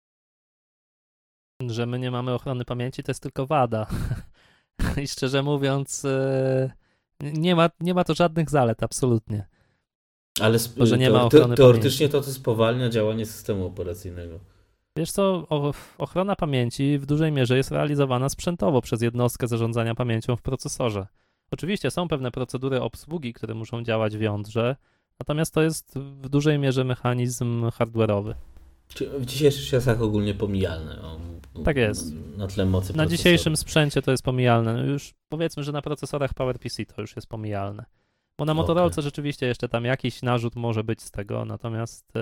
Że my nie mamy ochrony pamięci, to jest tylko wada. I szczerze mówiąc, nie ma to żadnych zalet, absolutnie. Ale że nie ma ochrony teoretycznie to spowalnia działanie systemu operacyjnego. Wiesz co, ochrona pamięci w dużej mierze jest realizowana sprzętowo przez jednostkę zarządzania pamięcią w procesorze. Oczywiście są pewne procedury obsługi, które muszą działać w jądrze, natomiast to jest w dużej mierze mechanizm hardware'owy. W dzisiejszych czasach ogólnie pomijalne. Tak jest. Na tle mocy Na procesora. dzisiejszym sprzęcie to jest pomijalne. Już powiedzmy, że na procesorach PowerPC to już jest pomijalne. Bo na Motorolce rzeczywiście jeszcze tam jakiś narzut może być z tego, natomiast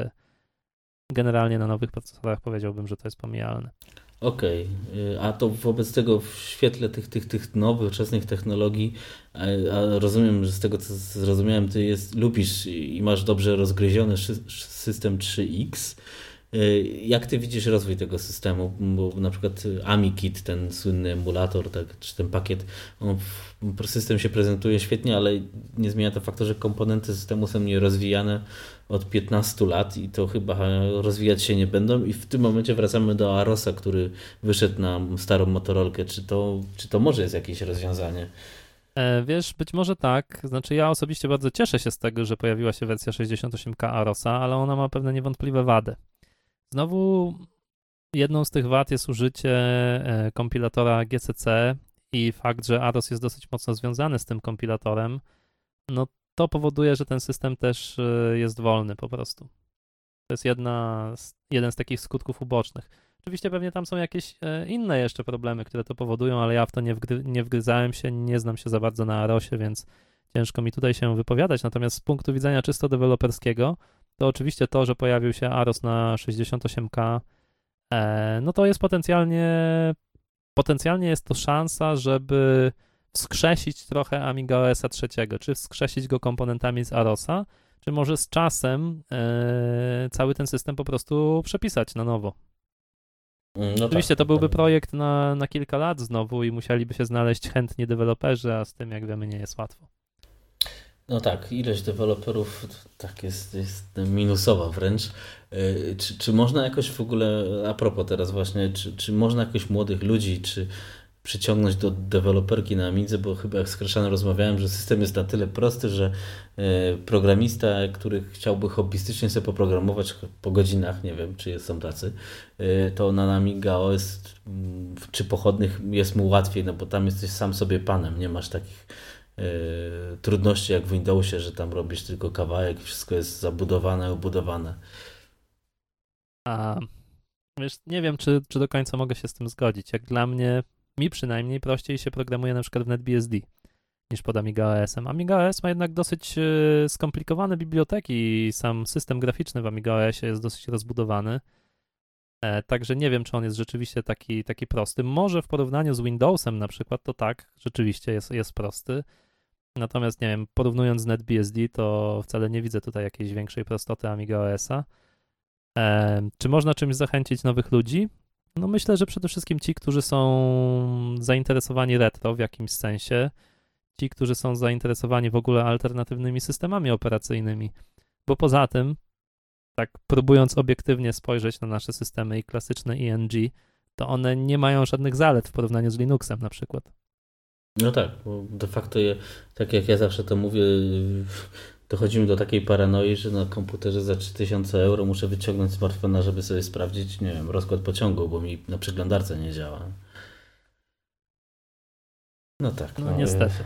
generalnie na nowych procesorach powiedziałbym, że to jest pomijalne. Okej. A to wobec tego w świetle tych nowoczesnych technologii, a rozumiem, że z tego co zrozumiałem, ty lubisz i masz dobrze rozgryziony system 3X. Jak ty widzisz rozwój tego systemu? Bo na przykład AmiKit, ten słynny emulator, tak, czy ten pakiet, system się prezentuje świetnie, ale nie zmienia to faktu, że komponenty systemu są nierozwijane od 15 lat i to chyba rozwijać się nie będą. I w tym momencie wracamy do Arosa, który wyszedł na starą Motorolkę. Czy to może jest jakieś rozwiązanie? Wiesz, być może tak. Znaczy ja osobiście bardzo cieszę się z tego, że pojawiła się wersja 68K Arosa, ale ona ma pewne niewątpliwe wady. Znowu jedną z tych wad jest użycie kompilatora GCC i fakt, że Aros jest dosyć mocno związany z tym kompilatorem, no to powoduje, że ten system też jest wolny po prostu. To jest jeden z takich skutków ubocznych. Oczywiście pewnie tam są jakieś inne jeszcze problemy, które to powodują, ale ja w to nie wgryzałem się, nie znam się za bardzo na Arosie, więc ciężko mi tutaj się wypowiadać. Natomiast z punktu widzenia czysto deweloperskiego, to oczywiście to, że pojawił się Aros na 68K, no to jest potencjalnie jest to szansa, żeby wskrzesić trochę Amiga OS-a trzeciego, czy wskrzesić go komponentami z Arosa, czy może z czasem cały ten system po prostu przepisać na nowo. No oczywiście tak, to byłby projekt na kilka lat znowu i musieliby się znaleźć chętni deweloperzy, a z tym, jak wiemy, nie jest łatwo. No tak, ilość deweloperów tak jest minusowa wręcz. Czy można jakoś w ogóle, a propos teraz właśnie, czy można jakoś młodych ludzi, czy przyciągnąć do deweloperki na Amidze, bo chyba jak z Kraszanem rozmawiałem, że system jest na tyle prosty, że programista, który chciałby hobbystycznie sobie poprogramować po godzinach, nie wiem, czy są tacy, to na Amiga OS czy pochodnych jest mu łatwiej, no bo tam jesteś sam sobie panem, nie masz takich trudności jak w Windowsie, że tam robisz tylko kawałek i wszystko jest zabudowane, obudowane. A wiesz, nie wiem, czy do końca mogę się z tym zgodzić. Jak dla mnie, mi przynajmniej prościej się programuje na przykład w NetBSD niż pod Amiga OS-em. Amiga OS ma jednak dosyć skomplikowane biblioteki i sam system graficzny w Amiga OS-ie jest dosyć rozbudowany. Także nie wiem, czy on jest rzeczywiście taki prosty. Może w porównaniu z Windowsem na przykład, to tak, rzeczywiście jest prosty. Natomiast nie wiem, porównując z NetBSD, to wcale nie widzę tutaj jakiejś większej prostoty Amiga OS-a. Czy można czymś zachęcić nowych ludzi? No myślę, że przede wszystkim ci, którzy są zainteresowani retro w jakimś sensie, ci, którzy są zainteresowani w ogóle alternatywnymi systemami operacyjnymi, bo poza tym, tak próbując obiektywnie spojrzeć na nasze systemy i klasyczne ING, to one nie mają żadnych zalet w porównaniu z Linuxem na przykład. No tak, bo de facto tak jak ja zawsze to mówię, dochodzimy do takiej paranoi, że na komputerze za 3000 euro muszę wyciągnąć smartfona, żeby sobie sprawdzić, nie wiem, rozkład pociągu, bo mi na przeglądarce nie działa. No tak. No niestety.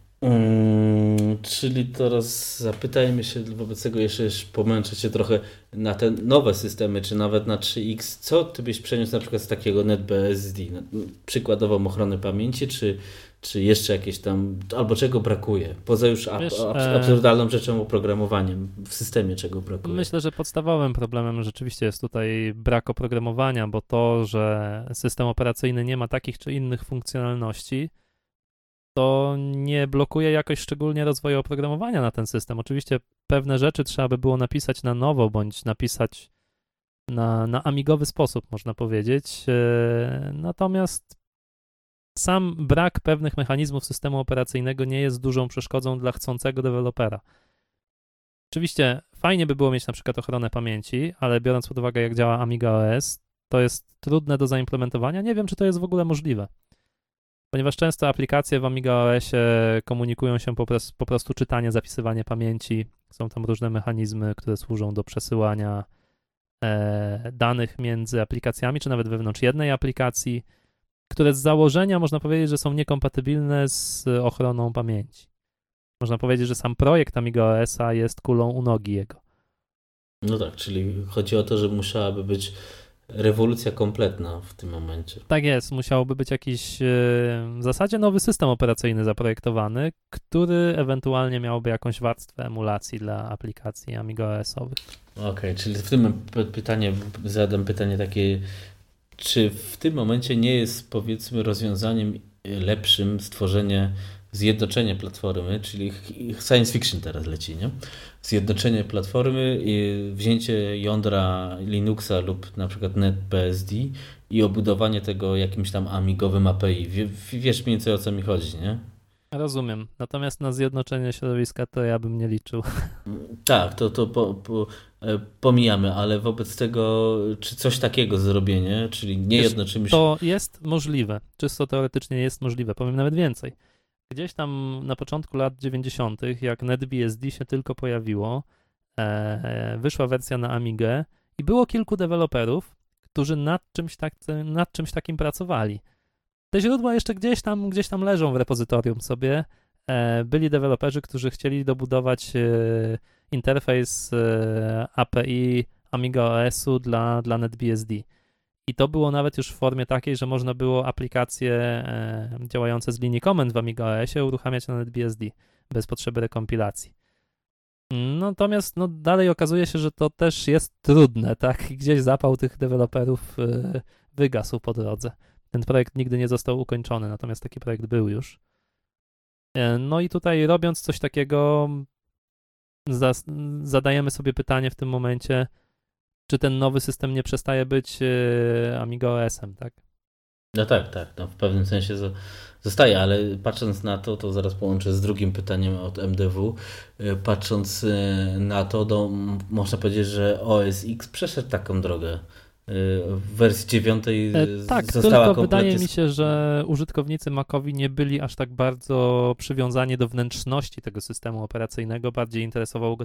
Czyli teraz zapytajmy się wobec tego jeszcze pomęczę się trochę na te nowe systemy, czy nawet na 3X. Co ty byś przeniósł na przykład z takiego NetBSD? Przykładową ochronę pamięci, czy jeszcze jakieś tam, albo czego brakuje? Poza już absurdalną rzeczą oprogramowaniem w systemie, czego brakuje? Myślę, że podstawowym problemem rzeczywiście jest tutaj brak oprogramowania, bo to, że system operacyjny nie ma takich czy innych funkcjonalności, to nie blokuje jakoś szczególnie rozwoju oprogramowania na ten system. Oczywiście pewne rzeczy trzeba by było napisać na nowo, bądź napisać na amigowy sposób, można powiedzieć. Natomiast sam brak pewnych mechanizmów systemu operacyjnego nie jest dużą przeszkodą dla chcącego dewelopera. Oczywiście fajnie by było mieć na przykład ochronę pamięci, ale biorąc pod uwagę, jak działa Amiga OS, to jest trudne do zaimplementowania. Nie wiem, czy to jest w ogóle możliwe. ponieważ często aplikacje w Amiga OS-ie komunikują się po prostu czytanie, zapisywanie pamięci. Są tam różne mechanizmy, które służą do przesyłania danych między aplikacjami, czy nawet wewnątrz jednej aplikacji, które z założenia można powiedzieć, że są niekompatybilne z ochroną pamięci. Można powiedzieć, że sam projekt Amiga OS-a jest kulą u nogi jego. No tak, czyli chodzi o to, że musiałaby być rewolucja kompletna w tym momencie. Tak jest, musiałby być jakiś w zasadzie nowy system operacyjny zaprojektowany, który ewentualnie miałby jakąś warstwę emulacji dla aplikacji Amiga OS-owych. Okej, czyli w tym zadam pytanie takie, czy w tym momencie nie jest, powiedzmy, rozwiązaniem lepszym stworzenie, zjednoczenie platformy, czyli science fiction teraz leci, nie? Zjednoczenie platformy i wzięcie jądra Linuxa lub na przykład NetBSD i obudowanie tego jakimś tam amigowym API. Wiesz mniej więcej, o co mi chodzi, nie? Rozumiem. Natomiast na zjednoczenie środowiska to ja bym nie liczył. Tak, pomijamy, ale wobec tego, czy coś takiego zrobienie, czyli nie jednoczymy się... To jest możliwe. Czysto teoretycznie jest możliwe. Powiem nawet więcej. Gdzieś tam na początku lat 90., jak NetBSD się tylko pojawiło, wyszła wersja na Amigę i było kilku deweloperów, którzy nad czymś takim pracowali. Te źródła jeszcze gdzieś tam leżą w repozytorium sobie. Byli deweloperzy, którzy chcieli dobudować interfejs API Amiga OS-u dla NetBSD. I to było nawet już w formie takiej, że można było aplikacje działające z linii komend w Amiga OS-ie uruchamiać na NetBSD bez potrzeby rekompilacji. Natomiast dalej okazuje się, że to też jest trudne, tak? I gdzieś zapał tych deweloperów wygasł po drodze. Ten projekt nigdy nie został ukończony, natomiast taki projekt był już. No i tutaj robiąc coś takiego zadajemy sobie pytanie w tym momencie, czy ten nowy system nie przestaje być Amiga OS-em, tak? No tak, no w pewnym sensie zostaje, ale patrząc na to zaraz połączę z drugim pytaniem od MDW. Patrząc na to, można powiedzieć, że OS X przeszedł taką drogę. W wersji 9 tak, została tylko kompletnie... wydaje mi się, że użytkownicy Macowi nie byli aż tak bardzo przywiązani do wnętrzności tego systemu operacyjnego, bardziej interesował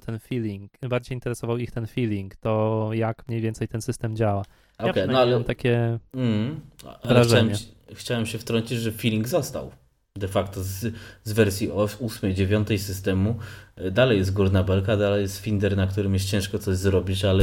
ich ten feeling, to jak mniej więcej ten system działa. Ja przynajmniej mam takie wrażenie. Chciałem się wtrącić, że feeling został. De facto z wersji 8, 9 systemu dalej jest górna belka, dalej jest Finder, na którym jest ciężko coś zrobić, ale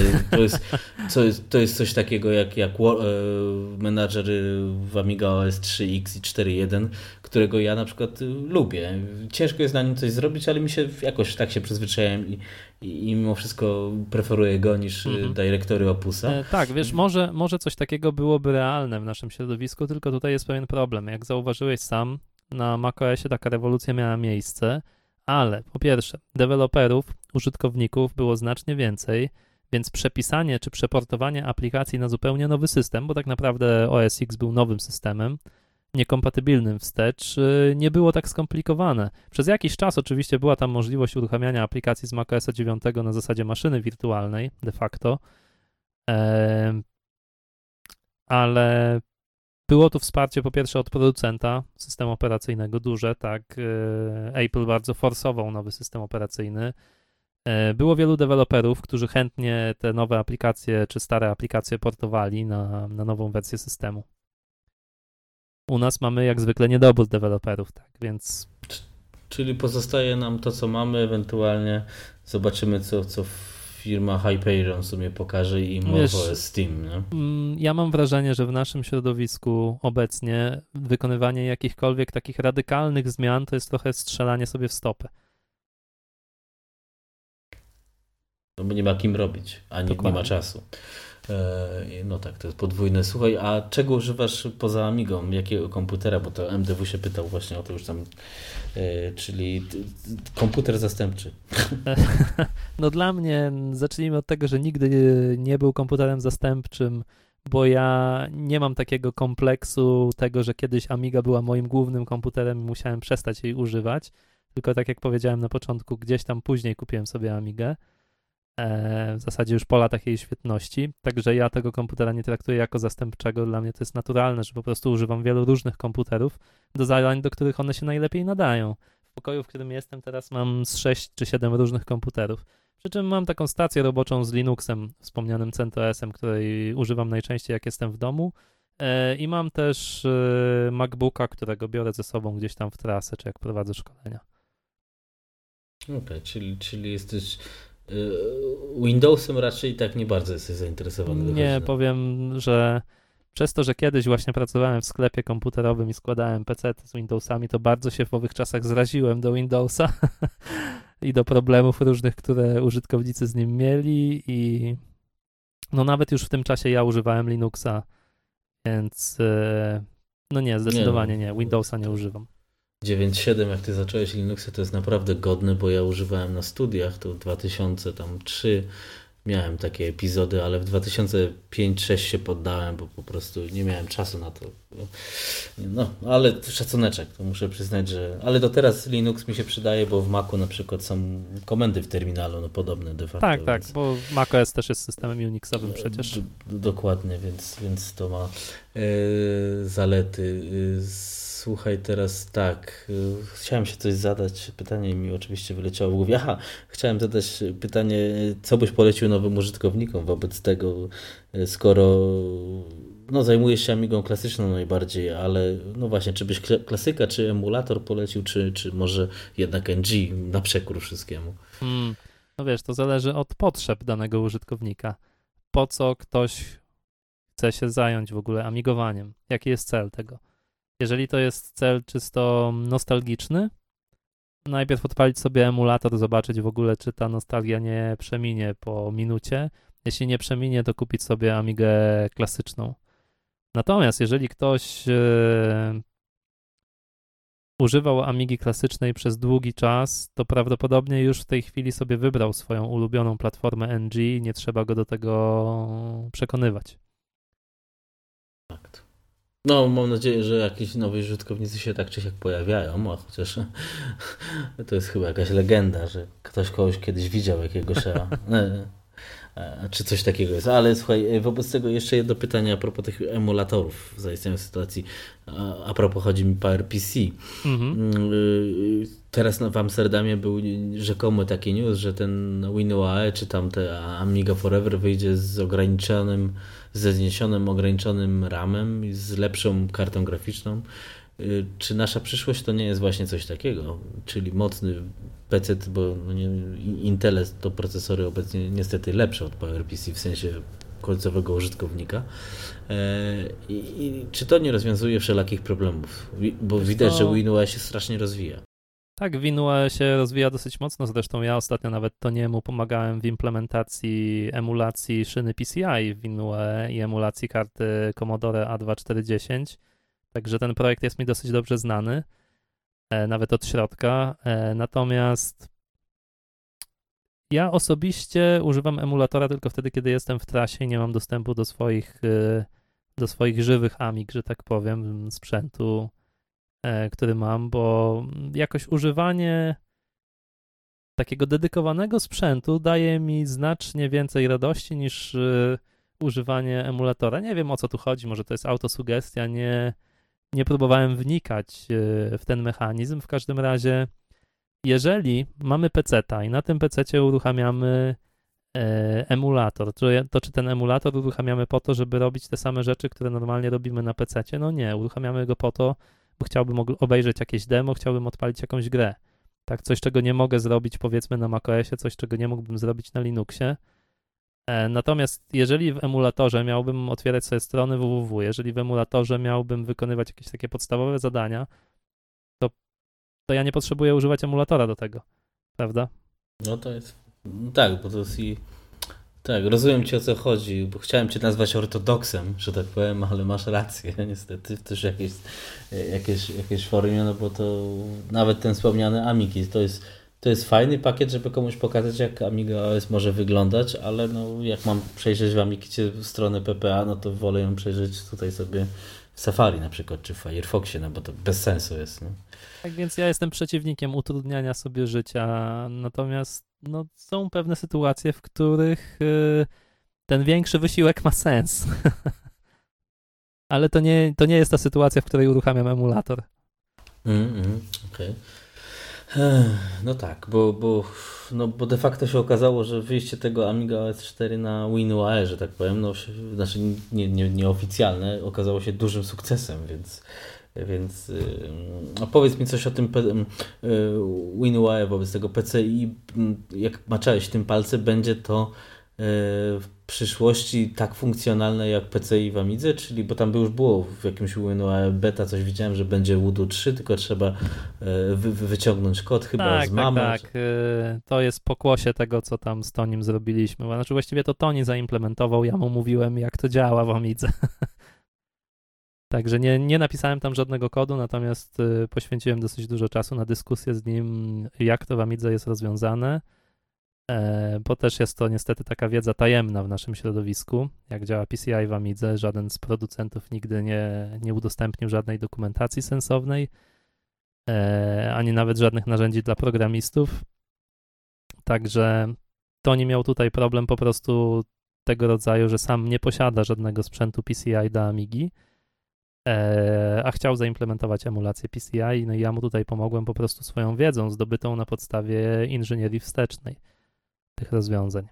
to jest coś takiego jak menadżer w Amiga OS 3X i 4.1, którego ja na przykład lubię. Ciężko jest na nim coś zrobić, ale mi się jakoś tak się przyzwyczaiłem i mimo wszystko preferuję go niż dyrektory Opusa. Tak, wiesz, może coś takiego byłoby realne w naszym środowisku, tylko tutaj jest pewien problem. Jak zauważyłeś sam, na macOSie taka rewolucja miała miejsce, ale po pierwsze, deweloperów, użytkowników było znacznie więcej, więc przepisanie czy przeportowanie aplikacji na zupełnie nowy system, bo tak naprawdę OS X był nowym systemem, niekompatybilnym wstecz, nie było tak skomplikowane. Przez jakiś czas oczywiście była tam możliwość uruchamiania aplikacji z macOS 9 na zasadzie maszyny wirtualnej de facto, ale było tu wsparcie po pierwsze od producenta systemu operacyjnego, duże, tak, Apple bardzo forsował nowy system operacyjny. Było wielu deweloperów, którzy chętnie te nowe aplikacje czy stare aplikacje portowali na nową wersję systemu. U nas mamy jak zwykle niedobór deweloperów, tak, więc... Czyli pozostaje nam to, co mamy, ewentualnie zobaczymy, co firma Hyperion w sumie pokaże i może Steam, nie? Ja mam wrażenie, że w naszym środowisku obecnie wykonywanie jakichkolwiek takich radykalnych zmian to jest trochę strzelanie sobie w stopę. No bo nie ma kim robić, a nikt nie ma czasu. No tak, to jest podwójne. Słuchaj, a czego używasz poza Amigą? Jakiego komputera? Bo to MDW się pytał właśnie o to już tam, czyli komputer zastępczy. No dla mnie, zacznijmy od tego, że nigdy nie był komputerem zastępczym, bo ja nie mam takiego kompleksu tego, że kiedyś Amiga była moim głównym komputerem i musiałem przestać jej używać, tylko tak jak powiedziałem na początku, gdzieś tam później kupiłem sobie Amigę. w zasadzie już po latach jej świetności, także ja tego komputera nie traktuję jako zastępczego, dla mnie to jest naturalne, że po prostu używam wielu różnych komputerów do zadań, do których one się najlepiej nadają. W pokoju, w którym jestem teraz, mam z 6 czy 7 różnych komputerów, przy czym mam taką stację roboczą z Linuxem, wspomnianym CentOS-em, której używam najczęściej jak jestem w domu, i mam też MacBooka, którego biorę ze sobą gdzieś tam w trasę, czy jak prowadzę szkolenia. Okej, czyli jesteś Windowsem raczej tak nie bardzo jesteś zainteresowany. Nie, powiem, że przez to, że kiedyś właśnie pracowałem w sklepie komputerowym i składałem PC z Windowsami, to bardzo się w owych czasach zraziłem do Windowsa i do problemów różnych, które użytkownicy z nim mieli i no nawet już w tym czasie ja używałem Linuxa, więc no nie, zdecydowanie nie, Windowsa nie używam. 9.7, jak ty zacząłeś Linuxa, to jest naprawdę godne, bo ja używałem na studiach, to w 2003 miałem takie epizody, ale w 2005-2006 się poddałem, bo po prostu nie miałem czasu na to. No, ale szacuneczek, to muszę przyznać, że... Ale do teraz Linux mi się przydaje, bo w Macu na przykład są komendy w terminalu, no podobne de facto. Tak, więc... bo macOS też jest systemem Unixowym przecież. Dokładnie, więc to ma zalety. Słuchaj, teraz tak, chciałem się coś zadać, pytanie mi oczywiście wyleciało w głowie. Aha, chciałem zadać pytanie, co byś polecił nowym użytkownikom wobec tego, skoro no, zajmujesz się Amigą klasyczną najbardziej, ale no właśnie, czy byś klasyka, czy emulator polecił, czy może jednak NG na przekór wszystkiemu? No wiesz, to zależy od potrzeb danego użytkownika. Po co ktoś chce się zająć w ogóle amigowaniem? Jaki jest cel tego? Jeżeli to jest cel czysto nostalgiczny, najpierw odpalić sobie emulator, zobaczyć w ogóle, czy ta nostalgia nie przeminie po minucie. Jeśli nie przeminie, to kupić sobie Amigę klasyczną. Natomiast jeżeli ktoś używał Amigi klasycznej przez długi czas, to prawdopodobnie już w tej chwili sobie wybrał swoją ulubioną platformę NG i nie trzeba go do tego przekonywać. Tak. No, mam nadzieję, że jakieś nowi użytkownicy się tak czy siak pojawiają, a chociaż to jest chyba jakaś legenda, że ktoś kogoś kiedyś widział, jakiegoś czy coś takiego jest. Ale słuchaj, wobec tego jeszcze jedno pytanie a propos tych emulatorów w zaistniałej sytuacji. A propos chodzi mi PowerPC. Teraz w Amsterdamie był rzekomy taki news, że ten WinUAE czy tam te Amiga Forever wyjdzie z ograniczonym, ze zniesionym, ograniczonym RAM-em i z lepszą kartą graficzną. Czy nasza przyszłość to nie jest właśnie coś takiego? Czyli mocny PC, bo Intele to procesory obecnie niestety lepsze od PowerPC w sensie końcowego użytkownika. I czy to nie rozwiązuje wszelakich problemów? Bo widać, że WinUAE się strasznie rozwija. Tak, WinUAE się rozwija dosyć mocno, zresztą ja ostatnio nawet Toniemu pomagałem w implementacji emulacji szyny PCI w WinUAE i emulacji karty Commodore A2410, także ten projekt jest mi dosyć dobrze znany, nawet od środka, natomiast ja osobiście używam emulatora tylko wtedy, kiedy jestem w trasie i nie mam dostępu do swoich żywych Amig, że tak powiem, sprzętu, który mam, bo jakoś używanie takiego dedykowanego sprzętu daje mi znacznie więcej radości niż używanie emulatora. Nie wiem, o co tu chodzi, może to jest autosugestia, nie próbowałem wnikać w ten mechanizm. W każdym razie, jeżeli mamy peceta i na tym pececie uruchamiamy emulator, to czy ten emulator uruchamiamy po to, żeby robić te same rzeczy, które normalnie robimy na pececie? No nie, uruchamiamy go po to, bo chciałbym obejrzeć jakieś demo, chciałbym odpalić jakąś grę. Tak, coś, czego nie mogę zrobić powiedzmy na macOSie, coś, czego nie mógłbym zrobić na Linuxie. Natomiast jeżeli w emulatorze miałbym otwierać sobie strony www, jeżeli w emulatorze miałbym wykonywać jakieś takie podstawowe zadania, to ja nie potrzebuję używać emulatora do tego, prawda? No to jest... Tak, bo to jest i... Tak, rozumiem Ci o co chodzi, bo chciałem Cię nazwać ortodoksem, że tak powiem, ale masz rację, niestety też jakieś formie, no bo to nawet ten wspomniany Amigi, to jest fajny pakiet, żeby komuś pokazać, jak Amiga OS może wyglądać, ale no, jak mam przejrzeć w Amigicie stronę PPA, no to wolę ją przejrzeć tutaj sobie w Safari na przykład, czy w Firefoxie, no bo to bez sensu jest. No. Tak więc ja jestem przeciwnikiem utrudniania sobie życia, natomiast No, są pewne sytuacje, w których ten większy wysiłek ma sens. Ale to nie jest ta sytuacja, w której uruchamiam emulator. Okej. No tak, bo de facto się okazało, że wyjście tego Amiga OS 4 na WinUAE, że tak powiem, znaczy nieoficjalne, okazało się dużym sukcesem, więc opowiedz mi coś o tym WinUAE wobec tego PCI. Jak maczałeś tym palce, będzie to w przyszłości tak funkcjonalne jak PCI w Amidze, czyli bo tam już było w jakimś WinUAE beta, coś widziałem, że będzie Voodoo 3, tylko trzeba wyciągnąć kod chyba z mamy. Tak. To jest pokłosie tego, co tam z Tonim zrobiliśmy. Znaczy właściwie to Toni zaimplementował, ja mu mówiłem, jak to działa w Amidze. Także nie napisałem tam żadnego kodu, natomiast poświęciłem dosyć dużo czasu na dyskusję z nim, jak to w Amidze jest rozwiązane, bo też jest to niestety taka wiedza tajemna w naszym środowisku, jak działa PCI w Amidze. Żaden z producentów nigdy nie udostępnił żadnej dokumentacji sensownej, ani nawet żadnych narzędzi dla programistów. Także Toni miał tutaj problem po prostu tego rodzaju, że sam nie posiada żadnego sprzętu PCI do Amigi, a chciał zaimplementować emulację PCI, no i ja mu tutaj pomogłem po prostu swoją wiedzą zdobytą na podstawie inżynierii wstecznej tych rozwiązań.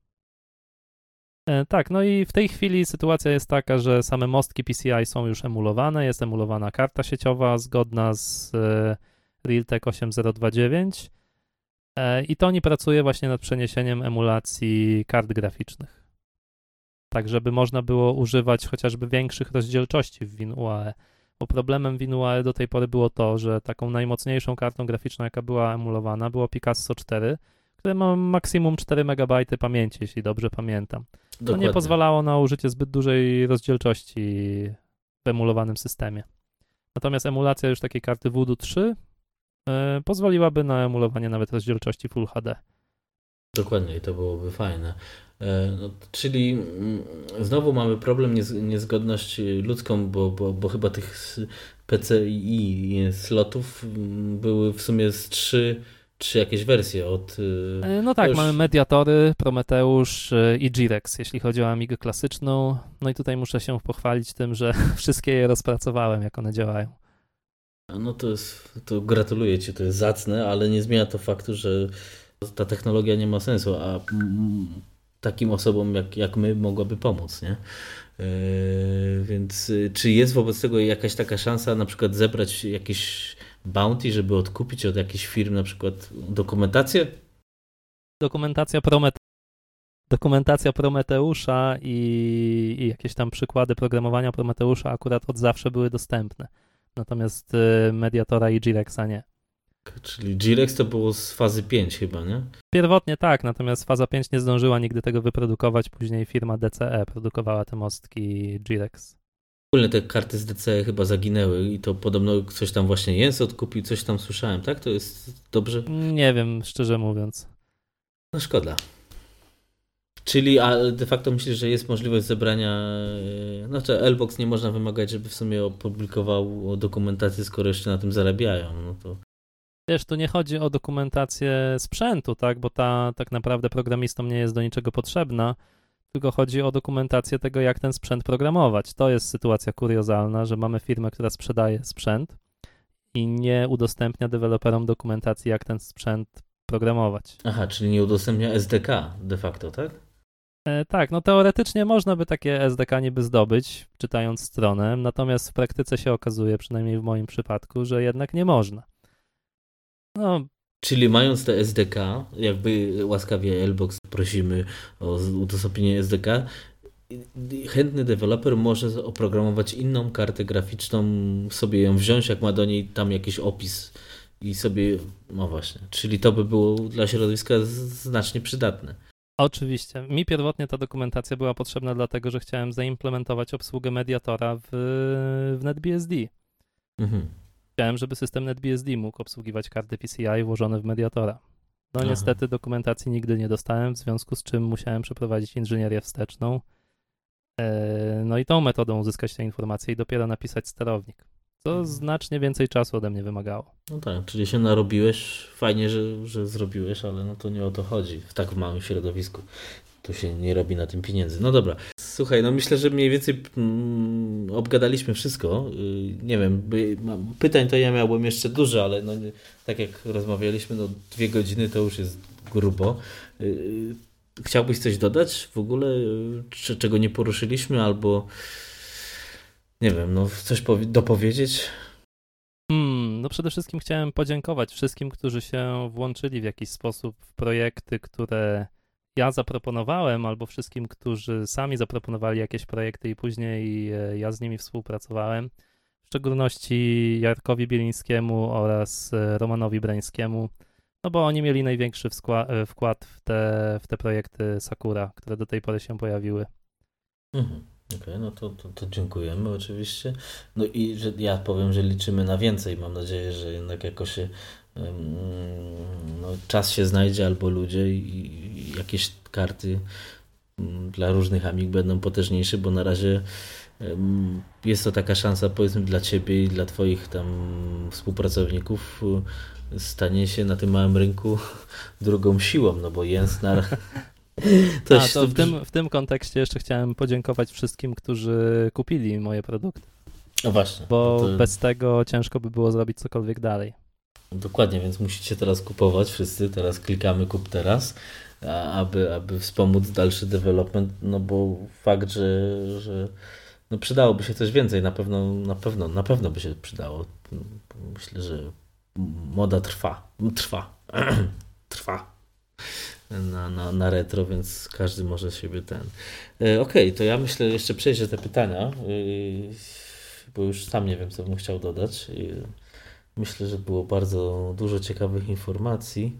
Tak, no i w tej chwili sytuacja jest taka, że same mostki PCI są już emulowane, jest emulowana karta sieciowa zgodna z Realtek 8029 i Toni pracuje właśnie nad przeniesieniem emulacji kart graficznych, tak żeby można było używać chociażby większych rozdzielczości w WinUAE, bo problemem WinUAE do tej pory było to, że taką najmocniejszą kartą graficzną, jaka była emulowana, było Picasso 4, które ma maksimum 4 MB pamięci, jeśli dobrze pamiętam. To nie pozwalało na użycie zbyt dużej rozdzielczości w emulowanym systemie. Natomiast emulacja już takiej karty Voodoo 3 pozwoliłaby na emulowanie nawet rozdzielczości Full HD. Dokładnie, i to byłoby fajne. No, czyli znowu mamy problem, niezgodność ludzką, bo chyba tych PCI slotów były w sumie z trzy jakieś wersje od... No tak, mamy Mediatory, Prometeusz i Girex, jeśli chodzi o Amigę klasyczną. No i tutaj muszę się pochwalić tym, że wszystkie je rozpracowałem, jak one działają. No to gratuluję Ci, to jest zacne, ale nie zmienia to faktu, że ta technologia nie ma sensu, a takim osobom jak my mogłaby pomóc, nie? Więc czy jest wobec tego jakaś taka szansa na przykład zebrać jakieś bounty, żeby odkupić od jakichś firm na przykład dokumentację? Dokumentacja Prometeusza i jakieś tam przykłady programowania Prometeusza akurat od zawsze były dostępne. Natomiast Mediatora i Girexa nie. Czyli Girex to było z fazy 5 chyba, nie? Pierwotnie tak, natomiast faza 5 nie zdążyła nigdy tego wyprodukować. Później firma DCE produkowała te mostki Girex. Ogólnie te karty z DCE chyba zaginęły i to podobno coś tam właśnie jest odkupił, coś tam słyszałem, tak? To jest dobrze? Nie wiem, szczerze mówiąc. No szkoda. Czyli de facto myślisz, że jest możliwość zebrania, no to Elbox nie można wymagać, żeby w sumie opublikował dokumentację, skoro jeszcze na tym zarabiają, no to... Wiesz, tu nie chodzi o dokumentację sprzętu, tak, bo ta tak naprawdę programistom nie jest do niczego potrzebna, tylko chodzi o dokumentację tego, jak ten sprzęt programować. To jest sytuacja kuriozalna, że mamy firmę, która sprzedaje sprzęt i nie udostępnia deweloperom dokumentacji, jak ten sprzęt programować. Aha, czyli nie udostępnia SDK de facto, tak? Tak, no teoretycznie można by takie SDK niby zdobyć, czytając stronę, natomiast w praktyce się okazuje, przynajmniej w moim przypadku, że jednak nie można. No, czyli mając te SDK, jakby łaskawie Elbox prosimy o udostępnienie SDK, chętny deweloper może oprogramować inną kartę graficzną, sobie ją wziąć, jak ma do niej tam jakiś opis i sobie, no właśnie, czyli to by było dla środowiska znacznie przydatne. Oczywiście. Mi pierwotnie ta dokumentacja była potrzebna dlatego, że chciałem zaimplementować obsługę Mediatora w NetBSD. Chciałem, żeby system NetBSD mógł obsługiwać karty PCI włożone w Mediatora. No niestety dokumentacji nigdy nie dostałem, w związku z czym musiałem przeprowadzić inżynierię wsteczną. No i tą metodą uzyskać te informacje i dopiero napisać sterownik, To znacznie więcej czasu ode mnie wymagało. No tak, czyli się narobiłeś, fajnie, że zrobiłeś, ale no to nie o to chodzi w tak małym środowisku. Tu się nie robi na tym pieniędzy. No dobra. Słuchaj, no myślę, że mniej więcej obgadaliśmy wszystko. Nie wiem, pytań to ja miałbym jeszcze dużo, ale no, tak jak rozmawialiśmy, no 2 godziny to już jest grubo. Chciałbyś coś dodać w ogóle, czego nie poruszyliśmy, albo nie wiem, no coś dopowiedzieć? No przede wszystkim chciałem podziękować wszystkim, którzy się włączyli w jakiś sposób w projekty, które ja zaproponowałem, albo wszystkim, którzy sami zaproponowali jakieś projekty i później ja z nimi współpracowałem. W szczególności Jarkowi Bielińskiemu oraz Romanowi Brańskiemu, no bo oni mieli największy wkład w te projekty Sakura, które do tej pory się pojawiły. Okej, no to dziękujemy oczywiście. No i że ja powiem, że liczymy na więcej. Mam nadzieję, że jednak jakoś no, czas się znajdzie albo ludzie i jakieś karty dla różnych amig będą potężniejsze, bo na razie jest to taka szansa, powiedzmy, dla ciebie i dla twoich tam współpracowników stanie się na tym małym rynku drugą siłą, no bo Jensnar to w tym kontekście jeszcze chciałem podziękować wszystkim, którzy kupili moje produkty. No właśnie. Bo bez tego ciężko by było zrobić cokolwiek dalej. Dokładnie, więc musicie teraz kupować wszyscy, teraz klikamy kup teraz, aby wspomóc dalszy development, no bo fakt, że no przydałoby się coś więcej, na pewno by się przydało. Myślę, że moda trwa na retro, więc każdy może siebie Okej, to ja myślę, jeszcze przejdę te pytania, bo już sam nie wiem, co bym chciał dodać. Myślę, że było bardzo dużo ciekawych informacji.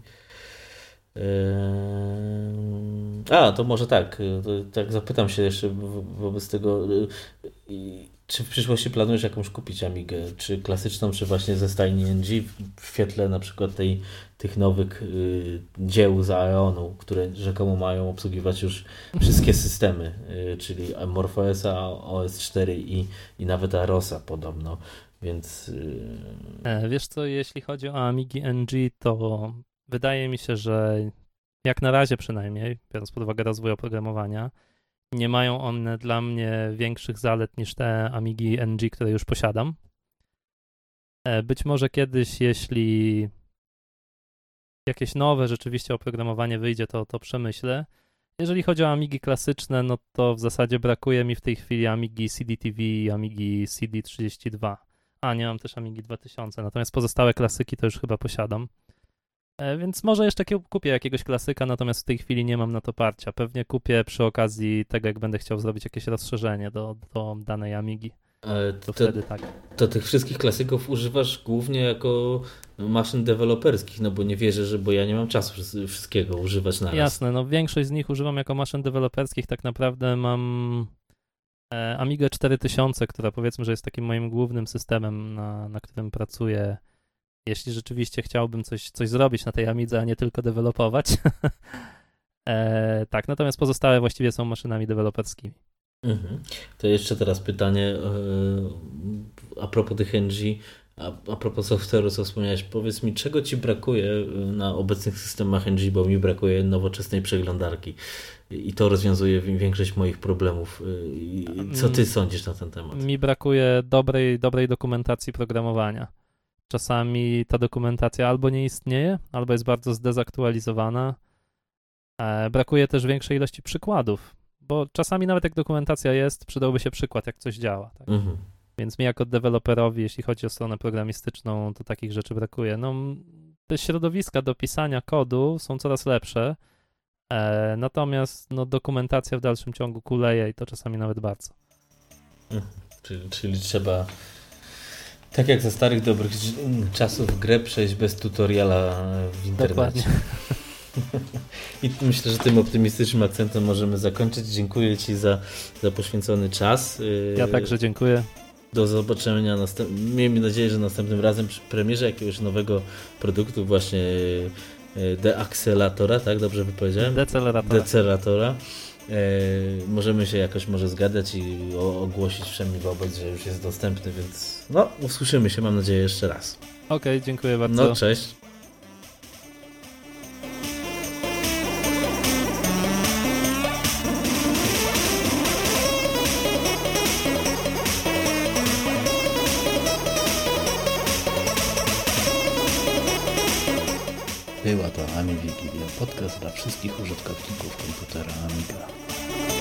To może tak zapytam się jeszcze wobec tego, czy w przyszłości planujesz jakąś kupić Amigę, czy klasyczną, czy właśnie ze stajni NG w świetle na przykład tych nowych dzieł z Aeonu, które rzekomo mają obsługiwać już wszystkie systemy, czyli MorphOS-a, OS4 i nawet Arosa podobno, więc... Wiesz co, jeśli chodzi o Amigi NG, to wydaje mi się, że jak na razie przynajmniej, biorąc pod uwagę rozwój oprogramowania, nie mają one dla mnie większych zalet niż te Amigi NG, które już posiadam. Być może kiedyś, jeśli jakieś nowe rzeczywiście oprogramowanie wyjdzie, to przemyślę. Jeżeli chodzi o Amigi klasyczne, no to w zasadzie brakuje mi w tej chwili Amigi CD-TV i Amigi CD32. Nie mam też Amigi 2000, natomiast pozostałe klasyki to już chyba posiadam. Więc może jeszcze kupię jakiegoś klasyka, natomiast w tej chwili nie mam na to parcia. Pewnie kupię przy okazji tego, jak będę chciał zrobić jakieś rozszerzenie do danej Amigi. Wtedy tak. To tych wszystkich klasyków używasz głównie jako maszyn deweloperskich, no bo nie wierzę, bo ja nie mam czasu wszystkiego używać naraz. Jasne, no większość z nich używam jako maszyn deweloperskich. Tak naprawdę mam Amigę 4000, która powiedzmy, że jest takim moim głównym systemem, na którym pracuję. Jeśli rzeczywiście chciałbym coś zrobić na tej Amidze, a nie tylko dewelopować. Tak, natomiast pozostałe właściwie są maszynami deweloperskimi. To jeszcze teraz pytanie a propos tych NG, a propos software'u, co wspomniałeś. Powiedz mi, czego ci brakuje na obecnych systemach NG, bo mi brakuje nowoczesnej przeglądarki i to rozwiązuje większość moich problemów. Co ty sądzisz na ten temat? Mi brakuje dobrej dokumentacji programowania. Czasami ta dokumentacja albo nie istnieje, albo jest bardzo zdezaktualizowana. Brakuje też większej ilości przykładów, bo czasami nawet jak dokumentacja jest, przydałby się przykład, jak coś działa. Tak? Więc mi jako deweloperowi, jeśli chodzi o stronę programistyczną, to takich rzeczy brakuje. No, te środowiska do pisania kodu są coraz lepsze, natomiast dokumentacja w dalszym ciągu kuleje i to czasami nawet bardzo. Czyli trzeba... Tak jak ze starych dobrych czasów grę przejść bez tutoriala w internecie. Dokładnie. I myślę, że tym optymistycznym akcentem możemy zakończyć. Dziękuję ci za poświęcony czas. Ja także dziękuję. Do zobaczenia. Miejmy nadzieję, że następnym razem przy premierze jakiegoś nowego produktu, właśnie deakselatora, tak? Dobrze wypowiedziałem? Deceleratora. Możemy się jakoś może zgadać i ogłosić wszemi wobec, że już jest dostępny, więc no, usłyszymy się, mam nadzieję, jeszcze raz. Okej, dziękuję bardzo. No, cześć. Była to AmiWigilia, podcast dla wszystkich użytkowników komputera Amiga.